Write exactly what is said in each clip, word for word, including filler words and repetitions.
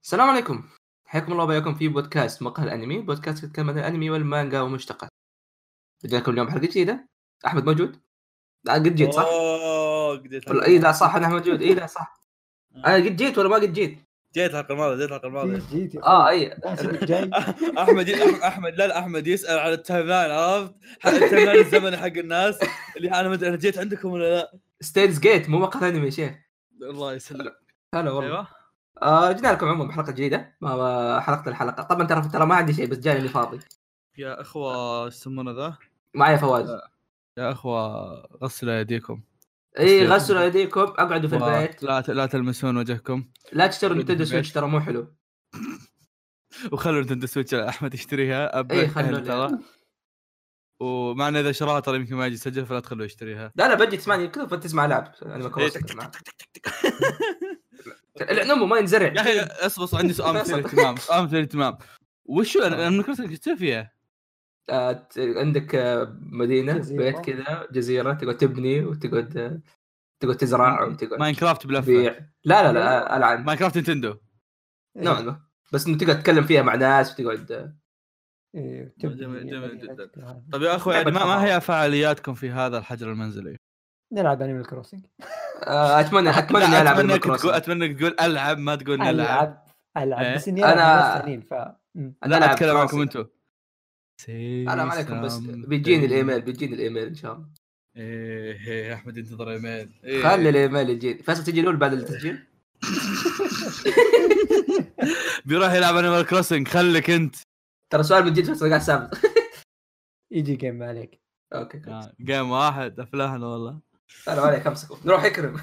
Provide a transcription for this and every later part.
السلام عليكم، حياكم الله وبياكم في بودكاست مقهى الأنمي، بودكاست يتكلم عن الأنمي والمانجا ومشتقات. بدنا لكم اليوم حلقة جديدة. أحمد موجود؟ لا قد جيت صح؟ اوه قديت ولا إيه لا صح أنا موجود إيه لا صح. أنا قد جيت ولا ما قد جيت؟ جيت الحلقه الماضيه جيت الحلقه الماضيه جيت جيت يا آه اخوي أي ناسبك جاي. احمد احمد لا لا احمد يسال على التايم لاين، عرفت التايم لاين الزمني حق الناس اللي انا ما ادري انا جيت عندكم ولا لا. ستيلز جيت مو مقهى الأنمي يا شيخ. الله يسلمك. هلا والله. ايوه آه جينا لكم عموما بحلقة جديدة، ما ما- حلقة الحلقة طبعا ترى ترى ما عندي شيء بس جاني فاضي. يا اخوه يسمونه ذا معايا فواز. يا اخوه غسلوا يديكم. إيه غسلوا يديكم، اقعدوا في و- البيت، لا لا تلمسون وجهكم لا تشتروا اقعدوا في نينتندو البيت. سويتش ترى مو حلو. وخلوا نينتندو سويتش احمد يشتريها ابك إيه خلوا اهل ترى، ومعنى اذا شراها ترى يمكن ما يجي يسجل فلا تخلوه يشتريها. لا لا بجي تسمعني كذا فتسمع لعب أنا مكروس معك. العنمو ما ينزرع يا اخي اصبر اصبر عندي سؤال مثير اهتمام سؤال مثير اهتمام وشو انا انا كنت كنت فيها. آه، ت- عندك آه، مدينة جزيرة. بيت كذا جزيرة تقعد تبني وتقعد آه، تقعد تزرع وتقعد ماينكرافت بلفه. تبيع. لا لا لا العن ماينكرافت نينتندو. نوعا ما، بس انه تقعد تتكلم فيها مع ناس وتقعد آه، إيه، جميل تبني جميل مدينة جدا. كذا. طيب يا اخوي يعني ما, ما هي فعالياتكم في هذا الحجر المنزلي؟ نلعب انيمال كروسنج. آه، اتمنى اتمنى اني لا العب اتمنى Animal تقول Crossing. اتمنى تقول العب ما تقول نلعب. العب العب إيه؟ بس اني العب أنا- مع ناس ثانيين ف مم. أنا لا ألعب اتكلم عنكم Crossing. انتم. لا ما عليكم بس بيجيني الايميل بيجيني الايميل ان شاء الله. ايه يا احمد انتظر ايميل. إيه. خلي الايميل يجي فيصل تجي له بعد التسجيل. بيروح يلعب انيمال كروسنج خليك انت. ترى سؤال من جد فيصل قاعد سابق. يجي جيم ما عليك. اوكي آه، جيم واحد افلاهنا والله. لا لا عليك امسكوا نروح يكرم.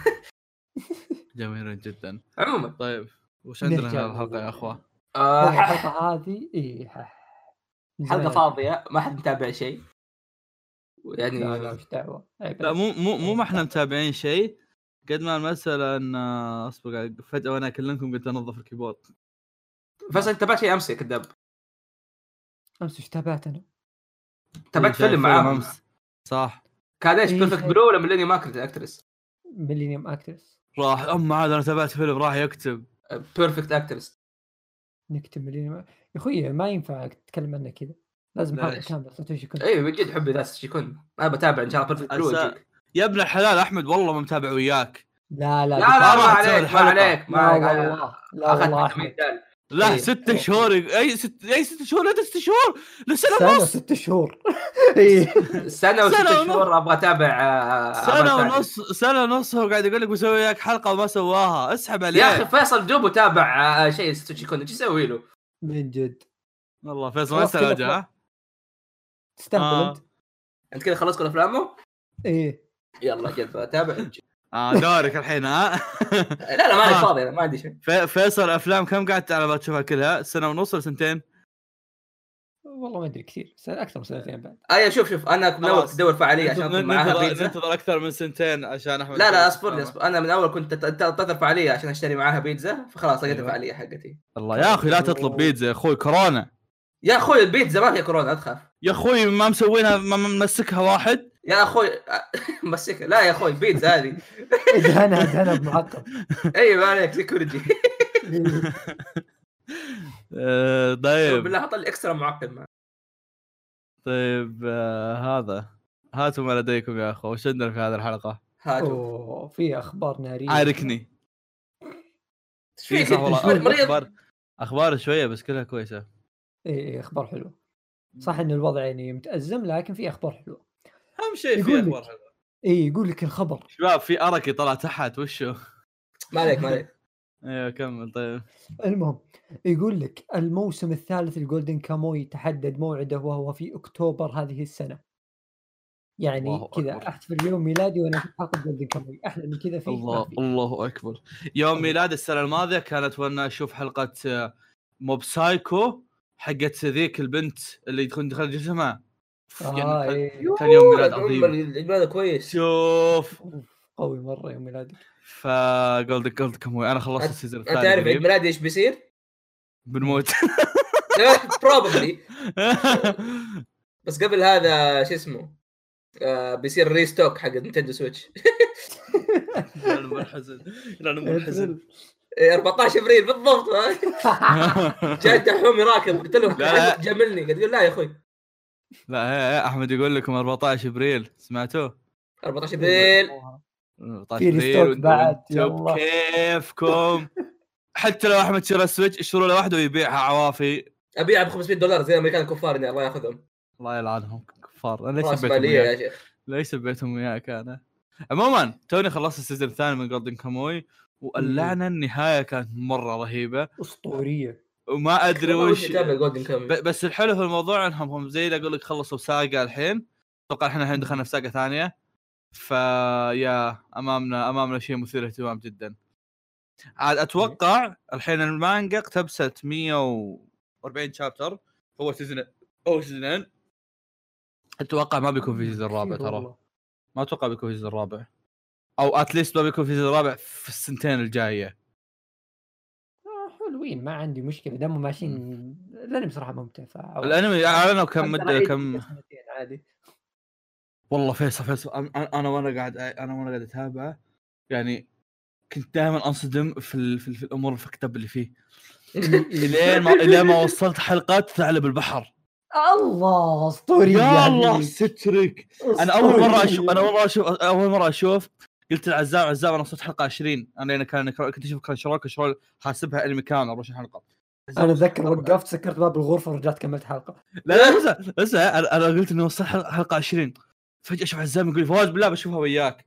جميل جدا. عموما طيب وش عندنا نرجع في الحلقه يا اخوه؟ آه، هذه الحلقة هذه ايه من حلقة زمان. فاضية ما حد متابع شيء يعني. لا لا وش دعوة. عيب لا عليك. مو مو مو ما احنا متابعين شيء قد ما المسألة ان اصبر قاعد فجأة وانا اكلمكم قلت انظف الكيبورد. بس انت تابعت شيء امس يا كذاب. امس وش تابعت انا؟ تابعت شايف فيلم معاهم أمس. صح كان ايش إيه بيرفكت شايف. بلو ولا ميلينيوم اكترس؟ ميلينيوم اكترس. راح ام عاد انا تابعت فيلم راح يكتب. بيرفكت اكترس. نكتب ميلينيوم يا اخوي ما ينفع تتكلم عنه كذا لازم حلقة ليش؟ كاملة صوت ايش يكون. اي بجد حبي ذا شيكون انا بتابع ان شاء الله بيرفكت بلو أسا... يجيك. يا ابن الحلال احمد والله ما متابع وياك. لا لا لا لا ما راح تسوي عليك ما الحلقة. عليك ما لا عليك والله لا اخذت والله فيتامين احمد د. لا إيه. ست شهور اي ست اي ست شهور لا ست شهور لسنة سنة ونص. ست شهور. إيه. سنة سنة وست ونص. شهور ابغى اتابع آه، سنة أعمال ثانية. ونص سنة ونص هو قاعد يقول لك بسوي وياك حلقة وما سواها اسحب عليه. يا اخي فيصل دوبه تابع آه، شيء شيكون ايش يسوي له؟ من جد والله فيصل ما خلاص كل استوعب. أفلام. تستهبل آه. انت. انت كذا خلصت كل افلامه؟ ايه يلا جد بتابع. اه دورك الحين ها. لا لا ما آه. عليك فاضي ما عندي شيء. في- فيصل افلام كم قعدت على ما تشوفها كلها؟ سنه ونص ولا سنتين؟ والله ما ادري كثير سنة اكثر من سنتين بعد. اي شوف شوف انا من اول خلاص. تدور فعاليه عشان ننتظر اطلب معاها ننتظر, بيتزا. ننتظر اكثر من سنتين عشان احمد. لا لا اصبر لي اصبر انا من اول كنت انتظر فعاليه عشان اشتري معاها بيتزا فخلاص لقيت أيوة. الفعاليه حقتي. الله يا اخي لا تطلب بيتزا يا اخوي كورونا. يا اخوي البيتزا ما فيها كورونا لا تخاف. يا اخوي ما مسوينها ما ممسكها واحد. يا اخوي مسكها لا يا اخوي البيتزا هذه. ادهنها ادهنها بمعقم. ايوه ما عليك سكيورتي. آه، طيب بالله حط لي اكسترا معقد معه. طيب آه، هذا هاتوا ما لديكم يا اخو وش عندنا في هذه الحلقه؟ هاتوا اوه في اخبار ناريه. عاركني. ايش فيك صح والله انت مريض؟ اخبار اخبار شويه بس كلها كويسه. ايه إيه، اخبار حلوه. صح ان الوضع يعني متأزم لكن في اخبار حلوه. اهم شيء في يقول اخبار لك حلوه. ايه يقول لك الخبر. شباب في اركي طلع تحت وشو. ما عليك ما عليك. ايوه كمل طيب. المهم يقول لك الموسم الثالث الجولدن كاموي تحدد موعده وهو في اكتوبر هذه السنه. يعني الله كذا أكبر. احتفل يوم ميلادي وانا اشوف حلقه جولدن كاموي احلى من كذا في ما الله في. الله اكبر. يوم ميلاد السنه الماضيه كانت وانا اشوف حلقه آه، موب سايكو حقت ذيك البنت اللي يدخل دخل جسمها. آه إيه. كان يوم ميلاد عظيم. الميلاد كويس. شوف قوي مره يوم ميلادك. فقلت قلت كم انا خلصت السيزون الثاني. انت تعرف عيد ميلادي ايش بيصير؟ بنموت. بروبلي. بس قبل هذا شو اسمه آه بيصير ريستوك حق نينتندو سويتش. لا انا منحزن لا انا منحزن. إيه أربعة عشر ابريل بالضبط. جاي دحومي راكب قلت له لا. جملني قاعد يقول لا يا اخوي لا يا احمد يقول لكم أربعة عشر ابريل سمعتوه؟ أربعة عشر ابريل أربعة عشر في ابريل ريستوك بعد، وانتم يلا. كيفكم. حتى لو احمد شرى السويتش اشتروا له واحده ويبيعها عوافي. ابيعها ب خمسمية دولار زي الامريكان الكفار اني الله ياخذهم. الله يلعنهم كفار. انا ليش راس سبيتهم ماليه يا وياك؟ شيخ. ليش سبيتهم وياك انا؟ عموما توني خلصت السيزون الثاني من جولدن كاموي واللعنه النهايه كانت مره رهيبه اسطوريه، وما ادري والله وش ودي اتابع جولدن كاموي. ب- بس الحلو في الموضوع انهم هم زي اللي اقول لك خلصوا ساقه الحين. اتوقع احنا الحين دخلنا في ساقه ثانيه. فيا امامنا امامنا شيء مثير اهتمام جدا. عاد اتوقع الحين المانجا اقتبست مية وأربعين شابتر. هو سيزون او سيزونين. اتوقع ما بيكون في سيزون رابع ترى. ما اتوقع بيكون في سيزون رابع او اتليست ما بيكون في سيزون رابع في السنتين الجايه. آه حلوين، ما عندي مشكله دامهم ماشيين. الانمي بصراحه ممتع. الانمي اعلنوا كم مده كم سنتين عادي. والله فيصل فيصل انا انا وانا قاعد انا وانا قاعد اتابع يعني كنت دائما انصدم في ال... في, ال... في الامور الفكتب اللي فيه. لين ما لين ما وصلت حلقات ثعلب البحر. الله اسطوري يا الله سترك. انا اول مره اشوف انا اول مره اشوف اول مره اشوف قلت العزام عزام انا وصلت حلقه عشرين. انا لان كان كنت اشوف كان شروك شرول حاسبها انمي كامل أربعة وعشرين حلقه. انا اتذكر وقفت سكرت باب الغرفه ورجعت كملت حلقه. لا لا بس بس انا أنا قلت اني وصلت حلقه عشرين فجاه اشوف عزام يقول فواز بالله بشوفها وياك.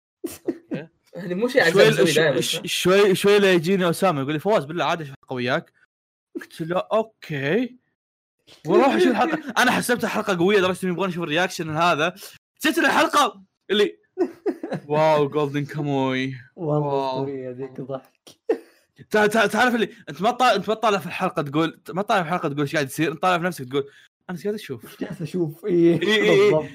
يعني مو شيء عزام شوي يسوي دائما. شوي شوي لا يجيني اسامه يقول لي فواز بالله عاد اشوف وياك. قلت له اوكي وروح اشوف الحلقه. انا حسبتها حلقه قويه لدرجه اني ابغى اشوف الرياكشن هذا. جت الحلقه اللي واو جولدن كاموي والله اسطوريه ذيك ضحك. تعرف اللي انت ما طالع انت ما طالع في الحلقه تقول ما طالع في الحلقه تقول ايش قاعد يصير. انت طالع في نفسك تقول انا ايش قاعد اشوف جالس اشوف ايه بالضبط.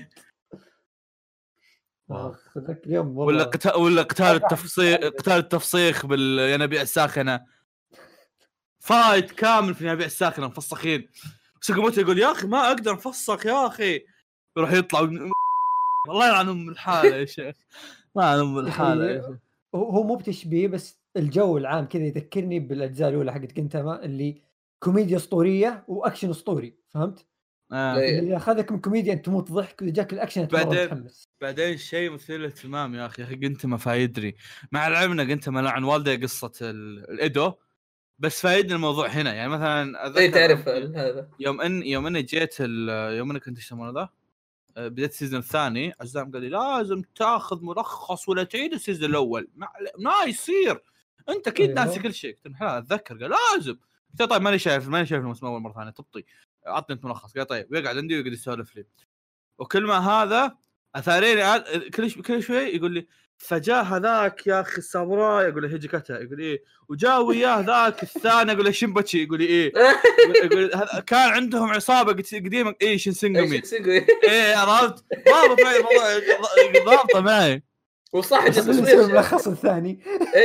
اخ ذاك اليوم والله. ولا قتال ولا قتال التفصيل قتال التفصيخ بالينابيع الساخنه. فايت كامل في الينابيع الساخنه مفسخين. سكوموتو يقول يا اخي ما اقدر افسخ يا اخي. يروح يطلع والله يلعنهم الحاله يا شيخ. ما يلعنهم الحاله يا شيخ. هو مو بتشبيه بس الجو العام كذا يذكرني بالاجزاء الاولى حقت كنتاما اللي كوميديا اسطوريه واكشن اسطوري. فهمت؟ آه. اللي اخذك من كوميديا انت تموت ضحك واذا جاك الاكشن تمر متحمس. بعدين شيء مثير للاهتمام يا اخي يا اخي كنتاما فايدري مع العلم ان كنتاما لعن والده قصه الايدو بس فايدني الموضوع هنا. يعني مثلا اذكر تعرف هذا يوم ان يوم اني جيت يوم اني كنت يسمونه ذا بديت السيزون الثاني عزام قال لي لازم تاخذ ملخص ولا تعيد السيزون الاول. ما, ما يصير انت اكيد أيوه. ناسي كل شيء. قلت له اتذكر قال لازم. قلت طيب ماني شايف ماني شايف الموسم الاول مره ثانيه تبطي عطني انت ملخص. قال طيب ويقعد عندي ويقعد يسولف لي وكل ما هذا اثاريني كل كل شوي يقول لي فجاء هذاك يا اخي الساموراي يقول لي هيجي كتا يقول ايه وجاء وياه ذاك الثاني يقول لي شيمباتشي يقول لي ايه يقول كان عندهم عصابه قديمه ايه شينسينغومي ايه عرفت ضابط معي الموضوع ضابطه معي وصح التصوير الملخص الثاني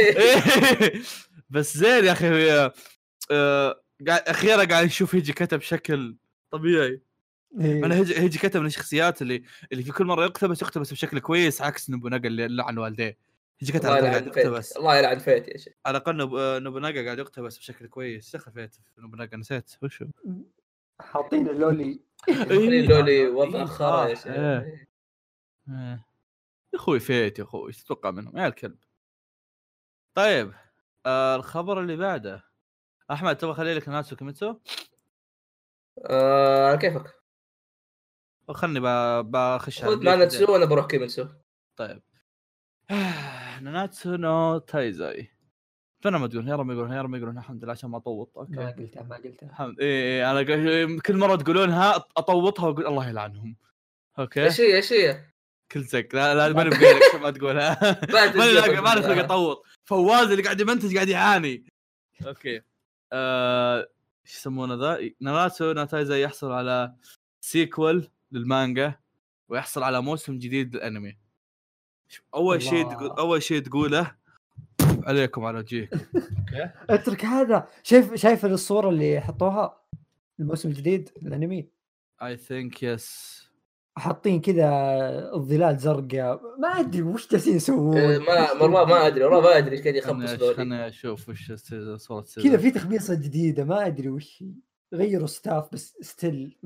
بس زين يا اخي قاعد اخيرا قاعد نشوف هيجي كتا بشكل طبيعي. انا هيجي هيجي كتب من الشخصيات اللي اللي في كل مره يقتبس يقتبس بشكل كويس عكس نوبوناغا اللي لعن والديه. هيجي كتب قاعد يقتبس الله يلعن فيت يا شيخ. على الاقل نوبوناغا قاعد يقتبس بشكل كويس. دخل فيت نوبوناغا نسيت وشو حاطين اللولي حاطين اللولي وضع خرا يا شيخ. يا اخوي فيت يا اخوي تتوقع منهم يا الكلب. طيب آه الخبر اللي بعده احمد تبغى خلي لك ناتسو كيميتسو آه كيفك وخلني بخش على ناتسو ولا بروح كيميتسو. طيب ناناتسو نو تايزاي فانا ما تقول يا رب يقولون يا رب يقولون الحمد لله عشان ما اطوط. اوكي ما قلتها ما قلتها الحمد ايه انا كل مره تقولونها اطوطها واقول الله يلعنهم. اوكي ايش هي ايش هي كل زق لا لا ما نبغيك ما تقولها ما ما نخلق اطوط. فواز اللي قاعد يمنتج قاعد يعاني. اوكي ايش يسمونه ذا ناناتسو نو تايزاي يحصل على سيكول للمانجا ويحصل على موسم جديد للانمي. اول شيء اول شيء تقوله عليكم على وجهكم. اترك هذا. شايف شايف الصوره اللي حطوها الموسم الجديد الانمي اي ثينك يس حاطين كذا الظلال زرقاء، ما ادري وش جالسين يسوون. آه، ما والله ما ادري والله ما ادري ايش قاعد يخبص خلنا ذولي. خلنا اشوف وش السيزون- صورة كذا سيزون. في تخبيصه جديده، ما ادري وش هي. غيروا ستاف بس ستيل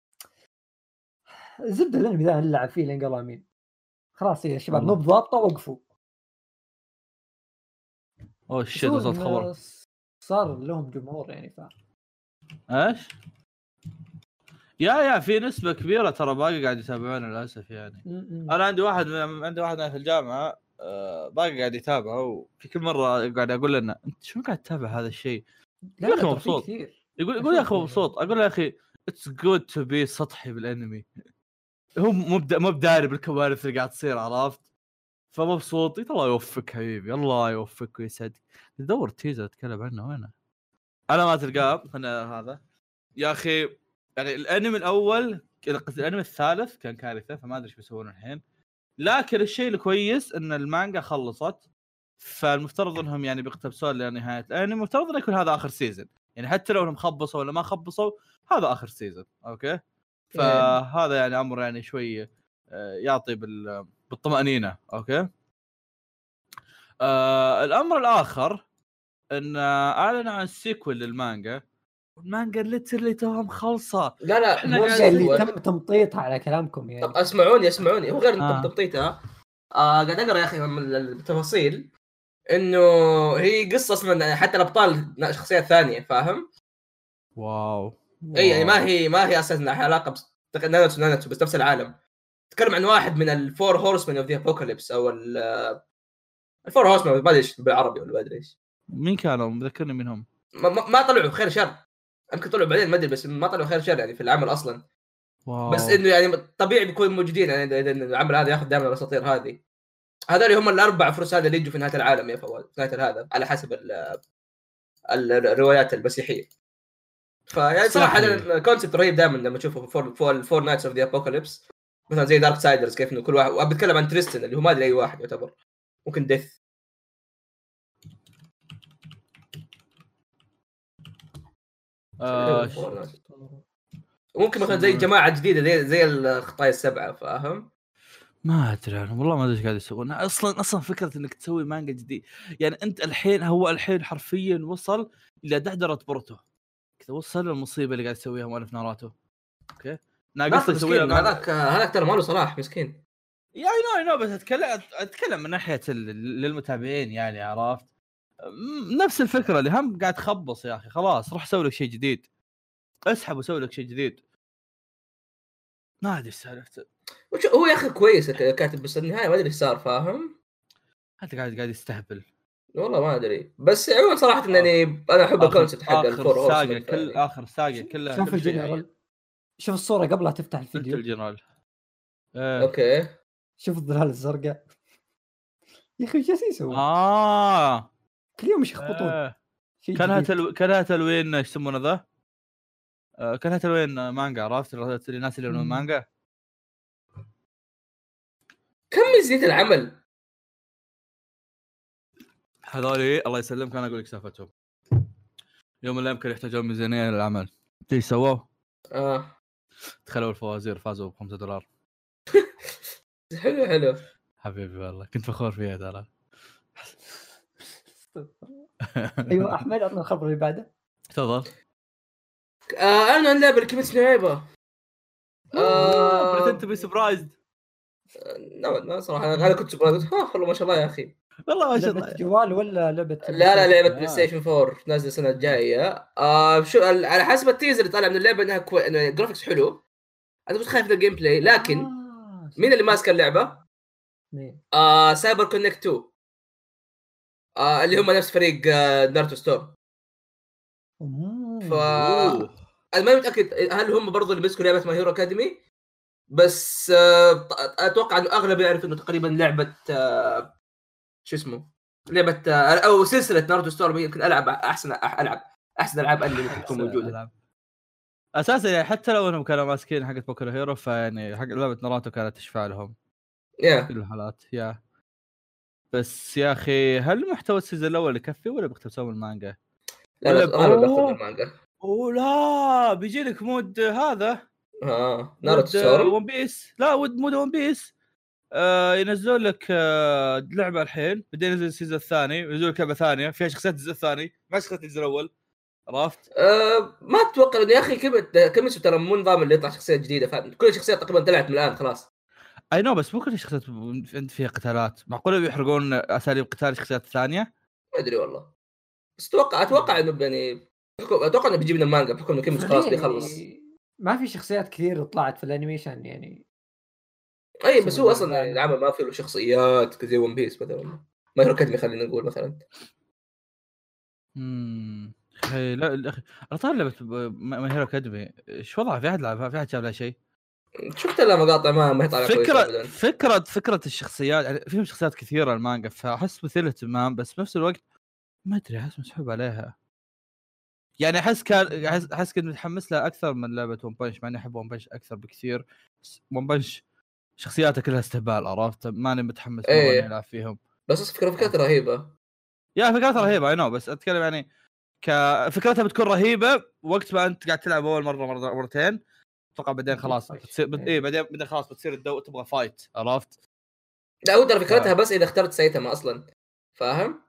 زبده. الانمي ذا نلعب فيه لين قال امين. خلاص يا شباب والله. مو بضابطه، وقفوا. اوه شيت يسوون، وصلت خبر. آه، صار لهم جمهور يعني. ف ايش؟ يا يا في نسبة كبيرة ترى باقي قاعد يتابعون للأسف يعني. م-م. أنا عندي واحد من عندي واحد في الجامعة آه، باقي قاعد يتابعه، وفي كل مرة قاعد أقول لنا أنت شو قاعد تتابع هذا الشيء؟ لا يا أخي لا، ترى في مبسوط. كثير. يقول يقول يا أخي أشوف مبسوط. أقول له يا أخي it's good to be سطحي بالأنمي. هو مو بد- مو بداري بالكوارث اللي قاعد تصير، عرفت؟ فمبسوط. الله يوفقك حبيبي، الله يوفقك ويسعدك. دور تيزر اتكلم عنه وينه؟ انا ما تلقاه. خلنا هذا يا اخي. يعني الانمي الاول، الانمي الثالث كان كارثه، فما ادري ايش بيسوون الحين. لكن الشيء الكويس ان المانجا خلصت، فالمفترض انهم يعني بيقتبسون لنهايه الانمي. المفترض انه يكون هذا اخر سيزون، يعني حتى لو انهم خبصوا ولا ما خبصوا هذا اخر سيزون. اوكي، فهذا يعني امر يعني شوي آه، يعطي بال بالطمأنينة. اوكي. آه الامر الاخر ان اعلنوا عن السيكول للمانجا. المانجا ليترلي توها مخلصه. لا لا إحنا مو قاعد- اللي سيكول. تم تمطيطها على كلامكم طب يعني. اسمعوني اسمعوني هو غير آه. تمطيطها. آه قاعد اقرا يا اخي من التفاصيل انه هي قصه اصلا حتى الابطال شخصيات ثانيه، فاهم؟ واو. اي يعني واو. ما هي ما هي اساسا علاقه بس ناناتسو ناناتسو بس نفس العالم. تتكلم عن واحد من الفور هورسمان اوف ذا ابوكاليبس او ال- الفور هورسمان، ما ادري ايش بالعربي ولا ما ادري ايش. مين كانوا مذكرني منهم؟ ما, ما ما طلعوا خير شر، يمكن طلعوا بعدين ما ادري، بس ما طلعوا خير شر يعني في العمل اصلا. واو. بس انه يعني طبيعي بيكونوا موجودين يعني، اذا العمل هذا ياخذ دائما الاساطير هذه. هذول هم الاربع فرس هذا اللي يجوا في نهايه العالم يا فواز، في نهايه هذا على حسب ال ال الروايات المسيحيه. فيعني صراحه هذا الكونسبت رهيب دائما لما تشوفه في فور فور, فور نايتس اوف ذا ابوكاليبس، مثلا زي دارك سايدرز، كيف انه كل واحد وبتكلم عن تريستن اللي هو ما ادري اي واحد يعتبر ممكن ديث. آه ممكن مثلا زي جماعه جديده زي زي الخطايا السبعه، فاهم؟ ما ادري انا والله ما ادري ايش قاعد يسوون اصلا. اصلا فكره انك تسوي مانجا جديد، يعني انت الحين هو الحين حرفيا وصل الى دحدره بورتو كذا، وصل المصيبه اللي قاعد يسويها مؤلف ناراته. اوكي ناقص يسوي هذاك هذاك ترى ماله صلاح مسكين. يا اي نو بس اتكلم اتكلم من ناحيه للمتابعين يعني، عرفت؟ نفس الفكره اللي هم قاعد تخبص يا اخي. خلاص روح سوي لك شيء جديد، اسحب وسوي لك شيء جديد. ما ادري سالفته. هو يا اخي كويس كاتب، بس النهايه ما ادري ايش صار، فاهم؟ انت قاعد قاعد يستهبل والله ما ادري. بس عموما صراحه انني انا احب الكونسبت حق الفور ساقه كل اخر ساقه كلها. شوف الجنرال، شوف الصوره قبل لا تفتح الفيديو. الجنرال اه. اوكي شوف الظلال الزرقاء يا اخي. ايش يسوون؟ اه كل يوم يخبطون. آه. كانها تلو... كانها تلوين ايش يسمونه ذا؟ آه كانها تلوين مانجا، عرفت الناس اللي يلونون مانجا. كم ميزانية العمل هذولي؟ الله يسلمك انا اقول لك سالفتهم. يوم اللي يمكن يحتاجون ميزانيه للعمل ايش سووا؟ اه دخلوا الفوازير فازوا ب خمسة دولار. حلو حلو حبيبي والله كنت فخور فيها ترى. ايوه احمد عطنا الخبر اللي بعده. تفضل. آه انا نلعب الكيميتسو نايبا. آه بريتند تو بي سربرايزد. لا لا صراحه انا كنت سربرايزد. ها والله ما شاء الله يا اخي. والله ما شاء الله. لعبة جوال ولا لعبة؟ لا لا لعبه بلاي ستيشن فور نازله السنه الجايه. آه شو على حسب التيزر اللي طالع من اللعبه انها كوي... إن الجرافيكس حلو. انا كنت خايف من الجيم بلاي، لكن آه. مين اللي ماسك اللعبه؟ مين؟ آه سايبر كونكت تو، آه اللي هم نفس فريق آه ناروتو ستورم. ف انا ما متاكد هل هم برضو اللي مسكوا لعبه ماي هيرو اكاديمي، بس آه اتوقع انه اغلب يعرف انه تقريبا لعبه آه شو اسمه لعبه آه او سلسله ناروتو ستورم يمكن العب احسن العب احسن العاب انمي ممكن تكون موجوده اساسا. يعني حتى لو انهم كانوا ماسكين حقت بوكو هيرو، فيعني حق لعبه ناروتو كانت تشفع لهم yeah. في الحالات. يا بس يا اخي هل محتوى السيزون الاول يكفي ولا بيقتبسون المانجا؟ لا لا انا باخذ المانجا. اوه لا بيجي لك مود هذا ها ناروتو ستورم ون بيس لا ود مود ون بيس آه ينزلوا لك آه لعبه الحين بعدين ينزل السيزون الثاني ينزلوا لك لعبه ثانيه فيها شخصيات الجزء الثاني ما شخصيات الجزء الاول عرفت؟ أه ما اتوقع يا اخي كم كم ترى مو نظام اللي يطلع شخصيه جديده فاهم كل الشخصيات تقريبا طلعت من الان خلاص. اي نو بس مو كل الشخصيات عند فيها قتالات معقوله بيحرقون اساليب قتال الشخصيات الثانيه ما ادري والله بس اتوقع اتوقع انه يعني اتوقع انه بيجيب لنا المانجا بحكم انه كيميتسو خلاص بيخلص. ما في شخصيات كثير طلعت في الانيميشن يعني. اي بس هو اصلا يعني العمل ما فيه له شخصيات زي ون بيس مثلا ما هي كدمي خلينا نقول مثلا. امم اخي لا الاخي انا طالع لعبه ما هيرو اكاديمي ايش وضعها في احد لعبها في احد جاب لها شيء شفت لها مقاطع ما ما هي طالعه كويسه فكره ابدا. فكره فكره الشخصيات يعني فيهم شخصيات كثيره المانجا فاحس مثير اهتمام بس بنفس الوقت ما ادري احس مسحوب عليها يعني احس كان احس احس كنت متحمس لها اكثر من لعبه ون بانش مع اني احب ون بانش اكثر بكثير. ون بانش شخصياته كلها استهبال عرفت ماني متحمس مره اني العب فيهم بس فكره فكرة رهيبه يا فكرتها رهيبه اي نو بس اتكلم يعني كفكرتها بتكون رهيبه وقت ما انت قاعد تلعب اول مره مرة مرتين اتوقع بعدين خلاص بتصير بت... ايه بعدين بعدين خلاص بتصير الدو تبغى فايت عرفت. لا هو ترى فكرتها ف... بس اذا اخترت سايتاما اصلا فاهم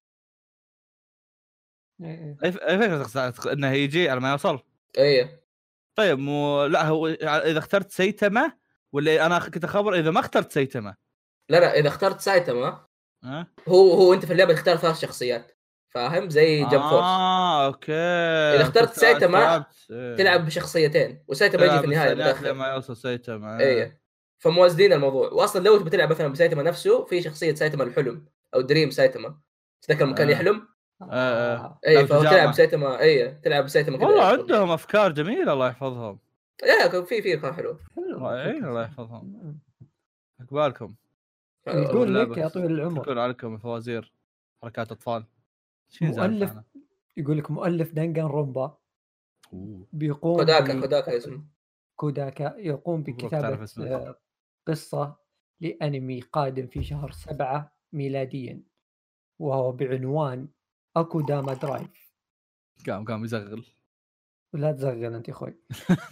اي اي فكره انه يجي على ما يوصل ايه طيب مو لا هو اذا اخترت سايتاما ولا انا كنت خبر اذا ما اخترت سايتاما لا لا اذا اخترت سايتاما أه؟ هو هو انت في اللعبه تختار ثلاث شخصيات فاهم زي جمب فورس اه اوكي اذا اخترت سايتاما إيه. تلعب بشخصيتين وسايتاما يجي في النهايه متاخر لما يوصل سايتاما ايه فموازنين الموضوع واصلا لو تبي تلعب مثلا بسايتاما نفسه في شخصيه سايتاما الحلم او دريم سايتاما تذكر مكان آه. يحلم آه. ايه فهو تلعب سايتاما ايه تلعب سايتاما كذا والله عندهم افكار جميله الله يحفظهم لا في في افكار حلوه اي الله يحفظهم اقبالكم يقول لك يا طويل العمر يكون عليكم فوازير حركات اطفال مؤلف يقول لك مؤلف دانجان رومبا بيقوم كوداكا ب... كوداكا اسمه كوداكا يقوم بكتابة قصة لأنمي قادم في شهر سبعة ميلاديا وهو بعنوان أكوداما درايف. قام قام يزغل لا تزغل أنت يا أخوي.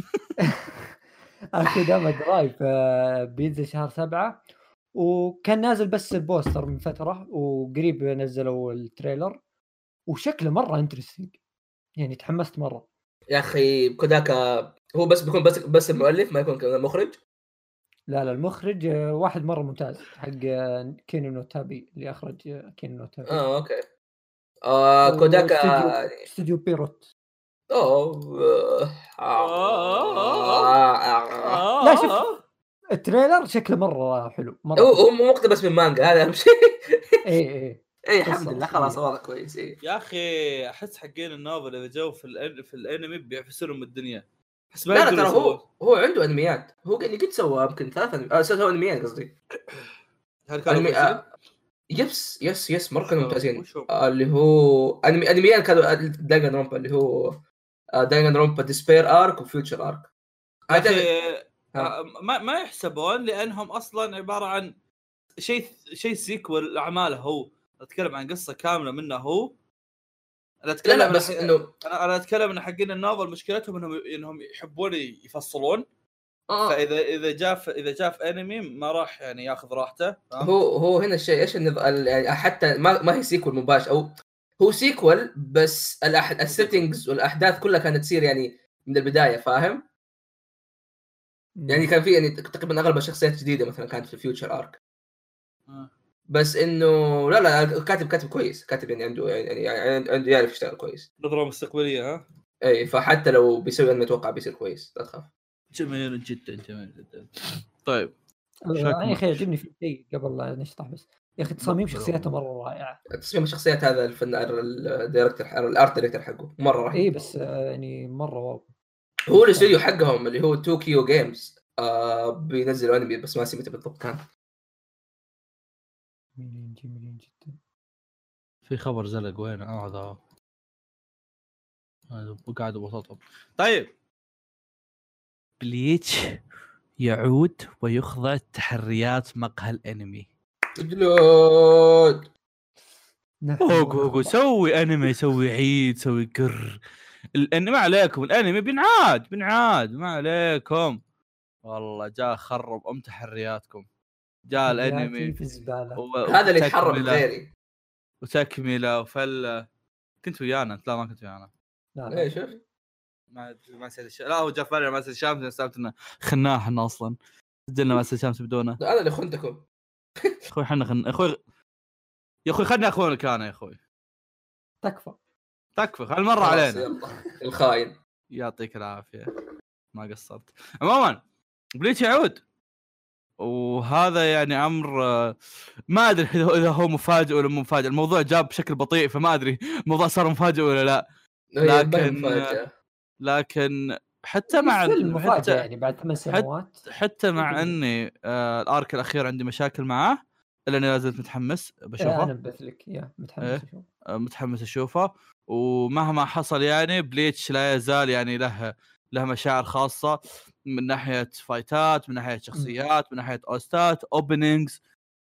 أكوداما درايف بينزل شهر سبعة وكان نازل بس البوستر من فترة وقريب نزلوا التريلر وشكله مرة انترستينج يعني تحمست مرة يا أخي كوداكا هو بس بيكون بس بس المؤلف ما يكون المخرج. لا لا المخرج واحد مرة ممتاز حق كينو نوتابي اللي أخرج كينو نوتابي. آه أوكي. آه كوداكا استوديو استوديو بيروت. أوه لا شوف التريلر شكله مرة حلو مرة. هو هو مقتبس من مانجا هذا أهم شيء. إيه إيه إيه الحمد لله خلاص والله كويس. إيه يا أخي أحس حقين النوفل إذا جو في الأن في الأنمي بيعفسرهم الدنيا. لا لا ترى هو هو عنده أنميات هو قد قد سوى يمكن ثلاثة آه سوى أنميات قصدي. هل كانوا أنمي... آه... يس يس يس مرة كانوا ممتازين. آه اللي هو أنمي أنميان كانوا دايجان رومبا اللي هو آه دايجان رومبا ديسبير آرك وفيوتشر آرك. هذا ما ما يحسبون لأنهم أصلاً عبارة عن شيء شيء سيكول أعماله هو. أتكلم عن قصة كاملة منه هو. أنا أتكلم لا لا بس إنه أنا أنا أتكلم إن حقين النوفل مشكلتهم إنهم إنهم يحبون يفصلون. آه. فإذا إذا جاء إذا جاء في أنمي ما راح يعني يأخذ راحته. هو هو هنا الشيء إيش إن يعني حتى ما ما هي سيكول مباشر أو هو سيكول بس الأح... السيتنجز والأحداث كلها كانت تصير يعني من البداية فاهم؟ يعني كان في يعني تقريبا أغلب الشخصيات جديدة مثلا كانت في فيوتشر آرك. آه. بس إنه لا لا كاتب كاتب كويس كاتب يعني عنده يعني, يعني عنده يعرف يشتغل كويس. نظرة مستقبلية ها؟ أي فحتى لو بيسوي أنا أتوقع بيصير كويس لا تخاف. جميل جدا جميل جدا. طيب. يا أخي يعجبني في شيء قبل لا نشطح بس يا أخي تصاميم شخصياته مرة رائعة. تصميم الشخصيات هذا الفنان الدايركتور الارت دايركتور حقه مرة رهيب. إيه بس يعني مرة واو. هو الاستوديو حقهم اللي هو توكيو جيمز آه بينزلوا انمي بس ما سمعت بالضبط كان. جميل جميل جدا. في خبر زلق وين هذا؟ هذا قاعد ببساطة. طيب بليتش يعود ويخضع تحريات مقهى الانمي. جلود اوه سوي انمي سوي عيد سوي قر الانمي ما عليكم الانمي بنعاد بنعاد ما عليكم والله جاء خرب ام تحرياتكم، جاء تحرياتي الانمي في الزباله. و... هذا اللي يتحرك وتكملة غيري. وتكمله وفل. كنت ويانا انت؟ لا ما كنت ويانا. لا ايه لا شوف ما ما سأل الش... لا هو جاء بالي ما سأل الشامس استوعبتنا خناح احنا اصلا سجلنا ما سأل الشامس بدونه. هذا اللي خنتكم اخوي احنا خن اخوي يا اخوي خلنا اخوانك انا يا اخوي تكفى تكفى هالمره خلاص علينا. يلا الخاين يعطيك العافيه ما قصرت. عموما بليتش يعود، وهذا يعني امر آه، ما ادري اذا إذا هو مفاجئ ولا مو مفاجئ. الموضوع جاب بشكل بطيء فما ادري الموضوع صار مفاجئ ولا لا. هي ما هي لكن مفاجأة. لكن حتى مع ستيل حتى مفاجاه يعني بعد ثمان سنوات. حتى مع اني آه الارك الاخير عندي مشاكل معاه الا اني لازلت متحمس بشوفه. انا مثلك يا متحمس إيه؟ اشوف. آه متحمس اشوفه، ومهما حصل يعني بليتش لا يزال يعني له له مشاعر خاصه من ناحيه فايتات، من ناحيه شخصيات، من ناحيه اوستات اوبننجز.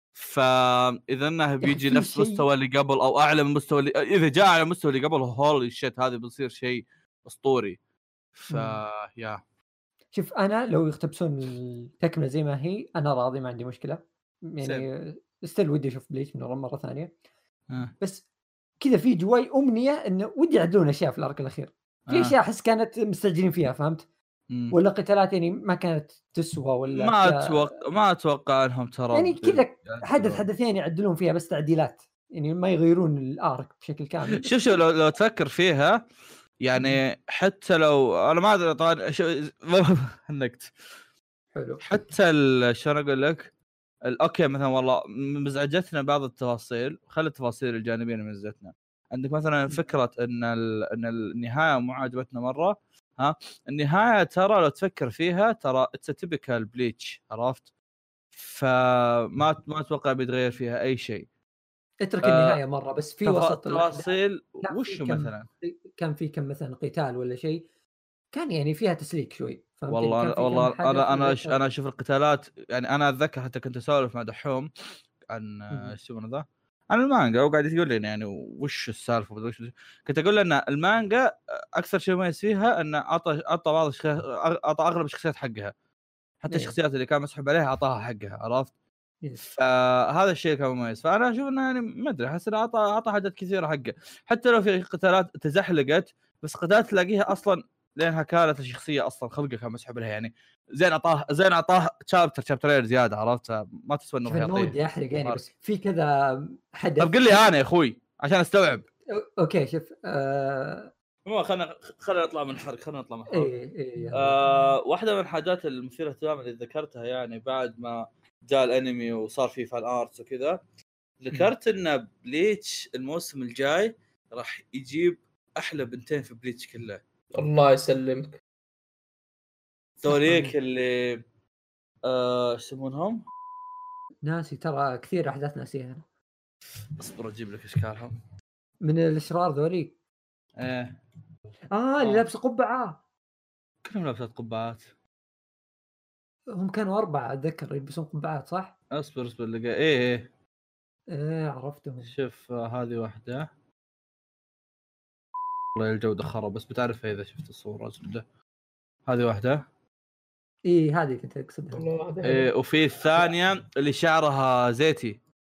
فاذا انه بيجي في نفس شيء- مستوى اللي قبل او اعلى من مستوى اللي اذا جاء على المستوى اللي قبل هولي شيت هذا بيصير شيء اسطوري. ف يا شوف انا لو يختبسون التكمله زي ما هي انا راضي ما عندي مشكله يعني. ستيل ودي اشوف بليتش من مره ثانيه. آه. بس كذا في جواي امنيه انه ودي يعدلون اشياء في الارك الاخير. في آه. اشياء احس كانت مستعجلين فيها فهمت. مم. ولا قتالات يعني ما كانت تسوى ولا ما أشياء- اتوقع ما اتوقع انهم ترى يعني كذا يعني حدث حدثين يعدلون فيها بس تعديلات يعني ما يغيرون الارك بشكل كامل. شوف شوف لو لو تفكر فيها يعني حتى لو انا ما ادري طبعا هنكت حلو. حتى ال- شلون اقول لك اوكي مثلا والله مزعجتنا بعض التفاصيل، خلي التفاصيل الجانبيه اللي مزعجتنا. عندك مثلا فكره ان ال... ان النهايه مو عجبتنا مره. ها النهايه ترى لو تفكر فيها ترى اتس تيبيكال بليتش عرفت، فما ما اتوقع بيتغير فيها اي شيء. اترك آه النهايه مره بس في تف... وسط الأحداث تفاصيل كان وش في كم- مثلا كان في كم مثلا قتال ولا شيء كان يعني فيها تسليك شوي فهمت. والله كان أنا في كم والله حدث انا انا وقتها. انا اشوف القتالات يعني انا اتذكر حتى كنت اسولف مع دحوم عن آه، مم. ايش يسمونه ذا عن المانجا وقاعد يقول لي يعني وش السالفه وش كنت اقول له ان المانجا اكثر شيء مميز فيها ان اعطى اعطى بعض الشخصيات اعطى اغلب الشخصيات حقها، حتى إيه. الشخصيات اللي كان مسحوب عليها اعطاها حقها عرفت. إيه. فهذا الشيء كان مميز. فانا اشوف انه يعني ما ادري احس انه اعطى اعطى حاجات كثيره حقه، حتى لو في قتالات تزحلقت بس قتالات تلاقيها اصلا لانها كانت الشخصيه اصلا خلقه كان مسحوب لها يعني زين اعطاه زين اعطاه شابتر شابترين زياده عرفت، ما تسوى انه شوف أنا ما يعطيه. ودي احرق يعني بس في كذا حدث. طب قل لي انا يا اخوي عشان استوعب. أو- اوكي شوف آه... مو خلينا خلينا نطلع من حرق خلينا نطلع من حرق. ايه ايه يعني. آه واحده من الحاجات المثيره اهتمام اللي ذكرتها يعني بعد ما جاء الانمي وصار فيه فان ارتس وكذا، ذكرت ان بليتش الموسم الجاي راح يجيب احلى بنتين في بليتش كله. الله يسلمك. ذوليك اللي آه يسمونهم ناسي ترى كثير احداث ناسيها. اصبر اجيب لك اشكالهم. من الاشرار ذولي ايه اه اللي آه. لابسه قبعه. كلهم لابسات قبعات. هم كانوا اربعه اتذكر يلبسون قبعات صح؟ اصبر اصبر لقى ايه ايه ايه عرفتهم. شوف آه هذه واحده والله الجوده خرا بس بتعرفها اذا شفت الصوره زبده. هذه واحده ايه هذه كنت اقصدها. والله هذا إيه وفي الثانيه اللي شعرها زيتي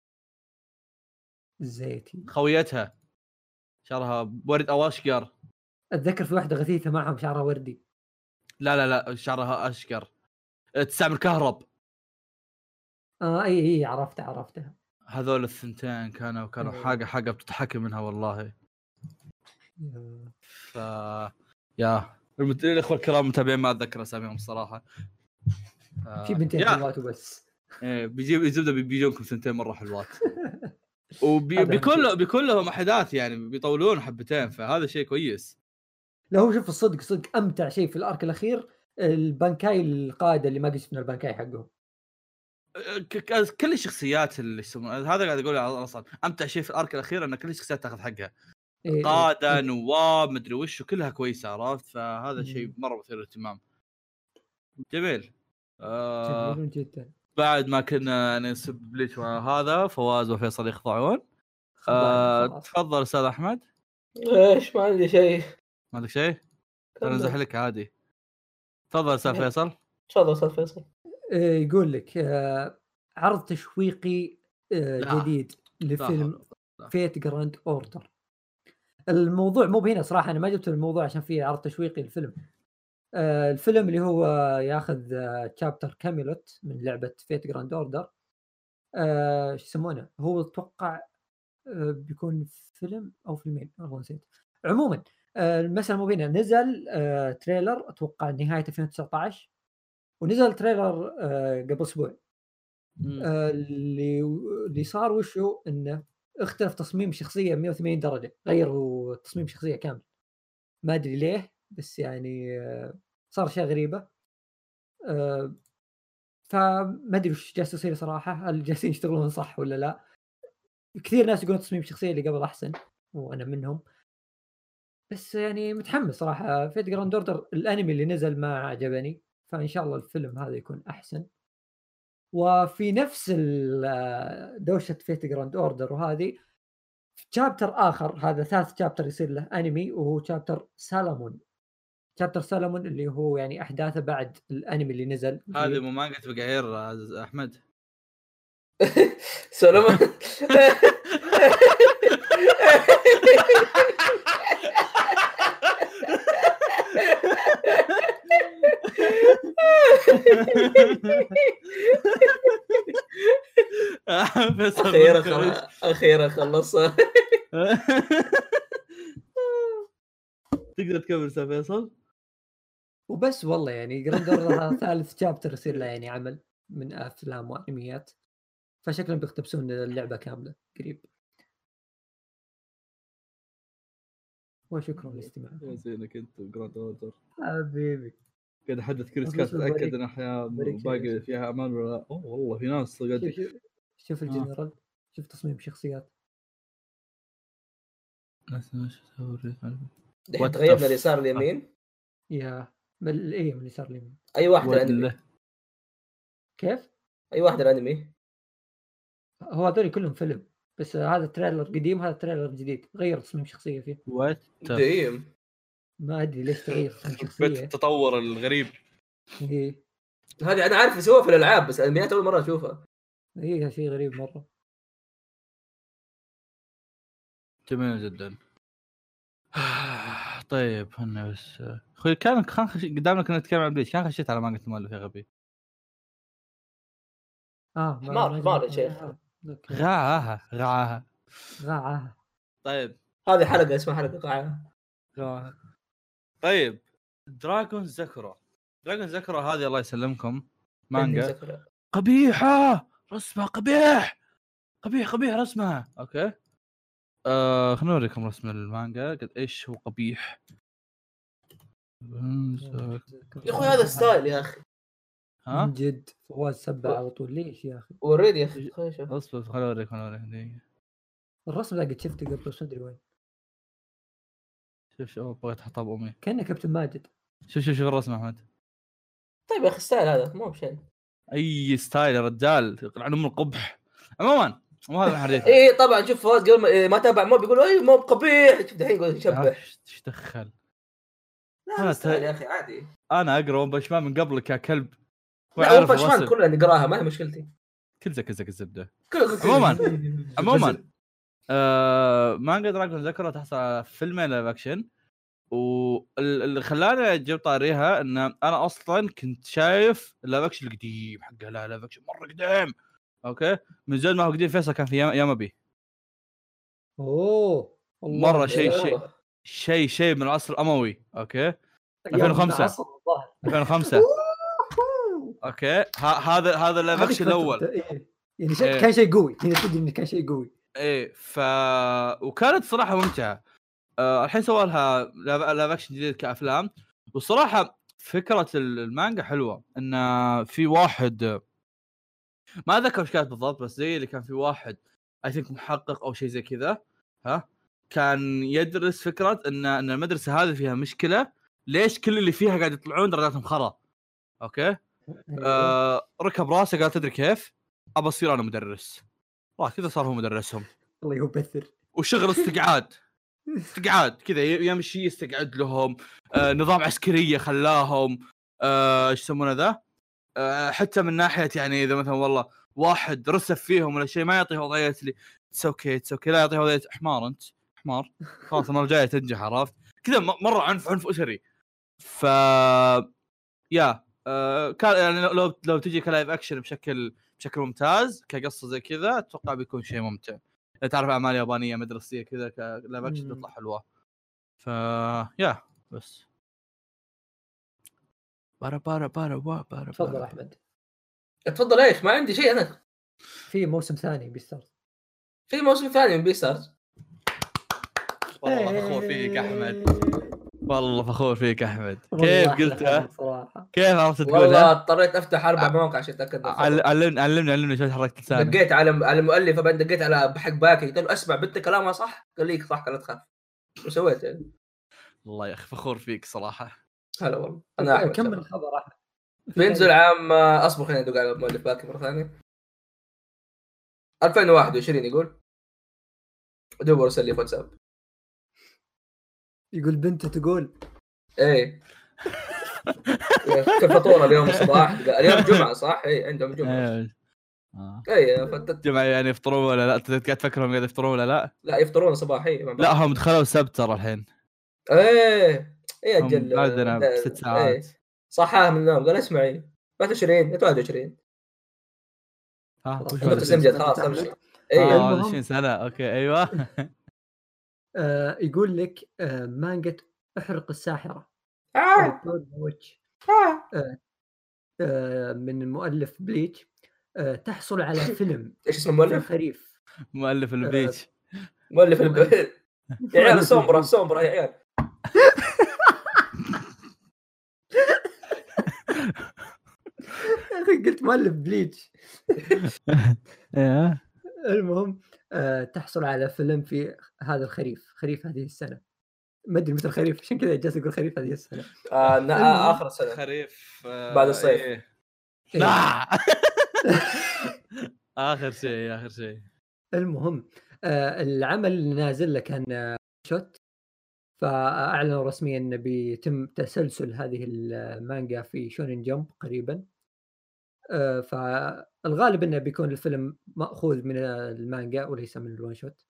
زيتي خويتها شعرها ورد او اشقر. اتذكر في واحده غثيثه معهم شعرها وردي. لا لا لا شعرها اشقر تستعمل كهرب. اه اي اي عرفتها عرفتها. هذول الثنتين كانوا كانوا أيه. حاجه حاجه بتضحك منها والله. يا. ف يا المت... الاخوه الكرام متابعين ما اتذكر اساميهم الصراحه. في بنتين يا. حلوات وبس. ايه بيجيب الزبده بيجونكم ثنتين مره حلوات وبيكون هذا أهم بيكون لهم احداث يعني بيطولون حبتين فهذا شيء كويس. لا هو شوف الصدق صدق امتع شيء في الارك الاخير البانكاي القاده اللي ما قسمنا البانكاي حقهم. ك- ك- كل الشخصيات اللي يسمون هذا قاعد اقول اصلا امتع شيء في الارك الاخير ان كل الشخصيات تاخذ حقها. إيه قاده إيه. نواب مدري وش كلها كويسه عرفت، فهذا مم. شيء مره مثير للاهتمام. جميل. آه جميل جدا. بعد ما كنا نسب بليتش هذا فواز وفيصل يخضعون. خضعنا آه خلاص. تفضل استاذ احمد. ايش ما عندي شيء. ما عندك شيء؟ ترى نزح لك عادي. تفضل استاذ فيصل. تفضل استاذ فيصل. يقول لك عرض تشويقي جديد لفيلم فيت جراند اوردر. الموضوع مو بهنا صراحه، انا ما جبت الموضوع عشان فيه عرض تشويقي للفيلم. الفيلم اللي هو ياخذ تشابتر كاميلوت من لعبه فيت جراند اوردر، ايش يسمونه، هو اتوقع بيكون فيلم او فيلمين والله نسيت. عموما المسألة مو بينا، نزل تريلر اتوقع نهايه ألفين وتسعة عشر، ونزل تريلر قبل اسبوع. اللي اللي صار وشو انه اختلف تصميم شخصيه مية وثمانين درجه، غيروا تصميم شخصيه كامل، ما ادري ليه بس يعني صار شيء غريبه. فما ادري وش جالس يصير صراحه، هل جالسين يشتغلون صح ولا لا؟ كثير ناس يقولون تصميم الشخصيه اللي قبل احسن وانا منهم، بس يعني متحمس صراحه. فيت جراند اوردر الانمي اللي نزل ما عجبني، فان شاء الله الفيلم هذا يكون احسن. وفي نفس دوشه فيت جراند اوردر وهذه شابتر اخر، هذا ثالث شابتر يصير له انمي، وهو شابتر سالمون. شابتر سالمون اللي هو يعني احداثه بعد الانمي اللي نزل. هذه مو مانجا بقعير احمد سلام. اخيرا اخيرا خلصها. تقدر تكمل استاذ فيصل؟ وبس والله يعني جراند اوردر ثالث شابتر يصير له يعني عمل من افلام وانميات، فشكلهم بيقتبسون اللعبه كامله قريب. وشكرا للاستماع. يا زينك انت جراند اوردر حبيبي. قاعد احدث كريس كات اتاكد ان احيانا باقي فيها امان ولا لا. اوه والله في ناس قاعد شوف, شوف الجنرال آه. شوف تصميم شخصيات. دحين تغيرنا اليسار اليمين. يا بل ايه من اليسار اليمين. اي واحده الانمي. كيف؟ اي واحده الانمي. هو هذول كلهم فيلم، بس هذا تريلر قديم هذا تريلر جديد، غير تصميم شخصيه فيه. وات دايم ما ادري ليش تغير تصميم شخصيه. التطور الغريب. ايه هذه انا عارف يسووها في الالعاب، بس الانميات اول مره اشوفها. ايه شيء غريب مره. جميل جدا. طيب هنا بس اخوي كان خان خش... قدامنا كنا نتكلم عن بليتش، كان خشيت على مانجا المؤلف يا غبي. اه حمار حمار يا شيخ. غاها غاها غاها. طيب هذه حلقه اسمها حلقه غاها. غاها. طيب دراغون زاكورا. دراغون زاكورا هذه الله يسلمكم مانجا قبيحه، رسمها قبيح قبيح قبيح رسمها. اوكي آه خلينا نوريكم رسم المانجا قد ايش هو قبيح. يا اخوي هذا ستايل يا اخي. ها من جد فواز سبع على طول ليش يا اخي؟ وريني يا اخي. خليني اشوف. اصبر خليني اوريك خليني اوريك الرسم ذا قد شفته قبل بس ما ادري وين. شوف شوف بغيت احطها بامي كانه كابتن ماجد. شوف شوف شوف الرسم احمد. طيب يا اخي ستايل هذا مو بشيء. اي ستايل يا رجال يقلع من القبح. عموما مو هذا الحديث. اي طبعا شوف فواز قبل ما تابع مو بيقولوا اي مو قبيح، شوف الحين يقول يشبه. ايش دخل؟ لا ستايل يا اخي عادي. انا اقرا ون بنش مان من قبلك يا كلب. لا ون بنش مان كلنا نقراها ما هي مشكلتي. كل زك زك الزبده. عموما عموما آه مانجا دراغون زاكورا تحصل على فيلمين لايف اكشن، واللي خلاني اجيب طاريها ان انا اصلا كنت شايف اللايف اكشن القديم حقه. لا لايف اكشن مره قديم. اوكي من زين ما هو قديم. فيصل كان في يامابي. اوه مره شيء شيء شيء شيء من العصر الاموي. اوكي ألفين وخمسة ألفين وخمسة اوكي هذا هذا اللايف اكشن الاول يعني شيء كان شيء قوي. هنا تدري انه كان شيء قوي. ايه ف وكانت صراحه ممتعه. أه الحين سووا لها لايف اكشن جديد كافلام، والصراحه فكره المانجا حلوه. ان في واحد ما اذكر ايش كانت بالضبط، بس زي اللي كان في واحد اي ثينك محقق او شيء زي كذا، ها كان يدرس فكره ان ان المدرسه هذه فيها مشكله، ليش كل اللي فيها قاعد يطلعون درجاتهم خرا. اوكي أه ركب راسه قال تدري كيف ابى اصير انا مدرس. راح كذا صار هو مدرسهم. الله يبثر. وشغل استقعاد استقعاد كذا يمشي يستقعد لهم. آه نظام عسكريه خلاهم. آه ايش يسمونه ذا أه حتى من ناحيه يعني اذا مثلا والله واحد رسف فيهم ولا شيء ما يعطيه وضعيه لي تسوكي تسوكي لا يعطيه وضعيه حمار انت حمار خلاص المره الجايه تنجح عرفت كذا مره عنف عنف اسري. ف يا أه كان يعني لو لو تجي كلايف اكشن بشكل بشكل ممتاز كقصه زي كذا اتوقع بيكون شيء ممتع. تعرف اعمال يابانيه مدرسيه كذا كلايف اكشن تطلع حلوه. ف يا بس بارا بارا بارا بارا تفضل احمد. تفضل. ايش؟ ما عندي شيء انا. في موسم ثاني بيستارز. في موسم ثاني من بيستارز. والله فخور فيك احمد والله فخور فيك احمد. كيف قلتها صراحه كيف عرفت تقولها؟ والله اضطريت افتح اربع مواقع عشان اتاكد. علمني علمني علمني شلون حركت لسانك. دقيت على على المؤلف بعدين دقيت على حق باكي قلت له اسمع بنت كلامها صح قال لي صح لا تخاف. وش سويت يعني؟ والله يا اخي فخور فيك صراحه. هلا والله انا احمد. كمل الخبر احمد. بينزل عام اصبر خليني ادق على المؤلف باكي مره ثانيه. ألفين وواحد وعشرين يقول دوب ارسل لي واتساب يقول بنت تقول ايه كيف فطوره اليوم الصباح. اليوم جمعه صح؟ اي عندهم جمعه. اه اي فتت جمعه يعني يفطرون ولا لا؟ انت قاعد تفكرهم قاعد يفطرون ولا لا؟ لا يفطرون صباحي. لا هم دخلوا سبت ترى الحين. ايه ايه اجل بعدنا بست ساعات. ايه صحاه من النوم قال اسمعي واحد وعشرين واحد وعشرين ها وش هو تسمجت خلاص امشي. ايه اه عشرين سنه اوكي ايوه. آه يقول لك آه مانجا احرق الساحره آه. آه. آه. آه من المؤلف بليتش آه تحصل على فيلم. ايش اسمه المؤلف؟ الخريف. مؤلف البليتش. مؤلف البليتش يا عيال السومبرا السومبرا يا عيال. قلت مؤلف بليتش. المهم آه تحصل على فيلم في هذا الخريف خريف هذه السنه. ما ادري متى الخريف عشان كذا جالس اقول خريف هذه السنه. آه اخر السنه خريف آه بعد الصيف. إيه. لا اخر شيء اخر شيء. المهم آه العمل اللي نازل له كان آه شوت. فاعلنوا رسميا انه بيتم تسلسل هذه المانجا في شونين جمب قريبا. آه فالغالب انه بيكون الفيلم ماخوذ من المانجا وليس من الوان شوت.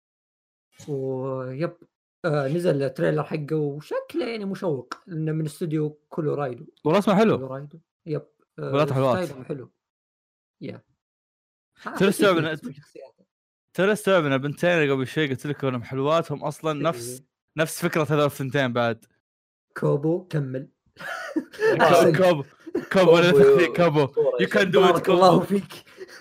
ويب آه نزل التريلر حقه وشكله يعني مشوق انه من استوديو كولورايدو. والله اسمه حلو. كولورايدو يب آه ولا حلوات حلو. يا ترى استوعب ترى استوعب ان البنتين قبل شيء قلت لك انهم حلواتهم اصلا نفس إيه. نفس فكره هذول الثنتين بعد. كوبو كمل. كوبو كوبو ولا كوبو يو كان دو ات. الله فيك.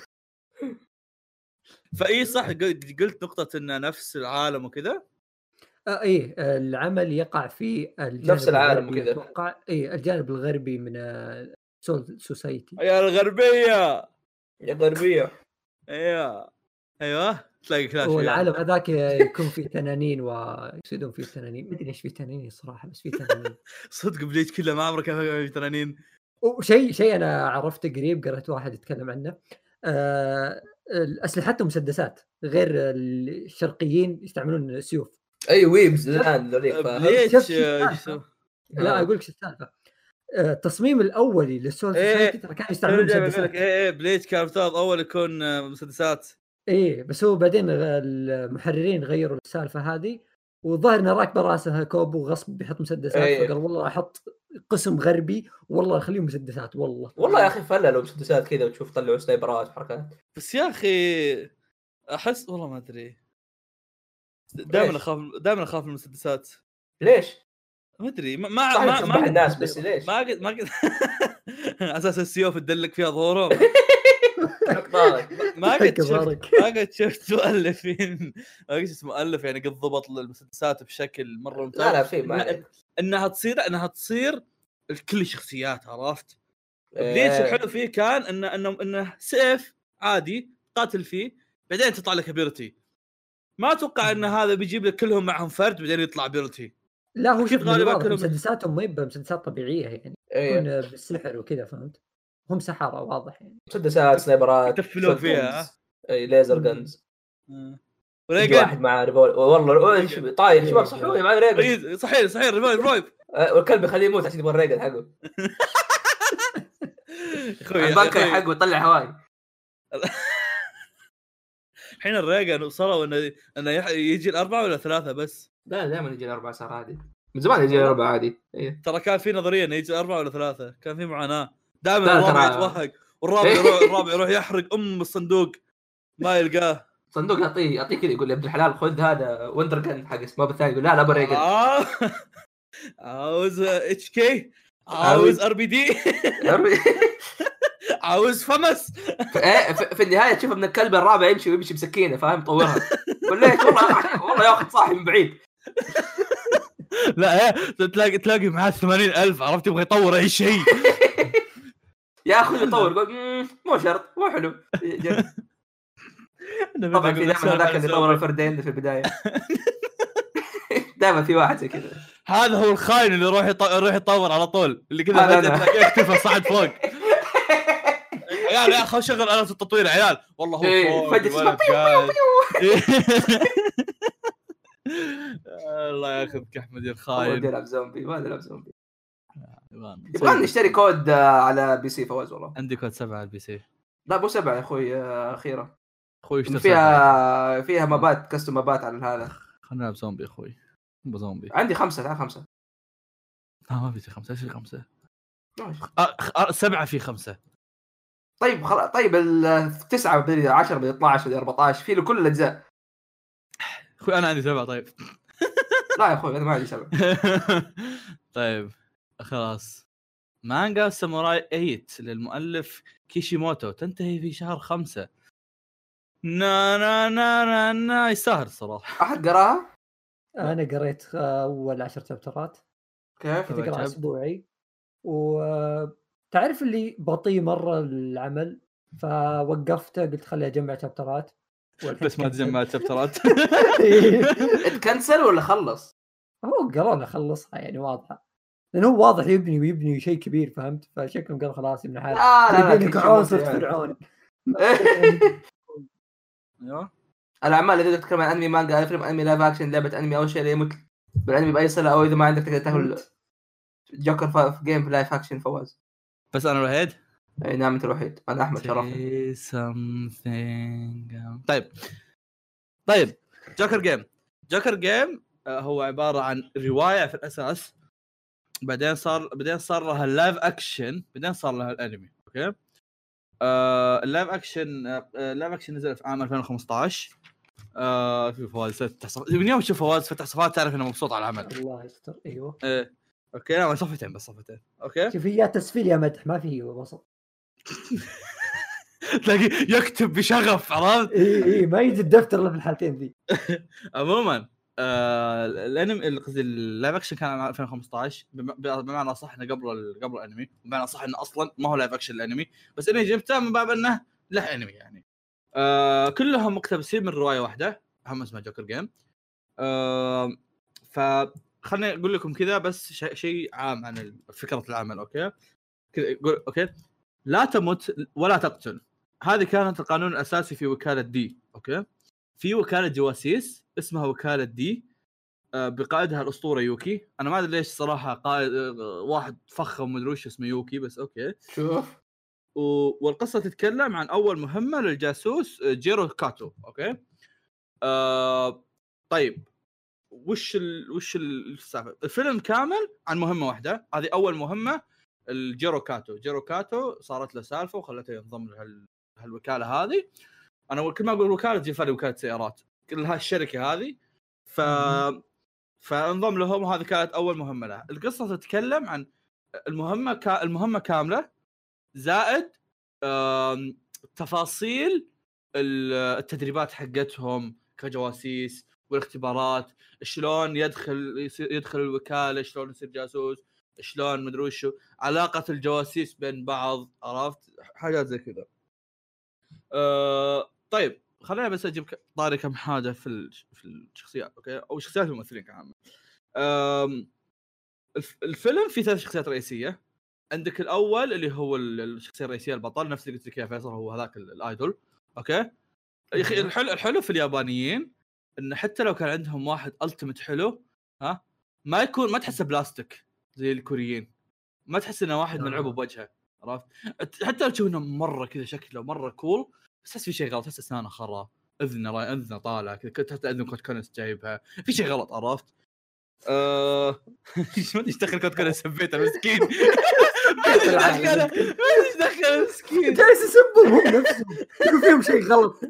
فاي صح قلت نقطه انه نفس العالم وكذا. آه ايه العمل يقع في نفس العالم وكذا. اتوقع ايه الجانب الغربي من سول سوسايتي. يا الغربيه يا غربيه ايوه ايوه تلاقي كلاش. والعالم هذاك يكون فيه تنانين ويصيدون فيه تنانين. ما ادري ايش فيه تنانين صراحه بس فيه تنانين. صدق بليت كله ما عمره كان فيه تنانين. وشيء شيء انا عرفته قريب قرأت واحد يتكلم عنه. آه اسلحتهم مسدسات غير الشرقيين يستعملون سيوف. اي ويبز الان ليش لا اقول لك شو السالفه. التصميم الاولي للسول سوسايتي ترى كان يستعملون مسدسات. ايه ايه بليتش كان افترض اول يكون مسدسات. ايه بس هو بعدين المحررين غيروا السالفه هذه وظهر انه راكبه راسها كوبو غصب بيحط مسدسات. أيه. فقال والله احط قسم غربي والله اخليهم مسدسات. والله والله يا اخي فله لو مسدسات كذا وتشوف طلعوا سنايبرات وحركات. بس يا اخي احس والله ما ادري دائما اخاف دائما اخاف من المسدسات. ليش؟ ما ادري ما ما ما الناس بس ليش ما قد ما قد اساس السيوف تدلك فيها ظهورهم. ما قد شفت ما قد شفت مؤلفين ايش مؤلف يعني قد ضبط المسدسات بشكل مره ممتاز. لا لا في ما انها تصير انها تصير الكل شخصيات عرفت. بليتش الحلو فيه كان انه انه انه سيف عادي قاتل فيه بعدين تطلع لك ابيلتي. ما اتوقع ان هذا بيجيب لك كلهم معهم فرد بعدين يطلع ابيلتي. لا هو شوف غالبا كلهم مسدساتهم ما يبقى مسدسات طبيعيه يعني يكون أيه. بالسحر وكذا فهمت. هم سحرة واضح يعني. مسدسات سنايبرات يتفلون فيها اي ليزر جنز. وريجن واحد مع ريفول والله طاير شباب صحوي مع ريجن. صحيح صحيح ريفول رايب والكلب يخليه يموت عشان يبغى الريجن حقه. البنك حق ويطلع هواي. الحين الريجن وصلوا انه انه يجي الاربعه ولا ثلاثه بس. لا دائما يجي الاربعه صار عادي من زمان يجي الاربعه عادي. إيه. ترى كان في نظريه انه يجي الاربعه ولا ثلاثه كان في معاناه دائما الرابع يتوهق والرابع يروح الرابع يروح يحرق ام الصندوق ما يلقاه صندوق يعطيه يعطيه كذا يقول يا ابن الحلال خذ هذا وندر جن حق اسمه بالثاني يقول لا لا بريجن آه. عاوز اتش كي عاوز ار بي دي عاوز فمس في النهايه تشوف ابن الكلب الرابع يمشي ويمشي بسكينه فاهم طورها قول ليش والله والله ياخذ صاحي من بعيد. لا تلاقي تلاقي معاه ثمانين ألف عرفت يبغى يطور اي شيء. يا اخي يطور يقول مو شرط مو حلو. طبعا في دائما هذاك اللي يطور الفردين في البدايه دائما في واحد زي كذا. هذا هو الخاين اللي يروح يروح يطور على طول اللي كذا تلاقيه اكتفى صعد فوق. عيال يا اخي شغل آلة التطوير عيال والله هو فوق الله ياخذك احمد يا الخاين. يلعب زومبي ما يلعب زومبي يبغى نشتري كود على بي سي فواز. والله عندي كود سبعة على البي سي. لا مو سبعة يا اخوي اخيرا اخوي فيها فيها مابات كاستم مابات على هذا. خلينا نلعب زومبي اخوي زومبي. عندي خمسة تعال خمسة. لا ما في خمسة ايش خمسة أه سبعة في خمسة. طيب خلاص طيب التسعة بدي عشرة بدي اثنا عشر بدي أربعة عشر في له كل الاجزاء. اخوي انا عندي سبعة. طيب لا يا اخوي انا ما عندي سبعة. طيب خلاص مانجا ساموراي ثمانية للمؤلف كيشيموتو تنتهي في شهر خمسة. نا نا نا نا, نا يستاهل صراحة. احد قراها؟ انا قريت اول عشر شابترات. كيف تقرا اسبوعي وتعرف اللي بطيء مره العمل فوقفته قلت خلي اجمع شابترات بس ما تجمع شابترات. اتكنسل ولا خلص؟ هو قرر خلصها يعني واضحه لانه هو واضح يبني ويبني شيء كبير فهمت فشكله قال خلاص ابن حال لا لا كعون صرت فرعون. ايوه الاعمال اللي تتكلم عن انمي مانجا فيلم انمي لايف اكشن لعبه انمي او شيء يمت بالانمي باي صله او اذا ما عندك تقدر تاخذ جوكر في جيم في لايف اكشن فواز. بس انا الوحيد. اي نعم انت الوحيد. انا احمد شرفني. طيب طيب جوكر جيم جوكر جيم هو عباره عن روايه في الاساس بعدين صار بعدين صار لها اللايف اكشن بعدين صار لها الانمي. اوكي آه اللايف اكشن آه اللايف اكشن نزل في عام ألفين وخمسطعش. آه في فواز فتح صف... من يوم تشوف فواز فتح صفحات تعرف انه مبسوط على العمل. الله يستر. ايوه ايه اوكي انا صفحتين بس صفحتين. اوكي شوف هي تسفيل يا مدح ما في وسط. تلاقي يكتب بشغف عرفت. اي اي ما يجي الدفتر الا في الحالتين ذي. عموما آه الانمي قصدي اللايف اكشن كان ألفين وخمسطعش بمعنى صح انه قبل قبل الانمي بمعنى صح انه اصلا ما هو لايف اكشن الانمي بس اني جبته من باب انه له انمي يعني. آه كلهم مقتبسين من روايه واحده هم اسمها جوكر جيم. آه فخلني اقول لكم كذا بس شيء شي عام عن فكره العمل. اوكي كذا اقول اوكي لا تمت ولا تقتل. هذه كانت القانون الاساسي في وكاله دي. اوكي في وكاله جواسيس اسمها وكاله دي بقائدها الاسطوره يوكي. انا ما ادري ليش صراحه قائد واحد فخم مدري وش اسمه يوكي بس اوكي شوف. والقصه تتكلم عن اول مهمه للجاسوس جيرو كاتو. اوكي آه طيب وش ال... وش السالفه الفيلم كامل عن مهمه واحده. هذه اول مهمه الجيرو كاتو. جيرو كاتو صارت له سالفه وخلته ينضم لهال هالوكاله هذه. انا كل ما اقول وكاله تجي في وكاله سيارات كل هالشركه هذه ف فانضم لهم وهذه كانت اول مهمه له. القصه تتكلم عن المهمه ك... المهمه كامله زائد تفاصيل التدريبات حقتهم كجواسيس والاختبارات شلون يدخل يدخل الوكاله شلون يصير جاسوس شلون مدري وشو علاقه الجواسيس بين بعض عرفت حاجات زي كذا. أه طيب خلينا بس اجيب طاري كم حاجه في في الشخصيات. اوكي او شخصيات الممثلين كمان. الفيلم فيه ثلاث شخصيات رئيسيه. عندك الاول اللي هو الشخصيه الرئيسيه البطل نفس اللي قلت لك يا فيصل هو هذاك الايدول. اوكي يا اخي الحلو الحلو في اليابانيين ان حتى لو كان عندهم واحد التيمت حلو ها ما يكون ما تحسه بلاستيك زي الكوريين. ما تحس انه واحد ملعوب بوجهه عرفت؟ حتى لو تشوف انه مره كذا شكله مره كول بس تحس في شيء غلط، تحس اسنانه خرا، اذنه راي اذنه طالع كذا، كنت حتى اذن كوت كونس جايبها، في شيء غلط عرفت؟ أه... ايش ما تشتغل كوت كونس سبيته مسكين ما دخل ما دخل مسكين جالس يسبهم نفسهم يقول فيهم شيء غلط.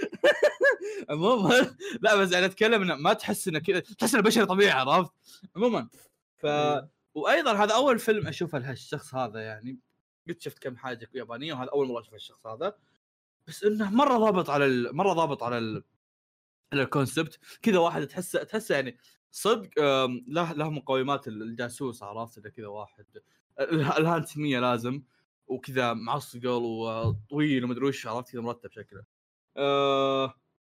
عموما لا بس انا اتكلم انه ما تحس انه كذا، تحس انه بشري طبيعي عرفت؟ عموما ف وايضا هذا اول فيلم اشوفه لهالشخص هذا، يعني قد شفت كم حاجه يابانيه وهذا اول مره اشوف الشخص هذا، بس انه مره ضابط على ال... مره ضابط على ال... على الكونسبت كذا. واحد تحس تحس يعني صدق له له مقومات الجاسوس عرفت؟ اذا كذا واحد الهانتميه لازم وكذا معصقل وطويل ومدري وش عرفت كذا مرتب شكله. أه...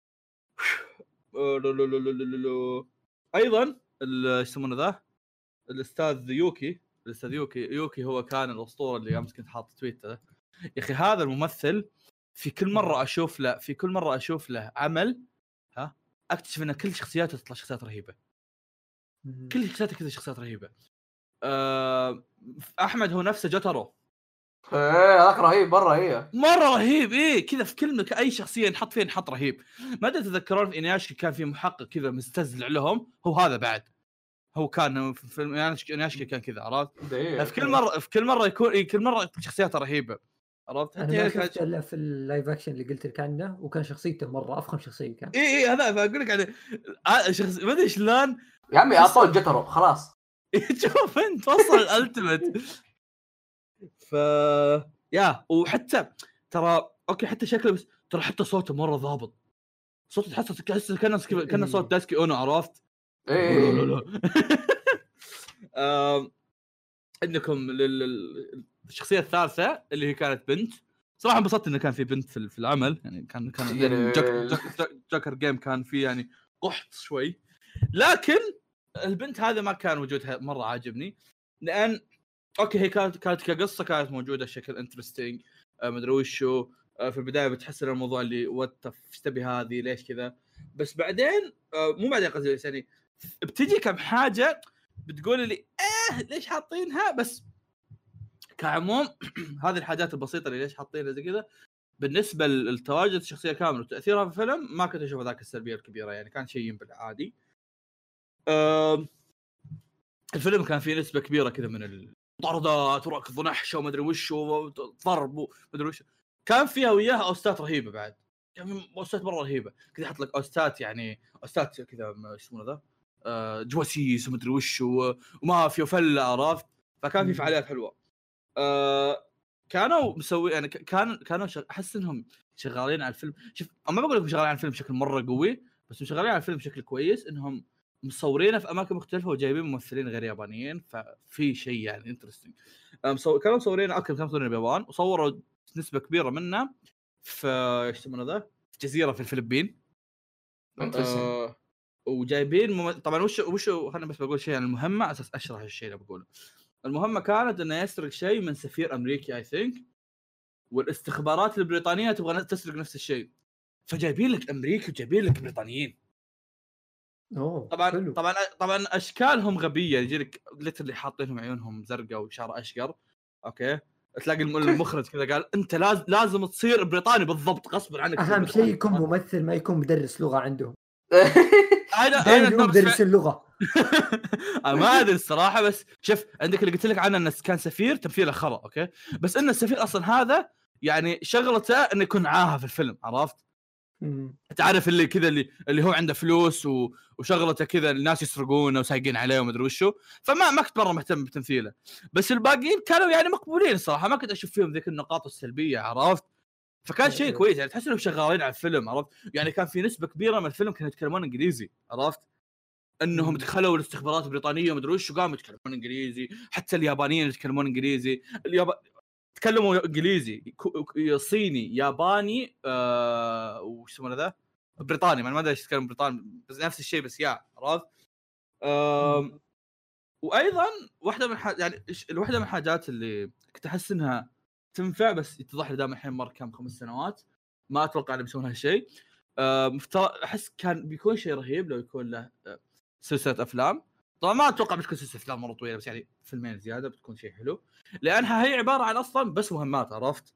ايضا ايش يسمونه ذا الاستاذ يوكي الاستاذ يوكي يوكي هو كان الاسطوره اللي امس كنت حاط تويتر يا اخي. هذا الممثل في كل مره اشوف له في كل مره اشوف له عمل ها اكتشف ان كل شخصياته تطلع شخصيات رهيبه، كل شخصياته كذا شخصيات رهيبه. أه... احمد هو نفسه جوتارو، ايه هذاك رهيب مره، هي مره رهيب ايه كذا في كلمه اي شخصيه نحط فيه نحط رهيب. ما ادري تتذكرون في انياشكي كان في محقق كذا مستزلع لهم، هو هذا بعد هو كان في فيلم انياشكي كان كذا عرفت؟ في كل مره في كل مره يكون إيه كل مره شخصياته رهيبه عرفت؟ انا شفت الا في اللايف اكشن اللي قلت لك عنه وكان شخصيته مره افخم شخصيه كان. اي اي هذا فاقول لك يعني شخص ما ادري شلون يا عمي اعطوه جترو خلاص. شوف انت وصل الالتيميت. ف يا وحتى ترى اوكي حتى شكله بس ترى حتى صوته مره ضابط، صوته تحس تحس كانه كانه صوت داسكي اونو عرفت؟ ايه لا لا لا. عندكم للشخصيه الثالثه اللي هي كانت بنت، صراحه انبسطت انه كان في بنت في في العمل، يعني كان كان يعني جوكر, جوكر جيم كان في يعني قحط شوي، لكن البنت هذا ما كان وجودها مره عاجبني، لان اوكي هي كانت كانت كقصه كانت موجوده بشكل انترستينج ما ادري وشو. في البدايه بتحس ان الموضوع اللي وات تبي هذه ليش كذا، بس بعدين مو بعدين قصدي يعني بتجي كم حاجه بتقول لي ايه ليش حاطينها، بس كعموم هذه الحاجات البسيطه اللي ليش حاطينها زي كذا بالنسبه للتواجد الشخصيه كامل وتاثيرها في الفيلم ما كنت اشوف ذاك السلبيه الكبيره، يعني كان شيء بالعادي. أه الفيلم كان فيه نسبه كبيره كذا من المطاردات وركض ونحشه وما ادري وش وضرب وما ادري وش، كان فيها وياها اوستات رهيبه بعد، يعني اوستات مره رهيبه كذا، يحط لك اوستات يعني اوستات كذا ايش يسمونه ذا أه جواسيس وما ادري وش ومافيا وفله عرفت؟ فكان في فعاليات حلوه. أه كانوا مسوي يعني كان كانوا شغ... احس انهم شغالين على الفيلم. شوف انا ما بقول لكم شغالين على الفيلم بشكل مره قوي، بس شغالين على الفيلم بشكل كويس، انهم مصورينه في اماكن مختلفه وجايبين ممثلين غير يابانيين، ففي شيء يعني انترستينج. مصور... كانوا مصورينه اكثر كانوا مصورينه باليابان وصوروا نسبه كبيره منه في ايش يسمونه ذا في جزيره في الفلبين. أه... وجايبين مم... طبعا وش وش خلينا بس بقول شيء عن المهمه اساس اشرح الشيء اللي بقوله. المهمة كانت انه يسرق شيء من سفير امريكي اي ثينك، والاستخبارات البريطانية تبغى تسرق نفس الشيء، فجايبين لك امريكي وجايبين لك بريطانيين. اوه طبعا حلو. طبعا طبعا اشكالهم غبيه، يجي لك ليترلي حاطينهم عيونهم زرقاء وشعر اشقر، اوكي تلاقي المخرج كذا قال انت لازم لازم تصير بريطاني بالضبط غصبا عنك. اهم شيء يكون ممثل ما يكون مدرس لغه عندهم. انا انا مدرس اللغه ما ادري الصراحه، بس شوف عندك اللي قلت لك عنه انه كان سفير تمثيله خرا اوكي، بس ان السفير اصلا هذا يعني شغلته انه يكون عاهه في الفيلم عرفت؟ تعرف اللي كذا اللي اللي هو عنده فلوس و... وشغلته كذا الناس يسرقونه وسايقين عليه وما ادري وشو، فما ما كنت مره مهتم بتمثيله، بس الباقيين كانوا يعني مقبولين الصراحه، ما كنت اشوف فيهم ذيك النقاط السلبيه عرفت؟ فكان شيء كويس يعني تحس انهم شغالين على الفيلم عرفت؟ يعني كان في نسبه كبيره من الفيلم كانوا يتكلمون انجليزي عرفت؟ انهم دخلوا الاستخبارات البريطانيه وما ادري وش وقاموا يتكلمون انجليزي، حتى اليابانيين يتكلمون انجليزي، الياب... تكلموا انجليزي صيني ياباني آه... وش اسمه ذا بريطاني، ما ادري ايش يتكلم بريطاني بس نفس الشيء بس يا عرفت؟ آه... وايضا واحده من ح... يعني الواحده من الحاجات اللي كنت احس انها تنفع بس يتضح لي دام الحين مر كم خمس سنوات ما اتوقع انهم يسوون هالشيء. أه مفترض احس كان بيكون شيء رهيب لو يكون له أه سلسله افلام طبعا ما اتوقع بتكون سلسله افلام مره طويله، بس يعني فيلمين زياده بتكون شيء حلو، لانها هي عباره عن اصلا بس مهمات، عرفت؟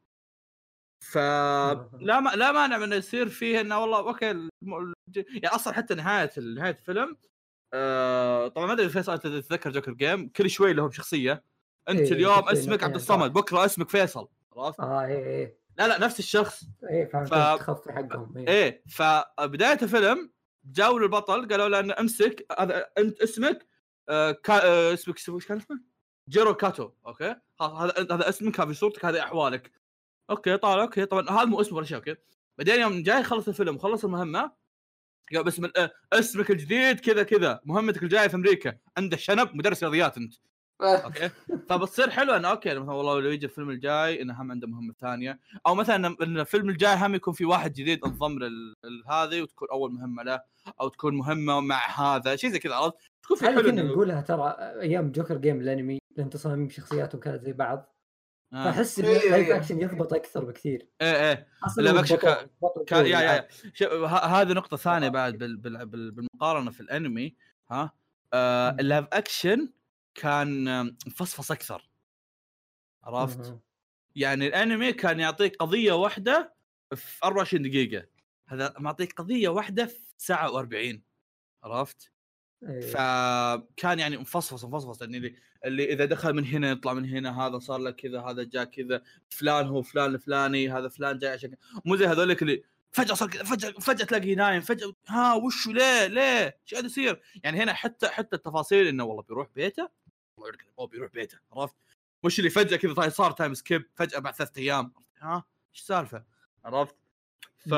فلا ما لا مانع من يصير فيه انه والله اوكي الم... يعني اصلا حتى نهايه نهايه الفيلم آه... طبعا ما ادري فيصل تتذكر جوكر جيم، كل شوي لهم شخصيه، انت إيه اليوم اسمك عبد الصمد، بكره اسمك فيصل، عرفت؟ اه ايه ايه لا لا نفس الشخص. ايه فهمت. ف... التخفي حقهم. ايه, إيه فبدايه الفيلم جاوا للبطل قالوا له ان امسك هذا انت اسمك آه كا... آه اسمك ايش كان اسمه؟ جيرو كاتو. اوكي هذا هذا اسمك، هذه صورتك، هذه احوالك. اوكي طالع اوكي طبعا هذا مو اسمه ولا شيء. اوكي بعدين يوم جاي خلص الفيلم وخلص المهمه قال بس من آه اسمك الجديد كذا كذا، مهمتك الجايه في امريكا، عنده شنب مدرس رياضيات انت. اوكي فبتصير حلوه انه اوكي مثلا والله لو يجي الفيلم الجاي انه هم عنده مهمه ثانيه، او مثلا ان الفيلم الجاي هم يكون في واحد جديد انضم لهذه وتكون اول مهمه له، او تكون مهمه مع هذا شيء زي كذا، عرفت؟ تكون في حلو. كنا نقولها ترى ايام جوكر جيم الانمي لان تصاميم شخصياتهم كانت زي بعض، آه. فاحس اللايف اكشن يضبط اكثر بكثير. ايه ايه اللايف اكشن كان كا... يا يا هذه نقطه ثانيه بعد بال... بال... بال... بالمقارنه في الانمي. ها آه اللايف اكشن كان مفصفص اكثر، عرفت؟ مم. يعني الانمي كان يعطيك قضيه واحده في أربعة وعشرين دقيقه، هذا معطيك قضيه واحده في ساعه وأربعين، عرفت؟ أيه. فكان يعني مفصفص مفصفص يعني اللي, اللي اذا دخل من هنا يطلع من هنا، هذا صار له كذا، هذا جاء كذا، فلان هو فلان الفلاني، هذا فلان جاي عشان مو زي هذولك اللي فجاه صار كذا، فجاه فجاه تلاقيه نايم، فجاه ها وشو ليه ليه ايش قاعد يصير. يعني هنا حتى حتى التفاصيل انه والله بيروح بيته، هو بيروح بيته، عرفت؟ مش اللي فجاه كذا صار تايم سكيب فجاه بعد ثلاثة ايام، ها ايش السالفه، عرفت؟ ف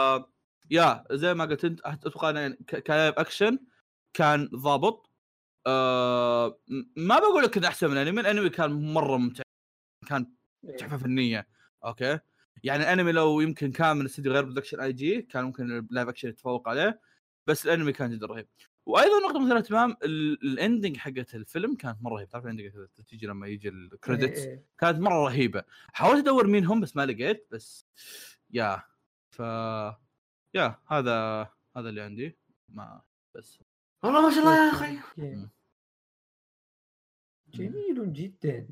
يا زي ما قلت انت اتوقع يعني كلايف اكشن كان ضابط. أه ما بقول لك انه احسن من الانمي، الانمي كان مره ممتع، كان تحفه فنيه. اوكي يعني الانمي لو يمكن كان من استديو غير برودكشن اي جي كان ممكن اللايف اكشن يتفوق عليه، بس الانمي كان جدا رهيب. وايضا نقطه مثيره للاهتمام الاندنج حقت الفيلم كانت مره رهيبه، تعرف الاندنج تيجي لما يجي الكريدتس كانت مره رهيبه. حاولت ادور مين هم بس ما لقيت، بس يا ف يا هذا هذا اللي عندي ما بس والله ما شاء الله يا اخي جميل جدا،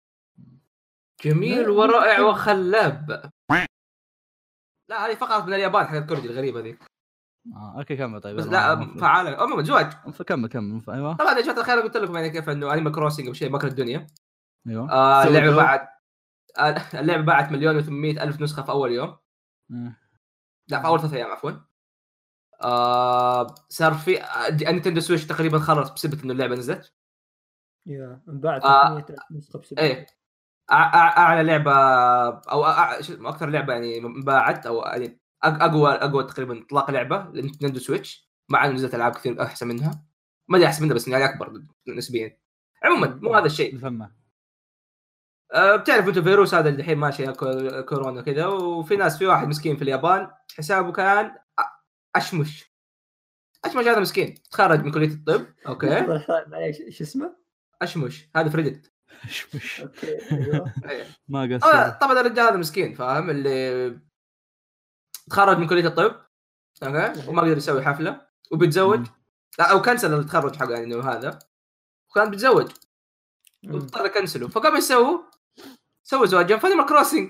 جميل ورائع وخلاب. لا هذه فقط من اليابان حق الكوري الغريبه ذي. اه اوكي كمل طيب. بس لا فعاله عموما زواج. كمل كمل ايوه. طبعا يا جماعه الخير قلت لكم يعني كيف انه انيمال كروسنج وشيء ماكل الدنيا. ايوه آه اللعبه بعد آه اللعبه باعت مليون وثمانمائة الف نسخه في اول يوم. مم. لا في اول ثلاث ايام عفوا. آه صار في نينتندو سويتش تقريبا خلص بسبب انه اللعبه نزلت. يا انباعت ثلاثمائة الف نسخه بسبب ايه اعلى لعبه او اكثر لعبه يعني انباعت او يعني اقوى اقوى تقريبا اطلاق لعبه لنينتندو سويتش، مع انه نزلت العاب كثير احسن منها، ما ادري احسن منها بس يعني اكبر نسبيا. عموما مو هذا الشيء فهمه. أه بتعرف انت فيروس هذا اللي الحين ماشي كورونا كذا، وفي ناس في واحد مسكين في اليابان حسابه كان اشمش اشمش هذا مسكين تخرج من كليه الطب. اوكي معليش ايش اسمه؟ اشمش هذا فريدت اشمش اوكي ما قصر. طبعا الرجال هذا مسكين فاهم، اللي تخرج من كليه الطب اوكي وما قدر يسوي حفله وبيتزوج لا او كنسل التخرج حقه يعني انه هذا وكان بيتزوج واضطر كنسله، فقام يسوي سوى زواج في انيمال كروسنج.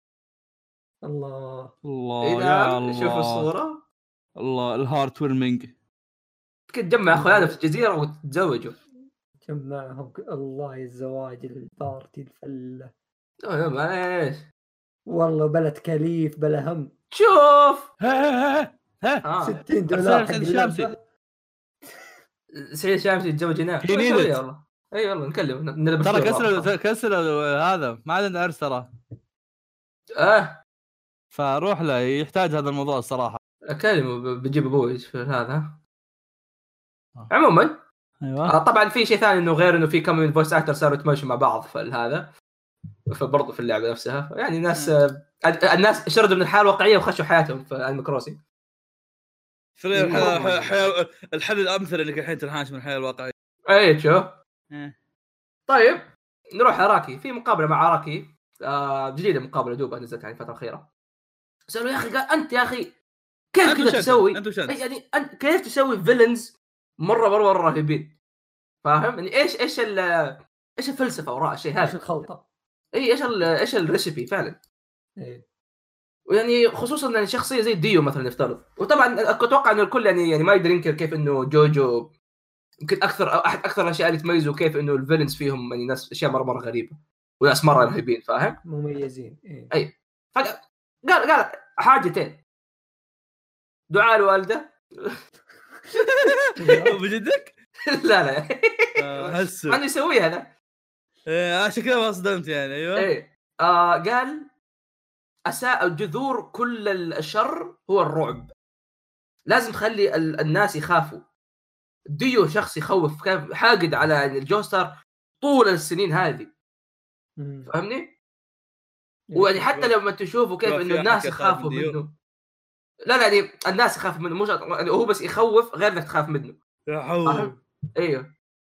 الله الله يا الله شوف الصوره الله الهارت ويرمينج كنت جمع اخوانه في الجزيره وتتزوجوا جمعهم. الله الزواج البارتي الفله لا معليش والله بلا تكاليف بلا هم. شوف ها ها ستين دولار حق اللعبه. سعيد شامسي يتزوج هناك والله. اي والله نكلم ترى كسر كسر هذا ما عندنا عرس ترى. اه فروح له يحتاج هذا الموضوع الصراحه. اكلمه بجيب ابوي في هذا. عموما ايوه آه طبعا في شيء ثاني انه غير انه في كم من فويس اكتر صاروا يتماشوا مع بعض في هذا فبرضه في اللعبه نفسها يعني الناس آه الناس شردوا من الحياه الواقعيه وخشوا حياتهم في انيمال كروسنج. في الحياه الحل الامثل انك الحين تنحاش من الحياه الواقعيه. اي شوف طيب نروح اراكي. في مقابله مع اراكي آه جديده، مقابله دوبها نزلت يعني الفتره الاخيره. سألوا يا اخي قال انت يا اخي كيف كذا تسوي يعني انت كيف تسوي فيلنز مره مره رهيبين. فاهم يعني ايش ايش ال ايش الفلسفه وراء الشيء هذا؟ ايش الخلطه؟ اي ايش ال ايش الريسبي فعلا. ايه ويعني خصوصا يعني شخصيه زي ديو مثلا نفترض، وطبعا اتوقع انه الكل يعني يعني ما يقدر ينكر كيف انه جوجو يمكن اكثر أو احد اكثر الاشياء اللي تميزه كيف انه الفيلنز فيهم يعني ناس اشياء مره مره غريبه وناس مره رهيبين فاهم مميزين. ايه اي فجاه قال قال حاجتين: دعاء الوالده بجدك؟ لا لا هسه ما يسويها ذا. ايه عشان كذا ما صدمت يعني. ايوه ايه آه قال اساء جذور كل الشر هو الرعب، لازم تخلي ال- الناس يخافوا. ديو شخص يخوف، كان حاقد على الجوستر طول السنين هذه فاهمني. ويعني حتى لما تشوفوا كيف انه الناس يخافوا منه، لا لا يعني الناس يخافوا منه مش يعني هو بس يخوف غير انك تخاف منه. يا حول. ايوه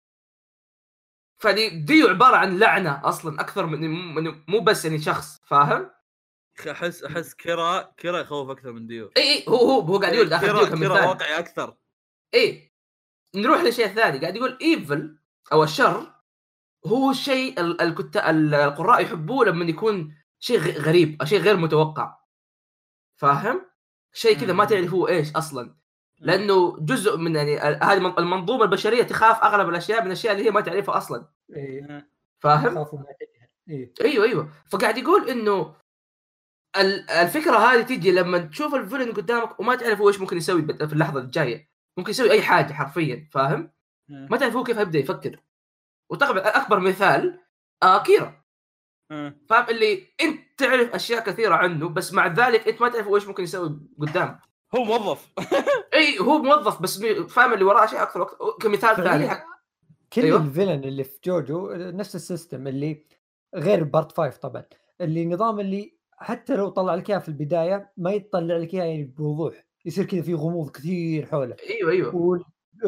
فدي ديو عباره عن لعنه اصلا اكثر من من- مو بس يعني شخص فاهم. احس احس كيرا كيرا يخوف اكثر من ديو. اي اي هو هو هو قاعد يقول اخذ ديو كيرا كيرا واقعي اكثر. اي نروح لشيء ثاني، قاعد يقول ايفل او الشر هو الشيء ال- الكتاب القراء يحبوه لما يكون شيء غ- غريب، شيء غير متوقع فاهم، شيء كذا ما تعرف هو ايش اصلا، لانه جزء من يعني ال- هذه المنظومه البشريه تخاف اغلب الاشياء من الاشياء اللي هي ما تعرفها اصلا. ايه فاهم. خافوا ما تجهل. ايه ايوه ايوه فقاعد يقول انه ال- الفكره هذه تيجي لما تشوف الفيلن قدامك وما تعرف هو ايش ممكن يسوي بت- في اللحظه الجايه، ممكن يسوي اي حاجه حرفيا فاهم، ما تعرف هو كيف يبدا يفكر. وطبعا اكبر مثال آه كيرا فاهم، اللي انت تعرف اشياء كثيره عنه بس مع ذلك انت ما تعرف هو ايش ممكن يسوي قدام. هو موظف. اي هو موظف بس فاهم اللي وراه شيء اكثر أكثر. كمثال ثاني حق كل أيوة. الفيلن اللي في جوجو نفس السيستم اللي غير بارت خمسة طبعا، اللي نظام اللي حتى لو طلع لك اياه في البدايه ما يطلع لك اياه يعني بوضوح، يصير كذا في غموض كثير حوله. ايوه ايوه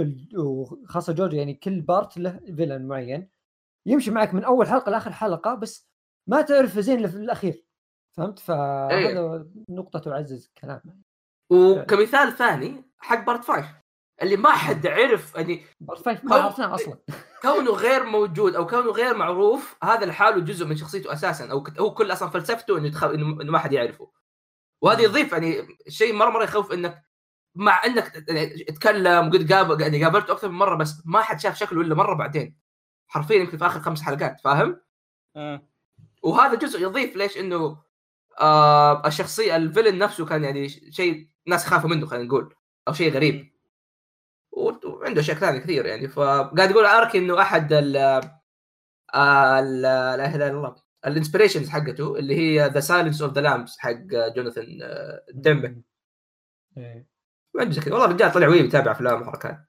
وخاصه جوجو يعني كل بارت له فيلن معين يمشي معك من اول حلقه لاخر حلقه بس ما تعرف زين في الاخير فهمت. فهذا أيوة. نقطه تعزز كلامه. وكمثال ثاني حق بارت خمسة اللي ما حد عرف يعني بارت خمسة ما عرفناه اصلا كونه غير موجود او كونه غير معروف هذا لحاله جزء من شخصيته اساسا، او هو كل اصلا فلسفته انه يتخ... انه ما حد يعرفه. وهذا يضيف يعني شيء مره مره يخوف انك مع انك تتكلم قد قابل يعني قابلته اكثر من مره بس ما حد شاف شكله الا مره بعدين حرفيا يمكن في اخر خمس حلقات فاهم. أه. وهذا جزء يضيف ليش انه آه الشخصيه الفيلن نفسه كان يعني شيء ناس خافوا منه خلينا نقول او شيء غريب. وعنده اشياء ثانيه كثير يعني. فقاعد يقول اركي انه احد ال ال لا اله الا الله الانسبريشنز حقته اللي هي ذا سايلنس اوف ذا لامبس حق جوناثان ديمبي. ايه وعنده كذا والله الرجال طلع وياه يتابع افلام وحركات.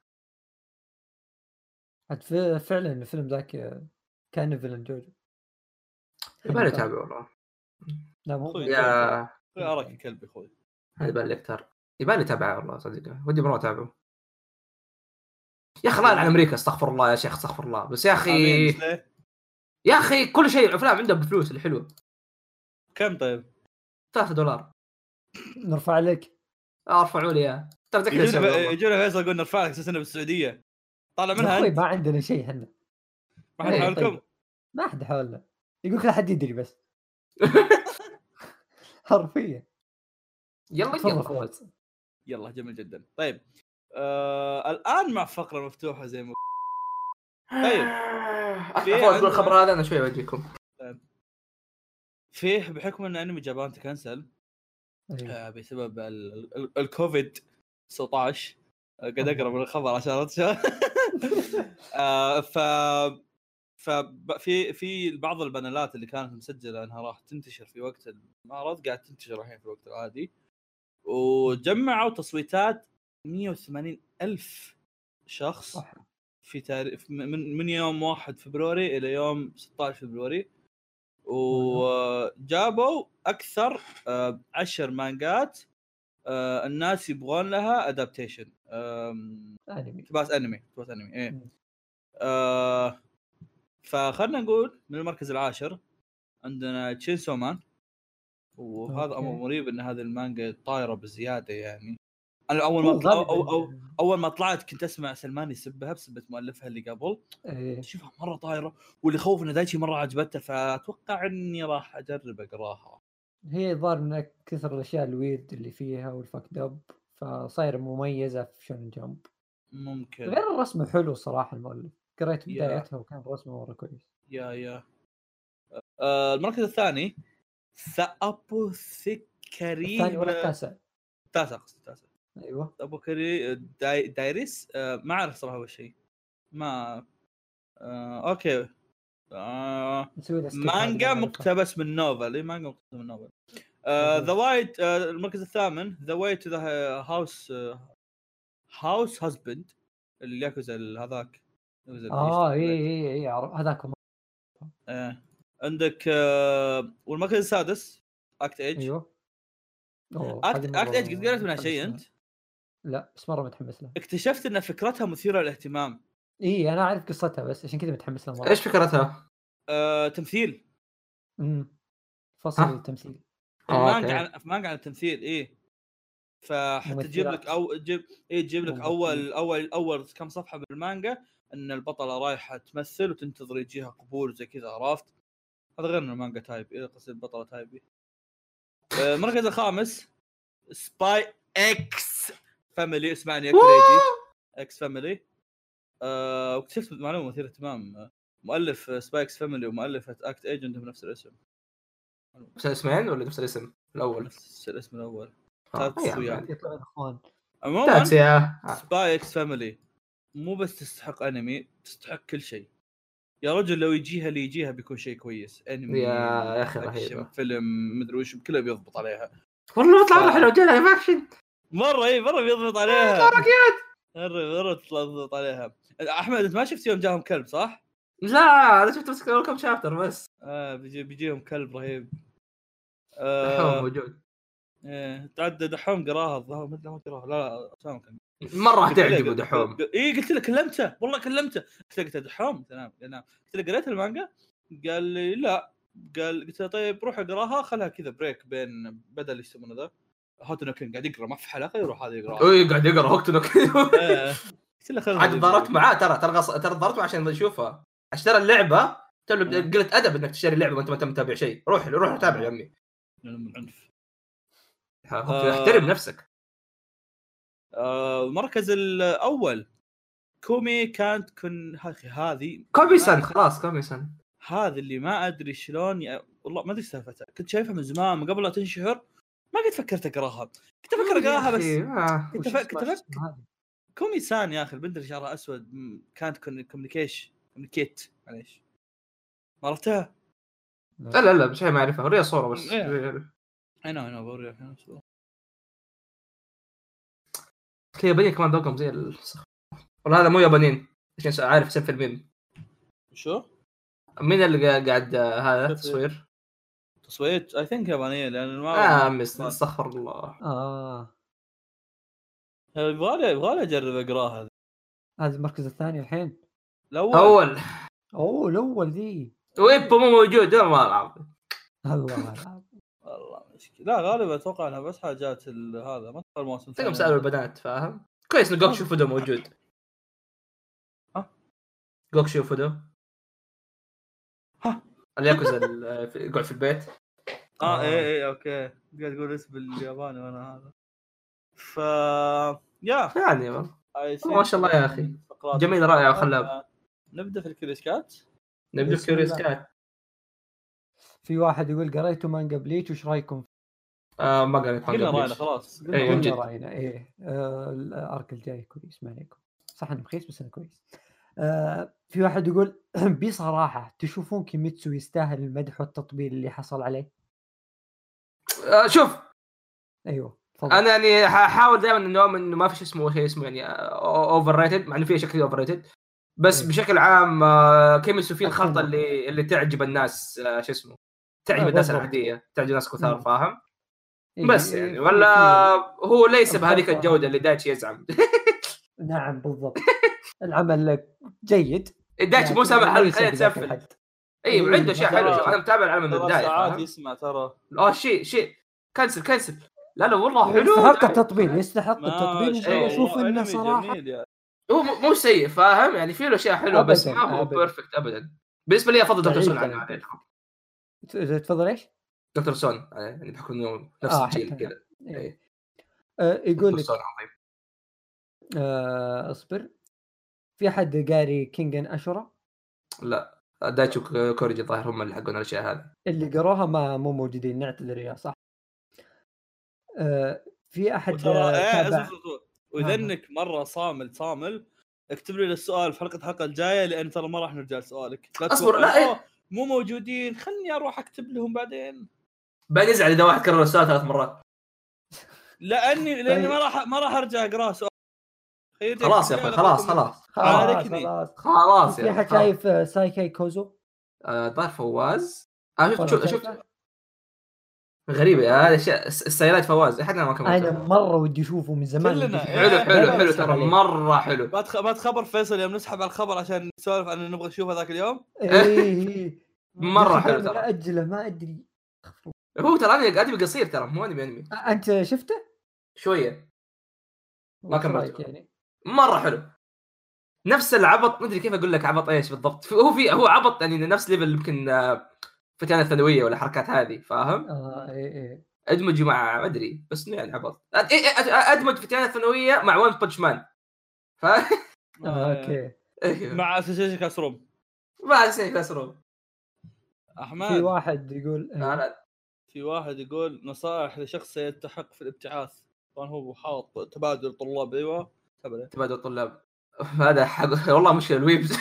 فعلا الفيلم ذاك كان فيلن جوجو يبغى يتابع والله. لا مو يا اراك كلب اخوي هذا يبغى اكثر يبغى يتابع والله صدق ودي مره اتابعه يا اخي. الله يلعن امريكا استغفر الله يا شيخ استغفر الله بس يا اخي يا اخي كل شيء افلام عندهم بفلوس الحلوه. كم طيب؟ ثلاثة دولار نرفع لك. ارفعوا لي اياه ترى ذكر يجونا فيصل يقول نرفع لك اساسا بالسعوديه طالع منها اخوي ما عندنا شيء احنا ما حد حولكم. طيب. ما حد حولنا يقول لا حد يدري بس حرفيا. يلا يلا يلا جميل جدا. طيب آه الان مع فقره مفتوحه زي ما طيب في عندنا الخبر هذا انا شوي اوديكم فيه بحكم ان انمي جابان تكنسل آه بسبب الكوفيد تسعة عشر. قد اقرب من الخبر عشان آه ف ففي في بعض البانلات اللي كانت مسجله انها راح تنتشر في وقت المعرض قاعد تنتشر الحين في الوقت العادي، وجمعوا تصويتات مية وثمانين ألف شخص في تاريخ من من يوم واحد فبراير الى يوم ستة عشر فبراير، وجابوا اكثر عشر مانجات الناس يبغون لها ادابتيشن انمي بس انمي بس انمي ايه آه فخلنا نقول من المركز العاشر عندنا تشينسو مان، وهذا امر مريب ان هذه المانجا طايره بزياده يعني. انا اول ما أو أو أو اول ما طلعت كنت اسمع سلمان يسبها بسبه مؤلفها اللي قبل إيه. شوفها مره طايره واللي خوف ان دايتشي مره عجبته فاتوقع اني راح اجرب اقراها. هي ظهر من كثر الاشياء الويرد اللي فيها والفك دب فصاير مميزه في شون جمب. ممكن غير الرسم حلو صراحه المؤلف قريت بدايتها وكان رسمه مره كويس. يا يا آه المركز الثاني ثابوثيكاري الثاني ولا التاسع؟ التاسع التاسع ايوه ثابوثيكاري داي... دايريس آه ما اعرف صراحه وش هي ما آه اوكي آه مانجا مقتبس من نوفل اي مانجا مقتبس من نوفل ذا وايت المركز الثامن ذا واي تو ذا هاوس هاوس هازبند اللي ياكوزا هذاك اه اي اي اي هذاك آه. عندك آه والمركز السادس اكت ايج. ايوه اكت اكت ايج قد قريت منها شيء انت؟ لا بس مره متحمس لها. اكتشفت ان فكرتها مثيره للاهتمام. اي انا اعرف قصتها بس عشان كذا متحمس لها مره. ايش فكرتها؟ آه، تمثيل. امم فصل التمثيل. مانجا عن مانجا عن التمثيل ايه فحتى تجيب لك او تجيب ايه تجيب لك اول اول اول كم صفحه بالمانجا ان البطله رايحه تمثل وتنتظر يجيها قبول زي كذا عرفت. هذا غير من المانجا تايب ايه قصدي البطله تايبي. المركز الخامس سباي اكس فاميلي. اسمعني يا كريجي اكس فاميلي. آه واكتشفت معلومه مثيره اهتمام مؤلف سباي اكس فاميلي ومؤلفه اكت ايجنت بنفس الاسم. نفس الاسمين ولا نفس الاسم الاول؟ نفس الاسم الاول. تاتسويا. اخوان عموما سباي اكس فاميلي مو بس تستحق انمي تستحق كل شيء يا رجل. لو يجيها اللي يجيها بيكون شيء كويس. انمي يا اخي رهيبه فيلم مدري وش كله بيضبط عليها والله بيطلع ف... حلو جاي اكشن مره اي مره بيضبط عليها مره مره تطلع تضبط عليها. احمد انت ما شفت يوم جاهم كلب صح؟ لا انا شفت بس كم شابتر بس. اه بيجي بيجيهم كلب رهيب. دحوم آه... موجود. ايه تعدى دحوم قراها الظاهر ما ادري قراها لا لا اسامه كان مره حتعجبه دحوم. اي قلت له كلمته والله كلمته قلت له قلت دحوم تمام تمام قلت له قريت المانجا قال لي لا قال قلت له طيب روح اقراها خلها كذا بريك بين بدل ايش يسمونه ذا هوتو كان قاعد يقرا ما في حلقه يروح هذا يقرا اي قاعد يقرا هوتو ايه قلت له خلها عاد ضربت معاه ترى ترى ترى ضربت عشان نشوفها اشترى اللعبه قلت ادب انك تشتري اللعبه وانت ما متابع شيء روح روح تابع يا امي من عنف احترم نفسك. المركز الاول كومي كانت كن هذه كومي سان خلاص كومي سان هذا اللي ما ادري شلون ي... والله ما ادري سالفتها كنت شايفها من زمان من قبل لا تنشهر ما قد فكرت اقراها كنت افكر اقراها بس آه. كنت فكرت كومي سان يا اخي البنت اللي شعرها اسود كانت كوميونيكيش كوميونيكيت معليش ما عرفتها. لا لا لا مش هي ما اعرفها وريها صوره بس انا انا بوريك انا صوره اليابانيين كمان ذوقهم زي الصخر. والله هذا مو يابانيين عشان عارف اسم فيلمين شو مين اللي قاعد هذا تصوير تصوير اي ثينك يابانيه لان ما اه مس استغفر الله اه يبغالي يبغالي اجرب اقراها هذا. هذا المركز الثاني الحين الاول اول اوه الاول ذي ويبو مو موجود والله العظيم الله العظيم والله مشكله لا غالبا اتوقع انها بس حاجات هذا ما تدخل موسم ثاني سالوا البنات فاهم كويس نقوك شوفوا ده موجود ها قوك شوفوا ده ها اللي ياكوزا يقعد في البيت اه ايه ايه اوكي قاعد تقول اسم بالياباني وانا هذا ف يا يعني ما شاء الله يا اخي جميل رائع وخلاب. نبدا في الكريسكات نبدا في الكريسكات. في واحد يقول قريتوا مانجا بليتش وش رايكم؟ آه ما قريت مانجا بليتش خلاص قلنا راينا ايه آه الارك الجاي كويس ما عليكم صح انه رخيص بس انه كويس. آه في واحد يقول بصراحه تشوفون كيميتسو يستاهل المدح والتطبيل اللي حصل عليه؟ آه شوف ايوه فضل. انا يعني حاول دائما انه انه ما فيش اسمه شيء اسمه يعني اوفر ريتد مع انه في شكل اوفر ريتد بس إيه. بشكل عام كيميتسو فيه الخلطه اللي اللي تعجب الناس آه شو اسمه تعجب الناس العاديه تعجب الناس كثار إيه. فاهم إيه. بس يعني ولا هو ليس بهذيك الجوده اللي دايتشي يزعم. نعم بالضبط العمل جيد دايتشي مو سامع حلقه خليه تسفل اي عنده شيء حلو انا متابع العمل من البدايه ساعات يسمع ترى اه شيء شيء كنسل كنسل لا لا والله حلو، يستحق التطبيل، يستحق ما التطبيل. شاء وأنا الله، اشوف انه أنمي صراحه جميل يعني. هو مو مو سيء فاهم يعني، فيه له اشياء حلوه بس أبداً، ما هو أبداً. بيرفكت ابدا. بالنسبه لي افضل دكتور سون بعيد عنه عن- عليكم. تفضل ايش؟ دكتور سون يعني بحكم انه نفس اه الجيل حتى كذا. إيه. إيه. آه يقول دكتور لك سون عظيم. آه اصبر، في احد قاري كينجن اشورا؟ لا دايتشو كوريجي الظاهر هم اللي حقون الاشياء هذه. اللي قروها ما مو موجودين، نعتذر يا صح. آه في احد وترى آه ايه تابع؟ اسف واذا انك مره صامل صامل اكتب لي السؤال في حلقه الحلقه الجايه، لان ترى ما راح نرجع لسؤالك. لا اصبر لا تقول إيه. مو موجودين، خلني اروح اكتب لهم بعدين. بنزعل اذا واحد كرر السؤال ثلاث مرات. لاني لاني ما راح ما راح ارجع اقرا سؤال. خلاص يا اخوي خلاص خلاص خلاص عاركني. خلاص خلاص في يا احد شايف آه، سايكاي كوزو؟ ظاهر فواز. اه شفت والله شفت شايفه؟ غريبه يا هذا الشيء السيارات فواز احنا ما انا كملت. مره ودي اشوفه من زمان. كلنا. ودي أشوفه. حلو إيه، حلو دايماً حلو أسحب ترى عليه. مره حلو. ما تخ... ما تخبر فيصل يوم نسحب على الخبر عشان نسولف عن نبغى نشوفه ذاك اليوم. ايه مره حلو دائما ترى. اجله ما ادري. هو ترى انمي انمي قصير ترى مو انمي انمي انت شفته؟ شويه ما وش كملته. رأيك يعني؟ مره حلو. نفس العبط ما ادري كيف اقول لك عبط ايش بالضبط. في- هو في هو عبط يعني نفس ليفل يمكن آه، فتيان الثانويه ولا حركات هذه فاهم. اه ايه ايه ادمج مع ما ادري بس إنه يعني عبط. أد- إيه- إيه- ادمج فتيان الثانويه مع وان بنش مان ف آه، اوكي. مع اساسيشن كلاس روم. ما اسمه كلاس روم. احمد في واحد يقول لا أيوه. لا في واحد يقول نصائح لشخص يستحق في الابتعاث. طبعا هو حاط تبادل طلاب. ايوه تبادل تبادل الطلاب هذا حق والله مشكله الويبز.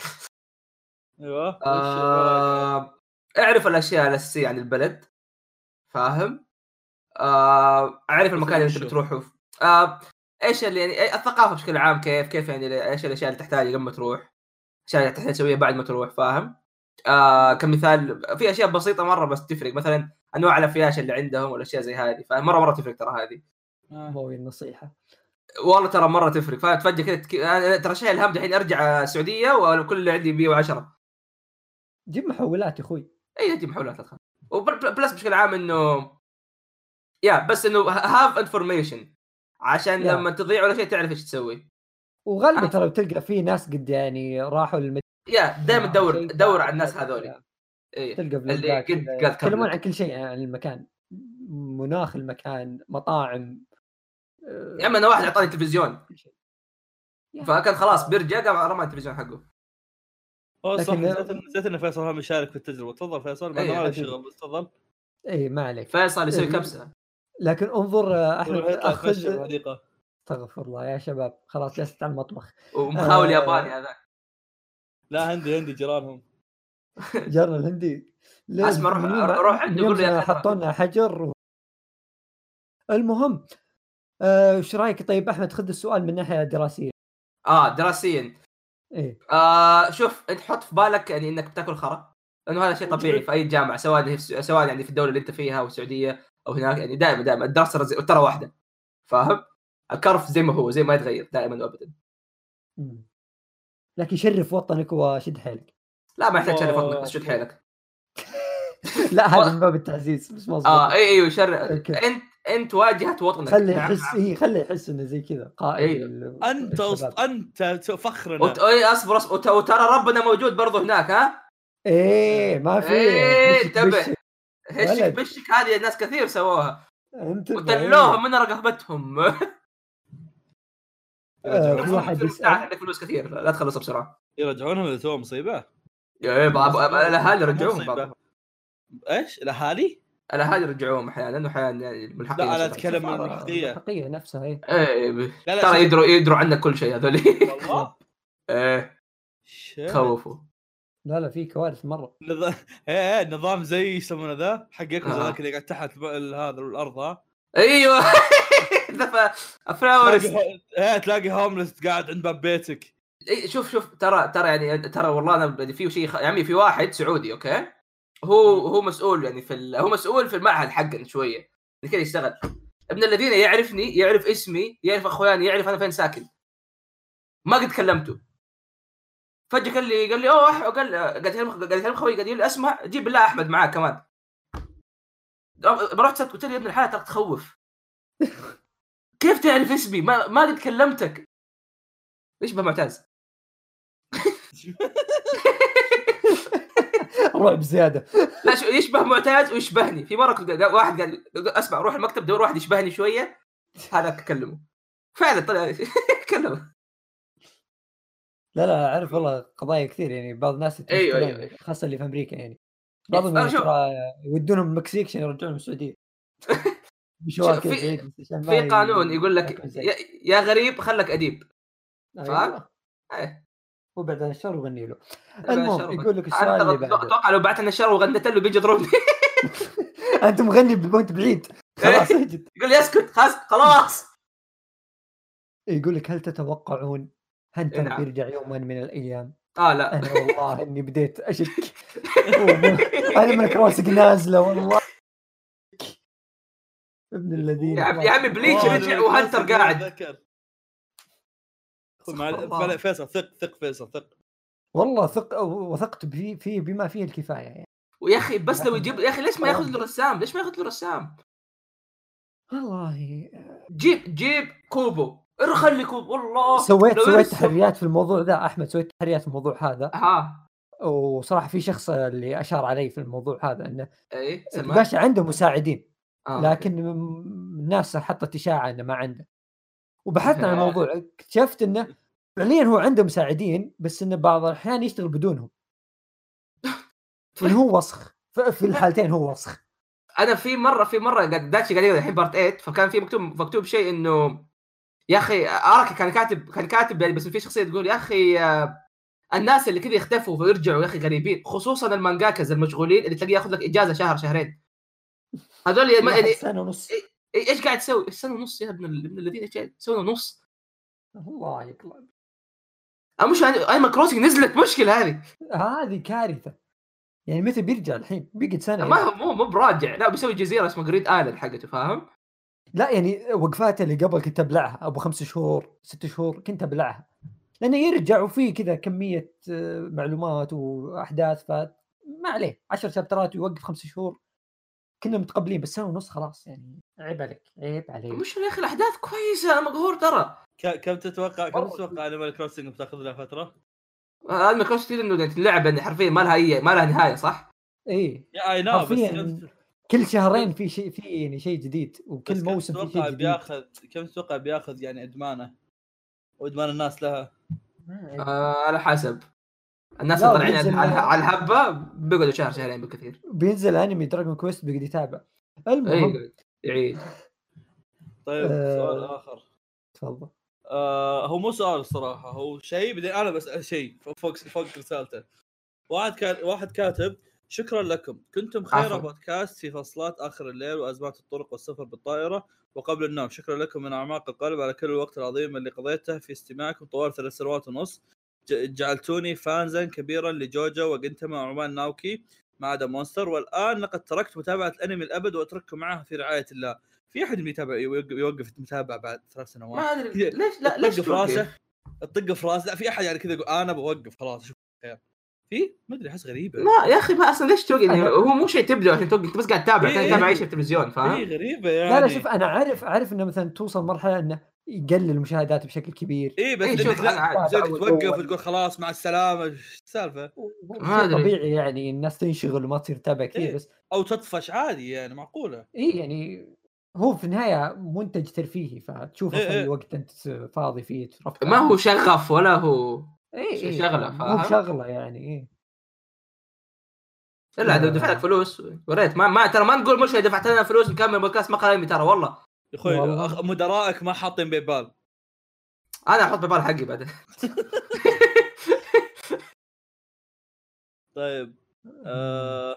ايوه وش آه... اعرف الاشياء الاساسيه عن البلد فاهم. آه... اعرف المكان اللي انت وشو؟ بتروحه. آه... ايش اللي يعني إيه الثقافه بشكل عام كيف كيف يعني ايش الاشياء اللي تحتاج قبل ما تروح، اشياء اللي تحتاج تسويها بعد ما تروح فاهم. آه... كمثال في اشياء بسيطه مره بس تفرق، مثلا انواع الافياش اللي عندهم والاشياء زي هذه فمره مره تفرق ترى هذه. هو النصيحة والله ترى مره تفرق فتفجأ كذا تك... أنا ترى شيء الهم دحين ارجع السعوديه وكل اللي عندي مية وعشرة. جيب محولات يا اخوي. اي دي محاولات ادخل وبلس بشكل عام انه يا بس انه هاف انفورميشن عشان يا. لما تضيع ولا شيء تعرف ايش تسوي. وغالبا أنا- ترى بتلقى في ناس قد يعني راحوا للمد... يا دائما آه، دور شيء دور على بعد الناس هذا. هذول. يا. اي تلقى اللي فلوجات قد كذا قد يتكلمون عن كملت. كل شيء عن المكان، مناخ المكان، مطاعم. آه، يا عم انا واحد اعطاني تلفزيون كل شيء. يا. فكان خلاص بيرجع قام رمى التلفزيون حقه. اوه صح، لكن- نسيت نسيت ان فيصل هم يشارك في التجربه. تفضل فيصل. أي، ما له حبيبي. شغل بس تفضل. اي ما عليك. فيصل يسوي ال- كبسه لكن انظر آه، احمد يروح يطلع يتمشى اخذ. بالحديقه. استغفر الله يا شباب، خلاص جلست على المطبخ. ومخاول آه. ياباني هذا. لا هندي هندي جيرانهم. جرى الهندي. لا، اسمع روح من يوم- روح عنده من قول له يوم يا أخي حطوا لنا حجر و... المهم آه، وش رايك طيب احمد خذ السؤال من ناحيه دراسيه. اه دراسيا. ايه آه شوف انت حط في بالك يعني انك بتاكل خرا، لانه هذا شيء طبيعي في اي جامعه سواء هي في سواء يعني في الدوله اللي انت فيها او السعوديه او هناك، يعني دائما دائما الدراسه زي... ترى واحده فاهم. الكرف زي ما هو زي ما يتغير دائما وابدا. مم. لكن شرف وطنك وشد حيلك. لا ما يحتاج تعرف الله. وطنك بس شد حيلك. لا هذا من باب التعزيز مش مظبوط. اه اي ايوه شر أوكي. انت انت واجهه وطنك. خلي نعم، يحس نعم. ايه خلي يحس انه زي كذا قائد. أيوه. ال- انت الشباب. أص... انت فخرنا. وت... اي اصبر اصبر وت... وترى ربنا موجود برضه هناك ها. ايه ما في ايه بشك انتبه. بشك. هشك ولد. بشك هذه الناس كثير سووها انتبه. وتلوهم من رقبتهم. آه، في واحد تعال يسأل عندك فلوس كثير لا تخلص بسرعه. يرجعونهم اذا سووا مصيبه. يا بابا الاهالي رجعوهم مصيبة. بابا. ايش الاهالي؟ الاهالي رجعوهم احيانا واحيانا يعني ملحقين. لا انا نفسهم. اتكلم عن المحقيه. الحقيقة نفسها هي. ايه لا، لا، ترى شوف. يدروا يدروا عنك كل شيء هذول. والله ايه شيت. خوفوا. لا لا في كوارث مرة. نظام ايه ايه نظام زي يسمونه ذا حق ياكوزا آه. ذاك اللي قاعد تحت ب- ال- هذا الارض ها. ايوه دفع افراورس. تلاقي ايه تلاقي هوملس قاعد عند باب بيتك. إيه شوف شوف ترى ترى يعني ترى والله انا في شيء خ... يعني في واحد سعودي اوكي هو هو مسؤول يعني في ال... هو مسؤول في المعهد حقنا شويه كذا يشتغل. ابن الذين يعرفني يعرف اسمي يعرف اخواني يعرف انا فين ساكن. ما قد كلمته فجاه قال لي قال لي اوه قال قالت له قالت له خوي قال لي اسمع جيب بالله احمد معاك كمان. رحت قلت له يا ابن الحلال ترى تخوف كيف تعرف اسمي؟ ما ما قد كلمتك. يشبه معتز. رعب زياده. لا شو يشبه معتز ويشبهني. في مره كنت قال واحد قال اسمع روح المكتب دور واحد يشبهني شويه هذا تكلمه فعلا طلع كلمه. لا لا اعرف والله قضايا كثير يعني بعض الناس ايوه يتمشكلون ايوه خاصه اللي في امريكا يعني بعضهم أنا يعني شوف- ترى يودونهم المكسيك عشان يرجعونهم السعوديه. مشوار شوف، كذا في بعيد عشان في ما قانون يقول ي- لك يا, يا غريب خلك اديب. فاهم؟ ايوه ايه هو بعد الشر وغني له. بعد المهم الشر. يقول لك انت السؤال اللي بعده اتوقع لو بعت لنا الشر وغنيت له بيجي يضربني. انت مغني ببوينت بعيد خلاص اجد. يقول لي اسكت خلاص خلاص. يقول لك هل تتوقعون هنتر نعم. بيرجع يوما من الايام؟ اه لا انا والله اني بديت اشك. انا من راسك نازله والله ابن الذين. يا عم يا عم بليتش والله رجع أنا وهنتر كلاسيك قاعد. أتذكر. خذ استغفر مع الله. فل- فيصل ثق ثق فيصل ثق. والله ثق وثقت فيه فيه بما فيه الكفايه يعني. ويا اخي بس لو يجيب يا اخي ليش ما ياخذ له رسام؟ ليش ما ياخذ له رسام؟ والله جيب جيب كوبو ارخلي كوبو والله. سويت لو سويت يرسم- تحريات في الموضوع ذا احمد سويت تحريات في الموضوع هذا ها وصراحه في شخص اللي اشار علي في الموضوع هذا انه اي سلمان باشا عنده مساعدين آه. لكن م- الناس حطت اشاعه انه ما عنده وبحثنا عن آه. الموضوع اكتشفت انه فعليا هو عنده مساعدين بس انه بعض الاحيان يشتغل بدونهم يعني هو وسخ ف- في الحالتين هو وسخ. انا في مره في مره قاعد داتشي قاعد يقرا الحين بارت ثمانية فكان في مكتوب مكتوب شيء انه يا اخي اراكي كان كاتب كان كاتب يعني بس في شخصيه تقول يا اخي آه، الناس اللي كذا يختفوا ويرجعوا يا اخي غريبين خصوصا المانجاكاز المشغولين اللي تلاقيه ياخذ لك اجازه شهر شهرين هذول يعني واحد يعني سنه ونص إيه- ايش قاعد تسوي سنه ونص يا ابن ال- ابن الذين ايش قاعد سنه ونص. الله يقلب أه مش ايما كروسنج نزلت مشكله هذه هذه كارثه يعني متى بيرجع الحين بيقعد سنه ما هنا. هو مو مو براجع لا بيسوي جزيره اسمها جريد ايلاند حقته فاهم. لا يعني وقفاته اللي قبل كنت ابلعها ابو خمس شهور ست شهور كنت ابلعها لانه يرجع وفيه كذا كميه آه، معلومات واحداث فما عليه عشر شابترات ويوقف خمس شهور كنا متقبلين بس سنه ونص خلاص يعني عيب عليك عيب عليك. مش يا اخي الاحداث كويسه انا مقهور ترى. ك- كم تتوقع كم تتوقع انيمال كروسنج بتاخذ لها فتره؟ هذا ما كروس انه اللعبه يعني حرفيا ما لها اي ما لها نهايه صح؟ ايه يا اي نو بس حرفيا كم كل شهرين في شيء في يعني شيء جديد وكل بس كم موسم في شيء تتوقع جديد. بياخذ كم تتوقع بياخذ يعني ادمانه وادمان الناس لها؟ آه على حسب الناس لا، اللي طالعين بينزل- على على الهبه بيقعدوا شهر شهرين بالكثير. بينزل انمي دراجون كويست بيقعد يتابع. المهم اي يعيد. طيب آه. سؤال اخر. تفضل. آه هو مو سؤال الصراحه هو شيء بدي انا بسال شيء فوق فوق رسالته. واحد كان واحد كاتب شكرا لكم كنتم خير عفواً. بودكاست في فصلات اخر الليل وازمات الطرق والسفر بالطائره وقبل النوم. شكرا لكم من اعماق القلب على كل الوقت العظيم اللي قضيته في استماعكم طوال ثلاث سنوات ونص. ج- جعلتوني فانزا كبيرا لجوجو وجنتما وعمان ناوكي ما عدا مونستر والان لقد تركت متابعه الانمي الابد واترككم معه في رعايه الله. في احد يتابع يوقف يوقف المتابعه بعد ثلاث سنوات؟ ما ادري ليش لا ليش الطق في راسه توقف؟ الطق في راسه. لا في احد يعني كذا يقول انا بوقف خلاص اشوف خير. في ما ادري احس غريبه. لا يا اخي ما اصلا ليش توقف يعني أنا- هو مو شيء تبدا عشان توقف انت بس قاعد تتابع إيه كان إيه. تتابع اي شيء في التلفزيون اي فاهم. غريبه يعني. لا لا شوف انا عارف عارف انه مثلا توصل مرحله انه يقلل المشاهدات بشكل كبير. اي بس إيه، بدك شوف، أنا لا عارف. بدك توقف وتقول خلاص مع السلامه ايش السالفه ما شيء أدري. طبيعي يعني الناس تنشغل وما تصير تتابع كثير إيه. بس او تطفش عادي يعني معقوله. اي يعني هو في النهايه منتج ترفيهي فتشوفه إيه في اي إيه. وقت انت فاضي فيه ترفع. ما هو شغف ولا هو اي اي شغلة، مو فاهم؟ شغله يعني اي الا اذا دفع لك فلوس وريت ما, ما ترى ما نقول مش دفعت لنا فلوس نكمل بودكاست ما قال ترى والله يا اخوي والله. أخ- مدرائك ما حاطين بيبال. انا احط ببال حقي بعدين. طيب آه...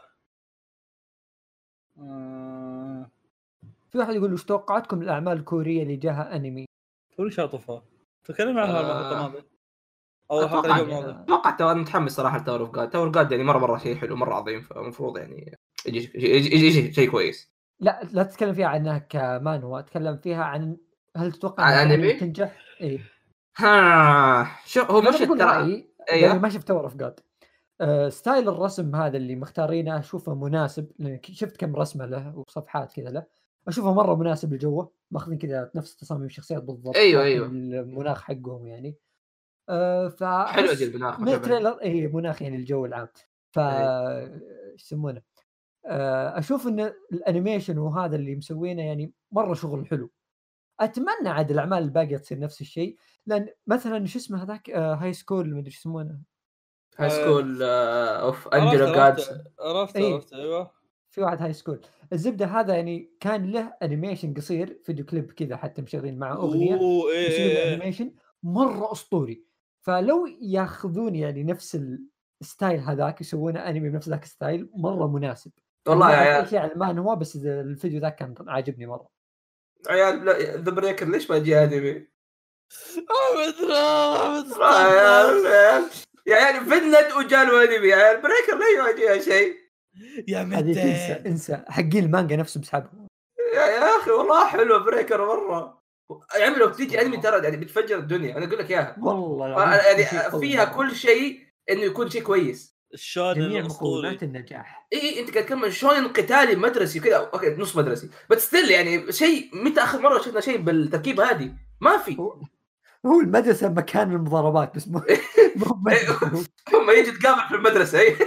آه... في واحد يقول وش توقعاتكم الاعمال الكوريه اللي جاها انمي؟ كل شاطفه تكلم عنها آه. الحلقه الماضيه او الحلقه اتوقع اللي قبل الماضيه. اتوقع تو انا متحمس صراحه لتاور اوف جاد. تاور اوف جاد يعني مره مره شيء حلو مره عظيم فالمفروض يعني يجي يجي يجي, يجي شيء كويس. لا لا تتكلم فيها عنها كمانوا اتكلم فيها عن هل تتوقع عن انها أنمي؟ تنجح؟ اي ها شو هو مش انا بقول ترى رايي أيوه. لاني ما شفت تاور اوف جاد. آه ستايل الرسم هذا اللي مختارينه اشوفه مناسب لان شفت كم رسمه له وصفحات كذا له اشوفه مره مناسب لجوه، ماخذين كذا نفس تصاميم الشخصيات بالضبط. ايوه ايوه المناخ حقهم يعني أه حلوه دي فاحس المناخ من التريلر اي مناخ يعني الجو العام. ف ايش يسمونه أه اشوف ان الانيميشن وهذا اللي مسوينه يعني مره شغل حلو. اتمنى عاد الاعمال الباقيه تصير نفس الشيء، لان مثلا شو اسمه هذاك آه هاي سكول ما ادري ايش يسمونه، هاي سكول اوف عرفت انجلو عرفت جادز. عرفت أي. عرفت ايوه في واحد هاي سكول. الزبده هذا يعني كان له انيميشن قصير فيديو كليب كذا حتى مشغلين معه اغنيه اوه ايه يسوي له ايه انيميشن مره اسطوري. فلو ياخذون يعني نفس الستايل هذاك يسوونه انمي بنفس ذاك الستايل مره مناسب. والله ما يا اعرف اي عيال شيء عن المانهوا، بس الفيديو ذاك كان عاجبني مره. عيال ذا بريكر ليش ما جاء انمي؟ احمد احمد يا عيال يا عيال فنلند وجاله انمي، يا عيال بريكر ليش ما جاء شيء؟ يا هذيك انسى مدين انسى حقين المانجا نفسه بسحبهم. يا, يا اخي والله حلوه بريكر مره يعني. لو تيجي انمي ترى يعني بتفجر الدنيا، انا اقول لك اياها والله يعني فيها كل شيء انه يكون شيء كويس. الشونن جميع الاسطوري مقومات النجاح. اي انت قاعد تكمل شونن قتالي مدرسي كذا، اوكي نص مدرسي بس ستيل يعني شيء. متى اخر مره شفنا شيء بالتركيبه هذه؟ ما في. هو, هو المدرسه مكان المضاربات بس مو هم يجي تقابل في المدرسه اي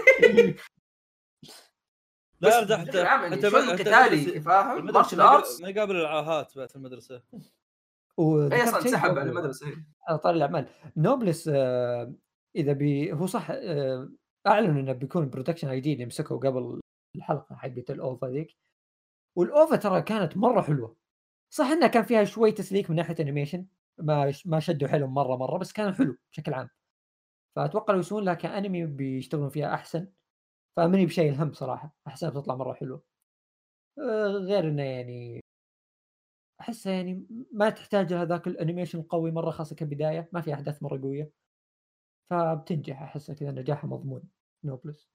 لا ارجع حتى انت شونن قتالي فاهم، مارشال ارتس ما يقابل العاهات بس المدرسه. اي اصلا سحب على المدرسه. على طار الاعمال نوبلس آه اذا بي هو صح آه اعلنوا انه بيكون برودكشن اي دي اللي مسكوا قبل الحلقه حقت الاوفا ذيك. والاوفا ترى كانت مره حلوه، صح انها كان فيها شوي تسليك من ناحيه انيميشن، ما ما شدوا حيلهم مره مره، بس كان حلو بشكل عام. فاتوقع لو يسوون لها كانمي بيشتغلون فيها احسن. فمني بشيء الهم صراحه، احسها بتطلع مره حلوه. آه غير انه يعني احسها يعني ما تحتاج هذاك الانيميشن القوي مره، خاصه كبدايه ما في احداث مره قويه، فبتنجح احسها كذا نجاحها مضمون نوبلس.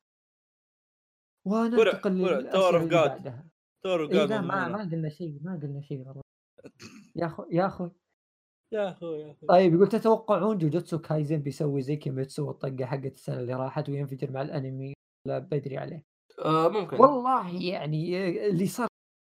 وننتقل للاسئله اللي بعدها. تور إيه لا ما ما قلنا شيء ما قلنا شيء يا اخو يا اخو يا اخو يا اخو طيب يقول تتوقعون جوجوتسو كايزن بيسوي زي كيميتسو والطقه حقت السنه اللي راحت وينفجر مع الانمي؟ لا بدري عليه. آه ممكن والله يعني اللي صار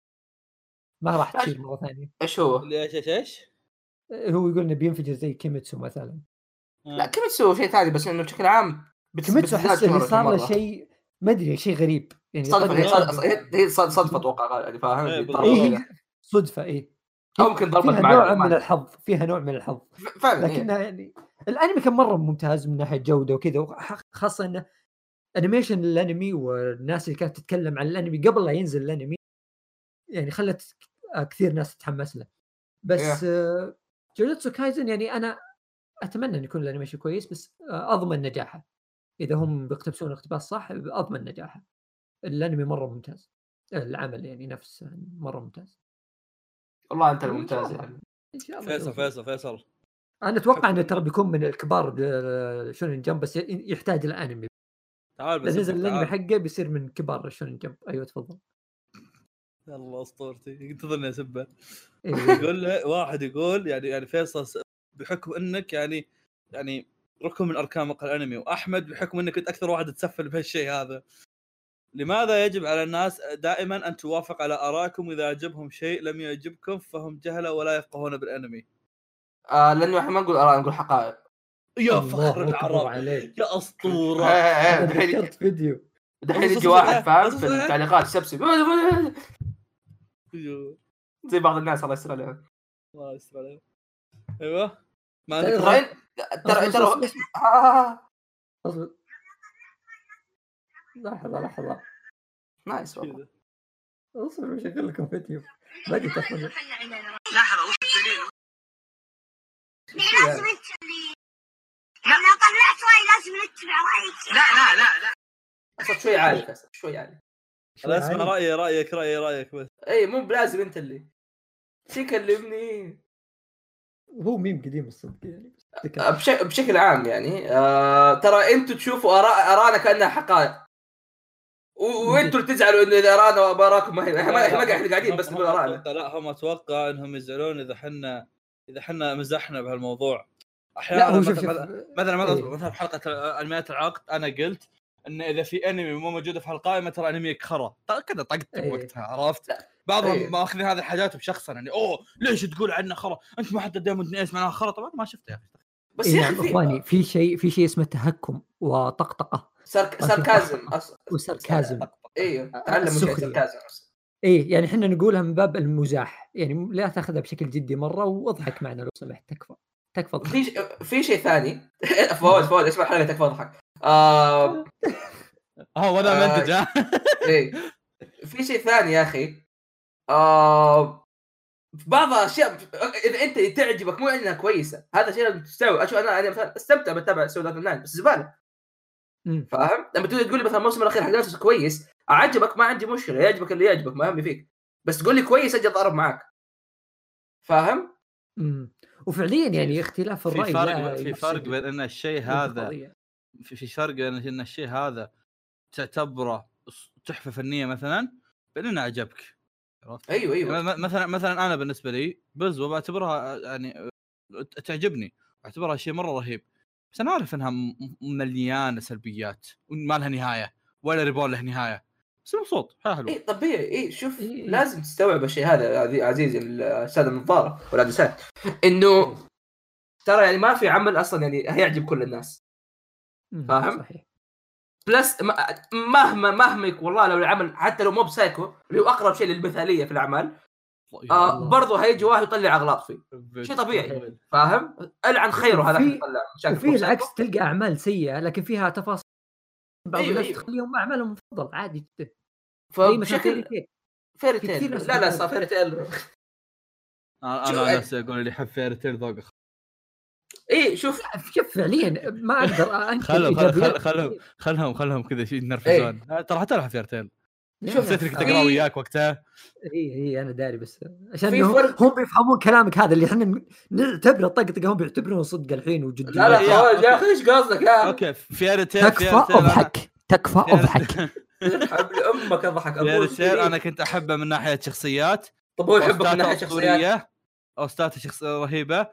ما راح تصير مره ثانيه. ايش هو؟ اللي ايش ايش ايش هو يقول انه بينفجر زي كيميتسو مثلا. لا كيميتسو شيء ثاني، بس انه بشكل عام كيميتسو احس اللي صار له شيء ما ادري شيء غريب يعني. صدفه هي هي صدفه اتوقع يعني فاهم. إيه صدفه ايه او ممكن ضربت فيها نوع من الحظ فيها نوع من الحظ فعلا. لكنها يعني الانمي كان مره ممتاز من ناحيه جوده وكذا، خاصه انه انيميشن الانمي والناس اللي كانت تتكلم عن الانمي قبل لا ينزل الانمي يعني خلت كثير ناس تتحمس له. بس yeah. جوجوتسو كايزن يعني انا اتمنى ان يكون الانيميشن كويس، بس اضمن نجاحه اذا هم بيقتبسون اقتباس صح، اضمن نجاحه. الانمي مره ممتاز، العمل يعني نفسه مره ممتاز. والله انت الممتاز يعني. فيصل فيصل فيصل انا اتوقع انه ترى بيكون من الكبار شونن جمب، بس يحتاج الانمي. تعال بس نزل الانمي حقه بيصير من كبار شونن جمب. ايوه تفضل. يلا اسطورتي انتظرني اسبه. يقول له واحد يقول يعني يعني فيصل بحكم انك يعني يعني ركن من اركان مقهى الانمي، واحمد بحكم انك كنت اكثر واحد تسفل بهالشيء هذا، لماذا يجب على الناس دائما ان توافق على ارائكم واذا عجبهم شيء لم يعجبكم فهم جهله ولا يفقهون بالانمي؟ آه لانه احنا ما نقول اراء، نقول حقائق. يا فخر العرب يا اسطوره. انا ذكرت فيديو دحين يجي واحد فاهم في التعليقات يسبسب زي بعض الناس الله يستر عليهم. الله يستر عليهم. ايوه ما ترى ترى ترى اصبر لحظه لحظه نايس والله. اصبر بشغل لكم فيديو باقي تاخذ لحظه. وش الدليل؟ لازم تشلي لما طلعت راي لازم نتبع رايك. لا لا لا لا صوت شوي عالي بس شوي عالي. انا اسمع رايي رايك رايي رايك بس. اي مو بلازم انت اللي تكلمني. هو ميم قديم الصدق يعني بشكل بشكل عام يعني آه ترى انتوا تشوفوا اراء ارانا كانها حقائق، وانتوا تزعلوا انه اذا ارانا واباراكم ما هي احنا احنا قاعدين بس نقول ارانا. لا هم اتوقع انهم يزعلون اذا حنا اذا حنا مزحنا بهالموضوع احيانا. مثلا مثلا مثلا مثلا في حلقه انميات العقد انا قلت ان اذا في انمي مو موجود في هالقائمه ترى انمي خرا كذا طقت بوقتها عرفت. بعضهم أيه. ماخذين هذه الحاجات بشخصا يعني اوه ليش تقول عنه خرا انت ما حد دائما ايش معناها خرا طبعا ما شفته يا اخي بس إيه يا نعم اخي اخواني في شيء في شيء اسمه تهكم وطقطقه سارك... ساركازم أص... وساركازم ايوه تعلموا شيء ساركازم. ايه يعني احنا نقولها من باب المزاح يعني لا تاخذها بشكل جدي مره واضحك معنا لو سمحت تكفى تكفى في ش... في شيء ثاني فوز فوز اسمع حلقه تكفى اضحك اه اه وانا منتج ها ايه في شيء ثاني يا اخي آه في بعض الاشياء اذا انت تعجبك مو انها كويسه هذا شيء تستوعب. اشوف انا انا مثلا استمتع بتابع سودات اونلاين بس زباله فاهم. لما تقول تقول لي مثلا الموسم الاخير حق ناس كويس اعجبك ما عندي مشكله يعجبك اللي يعجبك ما همي فيك بس تقول لي كويس اجي اتضارب معاك فاهم. امم وفعليا يعني اختلاف الراي في فرق في فرق بين ان الشيء هذا في في فرق بين ان الشيء هذا تعتبره تحفه فنيه مثلا بين انه عجبك. ايوه ايوه مثلا مثلا انا بالنسبه لي بزوة بعتبرها يعني تعجبني اعتبرها شيء مره رهيب بس انا عارف انها مليانه سلبيات وما لها نهايه ولا ريبول له نهايه بس مبسوط حلو. اي طبيعي اي شوف إيه إيه. لازم تستوعب الشيء هذا عزيزي الساده النظاره والعدسات انه ترى يعني ما في عمل اصلا يعني هيعجب كل الناس فاهم صحيح. بلس مهما مهما والله لو العمل حتى لو مو بسايكو اللي هو اقرب شيء للمثاليه في الاعمال آه برضه هيجي واحد يطلع اغلاط فيه شيء طبيعي فاهم. العن خيره هذا يطلع مشاكل وفي العكس تلقى اعمال سيئه لكن فيها تفاصيل بعض أيوة الناس أيوة. تخليهم اعمالهم مفضل عادي جدا فبشكل فيري تيل لا لا صار فيري تيل انا ناس يقول اللي يحب فيري تيل ذوق ايه شوف شوف فعليا ما اقدر انكر ايجابيات خلهم خلهم خلهم كذا شيء ينرفزون إيه. ترى حتى لو فيري تيل شوف انك تقرا وياك وقتها اي اي انا داري بس عشان هم بيفهمون كلامك هذا اللي احنا نعتبره طقطقه هم بيعتبرونه صدق الحين وجديه. لا لا يا اخي ايش قصدك يا اوكي فيري تيل تكفى اضحك تكفى اضحك حبل امك اضحك ابوي فيري انا كنت احبه من ناحيه شخصيات. طب هو يحبك من ناحيه شخصيات او ستات شخصيه رهيبه.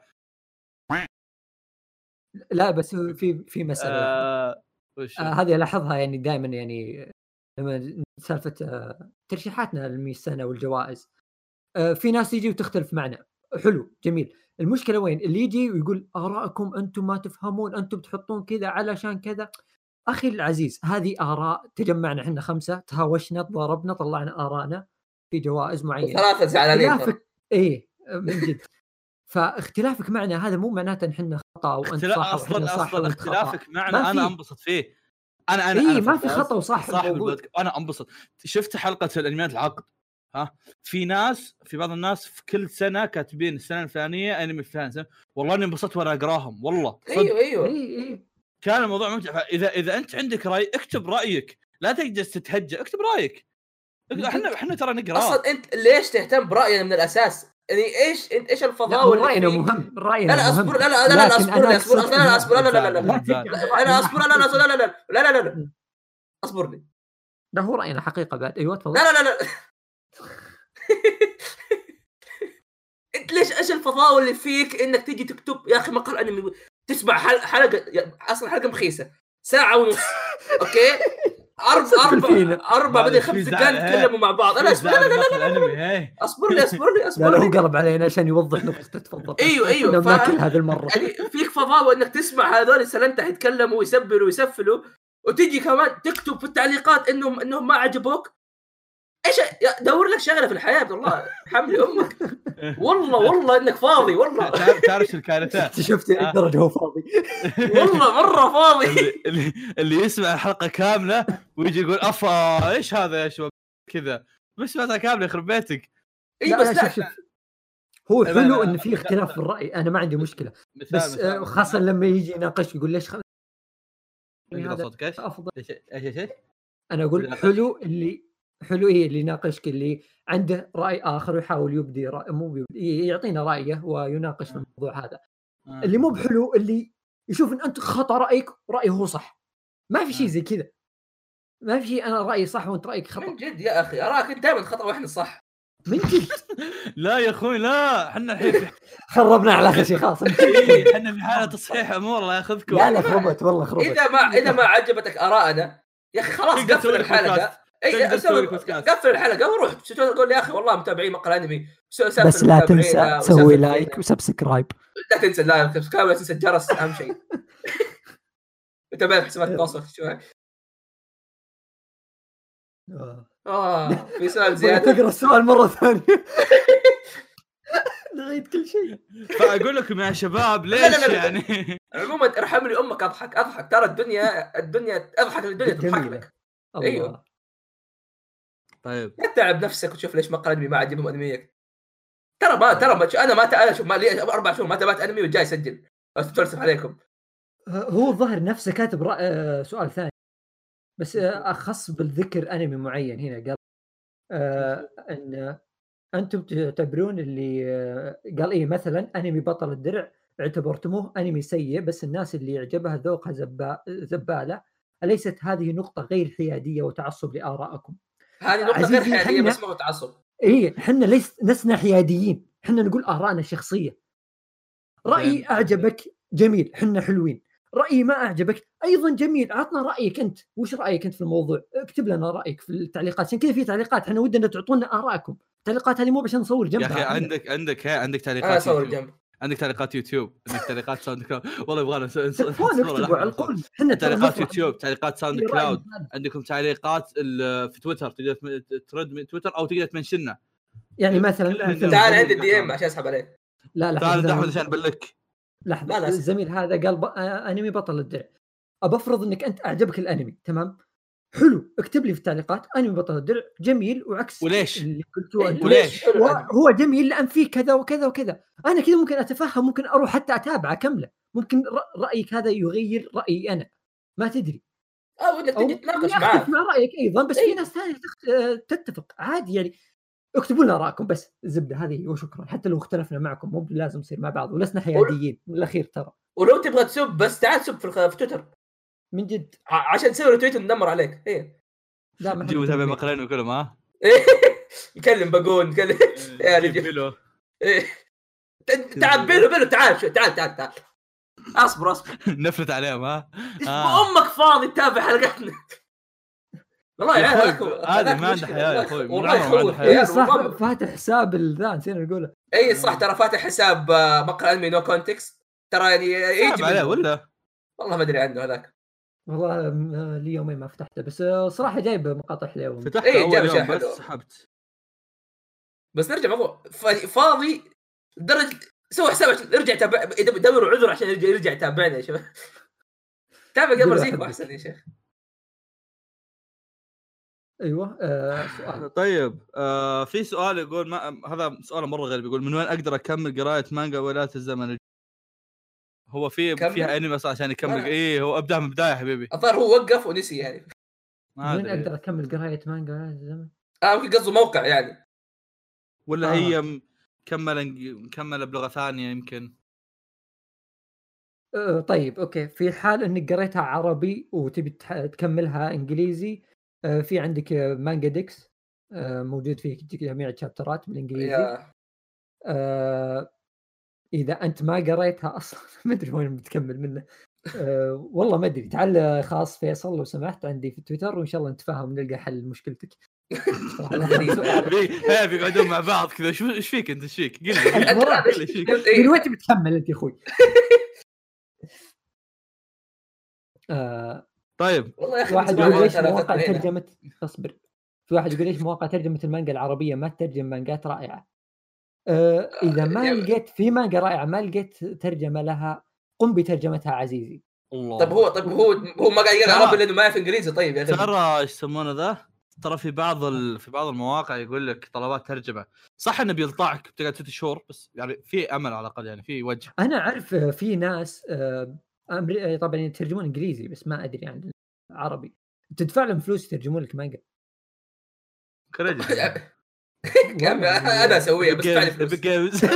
لا بس في في مساله آه آه هذه لاحظها يعني دائما يعني لما سالفه آه ترشيحاتنا للمية سنه والجوائز آه في ناس يجي وتختلف معنا حلو جميل. المشكله وين اللي يجي ويقول ارائكم انتم ما تفهمون انتم تحطون كذا علشان كذا. اخي العزيز هذه اراء تجمعنا احنا خمسه تهاوشنا تضاربنا طلعنا ارائنا في جوائز معينه ثلاثه زعلانين ايه من جد. فاختلافك معنا هذا مو معناته ان احنا خطا وانت صح اصلا صح اصلا اختلافك معنا انا انبسط فيه. انا انا إيه انا ما في خطا وصح صاحب البودكاست انا انبسط. شفت حلقه الانميات العقد ها في ناس في بعض الناس في كل سنه كاتبين السنه الفلانيه انمي فلان والله اني انبسطت وانا اقراهم والله ايوه ايوه اي اي كان الموضوع ممتع. فاذا اذا انت عندك راي اكتب رايك لا تجلس تتهجى اكتب رايك. احنا احنا ترى نقرا اصلا انت ليش تهتم براينا من الاساس يعني ايش انت ايش الفضاوه اللي راينا مهم راينا لا لا اصبر لا لا لا لا اصبر لا اصبر لا لا اصبر لا لا لا لا انا اصبر لا لا لا لا لا لا لا لا اصبر لي ده هو راينا حقيقه بعد ايوه تفضل. لا لا لا لا انت ليش ايش الفضاوه اللي فيك انك تيجي تكتب يا اخي مقال انمي تسمع حلقه اصلا حلقه مخيسه ساعه ونص اوكي أربع أربع أربع بدي خمس دقائق يتكلموا مع بعض. أنا أصبر لا لا لا لا أصبر لي أصبر لي أصبر لي. لا هو قلب علينا عشان يوضح نقطة تفضل. أيوه أيوه. فاكل هذه المرة. يعني فيك فضاوة إنك تسمع هذول سلنتح يتكلموا ويسبلوا ويسفلوا وتيجي كمان تكتب في التعليقات إنهم إنهم ما عجبوك. إيش دور لك شغلة في الحياة والله حملي أمك. والله والله إنك فاضي والله. تعرف الكارثة. شفت الدرجة هو فاضي. والله مرة فاضي. اللي اللي يسمع الحلقة كاملة ويجي يقول أفا إيش هذا يا شباب كذا بس سمعتها كاملة يخرب بيتك. إيه بس لا. شوف هو حلو إن في اختلاف في الرأي أنا ما عندي مشكلة. بس خاصة لما يجي يناقش يقول ليش خ... هذا أفضل. إيش إيش إيش؟ أنا أقول حلو اللي حلو إيه اللي يناقشك اللي عنده رأي آخر ويحاول يبدي رأي مو بيبدي يعطينا رأيه ويناقش في الموضوع هذا. آه. اللي مو بحلو اللي يشوف إن أنت خطأ رأيك ورأيه هو صح. ما في شيء زي كذا. ما في شيء أنا رأيي صح وأنت رأيك خطأ. من جد يا أخي أراك أنت دائما خطأ وإحنا صح. من جد. لا يا أخوي لا إحنا الحين خربنا على آخر شيء خاص. إحنا في حالة تصحيح أمور الله يأخذكم. لا لا خربت والله خربت. إذا ما إذا ما عجبتك آراءنا يا أخي خلاص قفل الحلقة اي تقدر تسوي اسوي بودكاست. قفل الحلقه وروح تقول يا اخي والله متابعين مقال انمي بس لا تنسى تسوي لايك وسبسكرايب. لا تنسى لايك وسبسكرايب، لا تنسى الجرس اهم شيء. وتابع حسابات التواصل شوي. اه في سؤال زياده تقرا السؤال مره ثانيه. نعيد كل شيء. فاقول لكم يا شباب ليش لا لا لا. يعني عموما ارحم لي امك اضحك اضحك ترى الدنيا الدنيا اضحك الدنيا تضحك لك. ايوه طيب لا تتعب نفسك وتشوف ليش مقال انمي ما عجبهم انميك. ترى ما ترى ما انا ما انا شوف ما لي اربع شهور ما تابعت انمي وجاي اسجل اتفلسف عليكم. هو الظاهر نفسه كاتب رأ... سؤال ثاني بس اخص بالذكر انمي معين هنا قال آه ان انتم تعتبرون اللي آه قال ايه مثلا انمي بطل الدرع اعتبرتموه انمي سيء بس الناس اللي يعجبها ذوقها زبا... زباله، اليست هذه نقطه غير حياديه وتعصب لارائكم؟ هذه نقطه غير حياديه بس مو تعصب. ايه احنا ليس لسنا حياديين، احنا نقول ارائنا الشخصيه. رايي اعجبك جميل احنا حلوين، رايي ما اعجبك ايضا جميل، عطنا رايك انت، وش رايك انت في الموضوع؟ اكتب لنا رايك في التعليقات، عشان كذا في تعليقات احنا ودنا تعطونا ارائكم. التعليقات هذه مو عشان نصور جنبها. يا اخي عندك عندك ها عندك تعليقات انا اصور جنب، عندك تعليقات يوتيوب، عندك تعليقات ساوند كلاود. والله يبغانا نكتبوا على القول احنا تعليقات يوتيوب، تعليقات ساوند كلاود، عندكم تعليقات في تويتر تقدر ترد من تويتر او تقدر تمنشننا يعني مثلا تعال عندي الدي ام عشان اسحب عليه. لا لا تعال احمد عشان ابلك. لحظه الزميل هذا قال ب... انمي بطل الدرع، ابفرض انك انت اعجبك الانمي تمام حلو، اكتب لي في التعليقات انمي بطل الدرع جميل وعكس وليش اللي قلتوه انت وليش هو جميل لان فيه كذا وكذا وكذا. انا كذا ممكن اتفهم، ممكن اروح حتى اتابعه كامله، ممكن رايك هذا يغير رايي انا ما تدري، او انك تجي تناقش معاه مع رايك ايضا بس أيه. في ناس ثانيه تتفق عادي يعني. اكتبوا لنا رايكم بس الزبده هذه وشكرا، حتى لو اختلفنا معكم مو لازم نصير مع بعض ولسنا حياديين من الاخير ترى. ولو تبغى تسب بس تعال سب في, في تويتر من جد عشان تسوي تويتر ندمر عليك. ايه لا ما نجيب متابع مقالين وكلهم ها يكلم بقول نكلم يا رجل ايه تعال بيلو بيلو تعال شو تعال تعال تعال اصبر اصبر نفلت عليهم ها امك فاضي تتابع حلقتنا والله يا اخوي هذا ما عنده حياه يا اخوي والله صح فاتح حساب الذا نسينا نقوله. اي صح ترى فاتح حساب مقال انمي نو كونتكست ترى يعني يجي عليه ولا والله ما ادري عنه هذاك والله لي يومين ما فتحته بس صراحه جايب مقاطع حلوه فتحته ايه اول يوم بس سحبت. بس نرجع موضوع فاضي درجه سوي حسابك ارجع تابع دور عذر عشان يرجع يرجع يتابعنا يا شباب. تابع قبل زيكم احسن يا شيخ. ايوه آه سؤال. طيب آه في سؤال يقول ما هذا سؤال مره غريب، يقول من وين اقدر اكمل قراءه مانجا ولات الزمن؟ هو في فيها انمي اصلا عشان يكمل آه. ايه هو ابدا من البدايه حبيبي. الظاهر هو وقف ونسي يعني. وين اقدر اكمل قراءه مانجا ولات الزمن؟ اه ممكن قصده موقع يعني ولا آه. هي مكمله مكمله بلغه ثانيه يمكن. آه طيب اوكي، في حال انك قريتها عربي وتبي تكملها انجليزي آه في عندك مانجا ديكس آه موجود فيه جميع الشابترات بالانجليزي. آه اذا انت ما قريتها اصلا ما ادري وين بتكمل منه أه والله ما ادري. تعال خاص فيصل لو سمحت عندي في تويتر وان شاء الله نتفاهم ونلقى حل لمشكلتك. ها بيقعدون مع بعض كذا شو ايش فيك انت ايش فيك؟ قل لي من وين بتكمل انت يا اخوي؟ طيب والله يا اخي واحد يقول ليش مواقع ترجمه اصبر في واحد يقول ليش مواقع ترجمه المانجا العربيه ما تترجم مانجات رائعه؟ أه إذا ما لقيت في مانجا رائعة ما لقيت ترجمة لها قم بترجمتها عزيزي. الله. طب هو طب هو هو ما قاعد يقرأ عربي لأنه ما يعرف إنجليزي. طيب يا أخي ترى إيش يسمونه ذا؟ ترى في بعض ال... في بعض المواقع يقول لك طلبات ترجمة صح إنه بيلطعك بتقعد ست شهور بس يعني في أمل على الأقل يعني في وجه. أنا أعرف في ناس أمري... طبعا يترجمون إنجليزي بس ما أدري عن العربي تدفع لهم فلوس يترجمون لك مانجا. كريدت انا اسويها بس ادفع لي فلوس.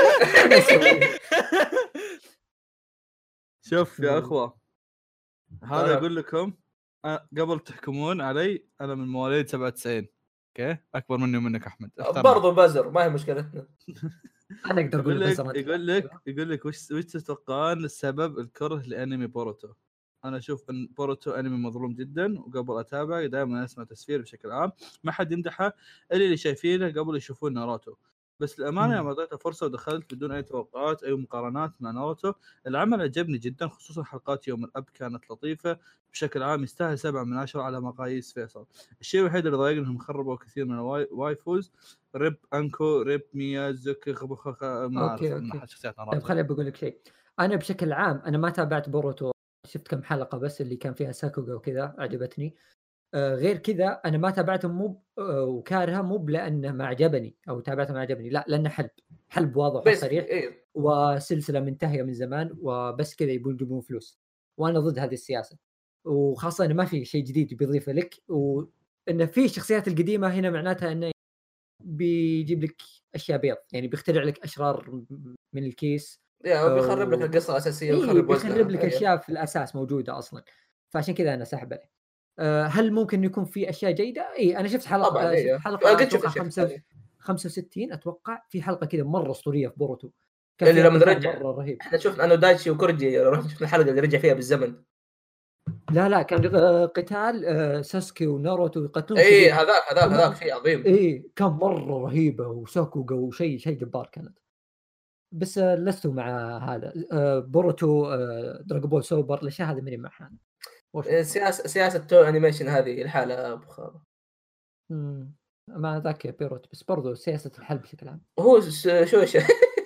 شوف يا اخوه هذا اقول لكم قبل تحكمون علي انا من مواليد سبعة وتسعين اوكي اكبر مني ومنك احمد برضو بزر ما هي مشكلتنا. انا اقدر اقول لك يقول لك يقول لك وش وش تتوقعون السبب الكره لانمي بوروتو؟ انا اشوف ان بوروتو انمي مظلوم جدا، وقبل اتابع دائما اسمع تسفير بشكل عام، ما حد يمدحه الا اللي شايفينه قبل يشوفون ناروتو. بس الامانه يوم اعطيته فرصه ودخلت بدون اي توقعات اي مقارنات مع ناروتو، العمل عجبني جدا، خصوصا حلقات يوم الاب كانت لطيفه بشكل عام، يستاهل سبعة من عشرة على مقاييس فيصل. الشيء الوحيد اللي ضايقني انهم خربوا كثير من الوايفوز، ريب انكو، ريب ميازوكي، خبخ ما اعرف اوكي ما اوكي حد شخصيات طيب ناروتو. خليني بقول لك شيء. انا بشكل عام انا ما تابعت بوروتو، شفت كم حلقه بس اللي كان فيها ساكوغا وكذا عجبتني. آه غير كذا انا ما تابعته مو آه وكارها مو لانه ما عجبني او تابعته ما عجبني، لا لانه حلب حلب واضح بس وصريح إيه. وسلسله منتهيه من زمان وبس كذا يبون يجيبون فلوس، وانا ضد هذه السياسه، وخاصه انه ما في شيء جديد بيضيفه لك، وانه في الشخصيات القديمه هنا معناتها انه بيجيب لك اشياء بيض، يعني بيخترع لك اشرار من الكيس، يا هو بيخرب لك القصه الاساسيه إيه ويخرب وزنها. بيخرب لك أيه. اشياء في الاساس موجوده اصلا، فعشان كذا انا ساحب عليه. أه هل ممكن يكون في اشياء جيده؟ اي انا شفت حلقه طبعا أه شفت ايوه حلقه قد شفت اتوقع اشياء خمسة ثانيه. خمسة وستين اتوقع، في حلقه كذا مره اسطوريه في بوروتو، كان اللي فيها لما قتال رجع مره رهيب. احنا شفنا انه دايتشي وكورجي رحنا شفنا الحلقه اللي رجع فيها بالزمن. لا لا كان آه، قتال آه، ساسكي وناروتو يقتلون اي شرير. هذاك هذاك وما- هذاك شيء عظيم. ايه كان مره رهيبه وساكوغا وشيء شيء جبار كانت. بس آه، لست مع هذا آه، بوروتو آه، دراغون بول سوبر الاشياء هذه ماني معها. وش إيه، سياسه سياسه تو انيميشن هذه الحاله ابو خالد. امم ما ذاك بيروت، بس برضو سياسه الحلب بشكل عام هو ش- شو شو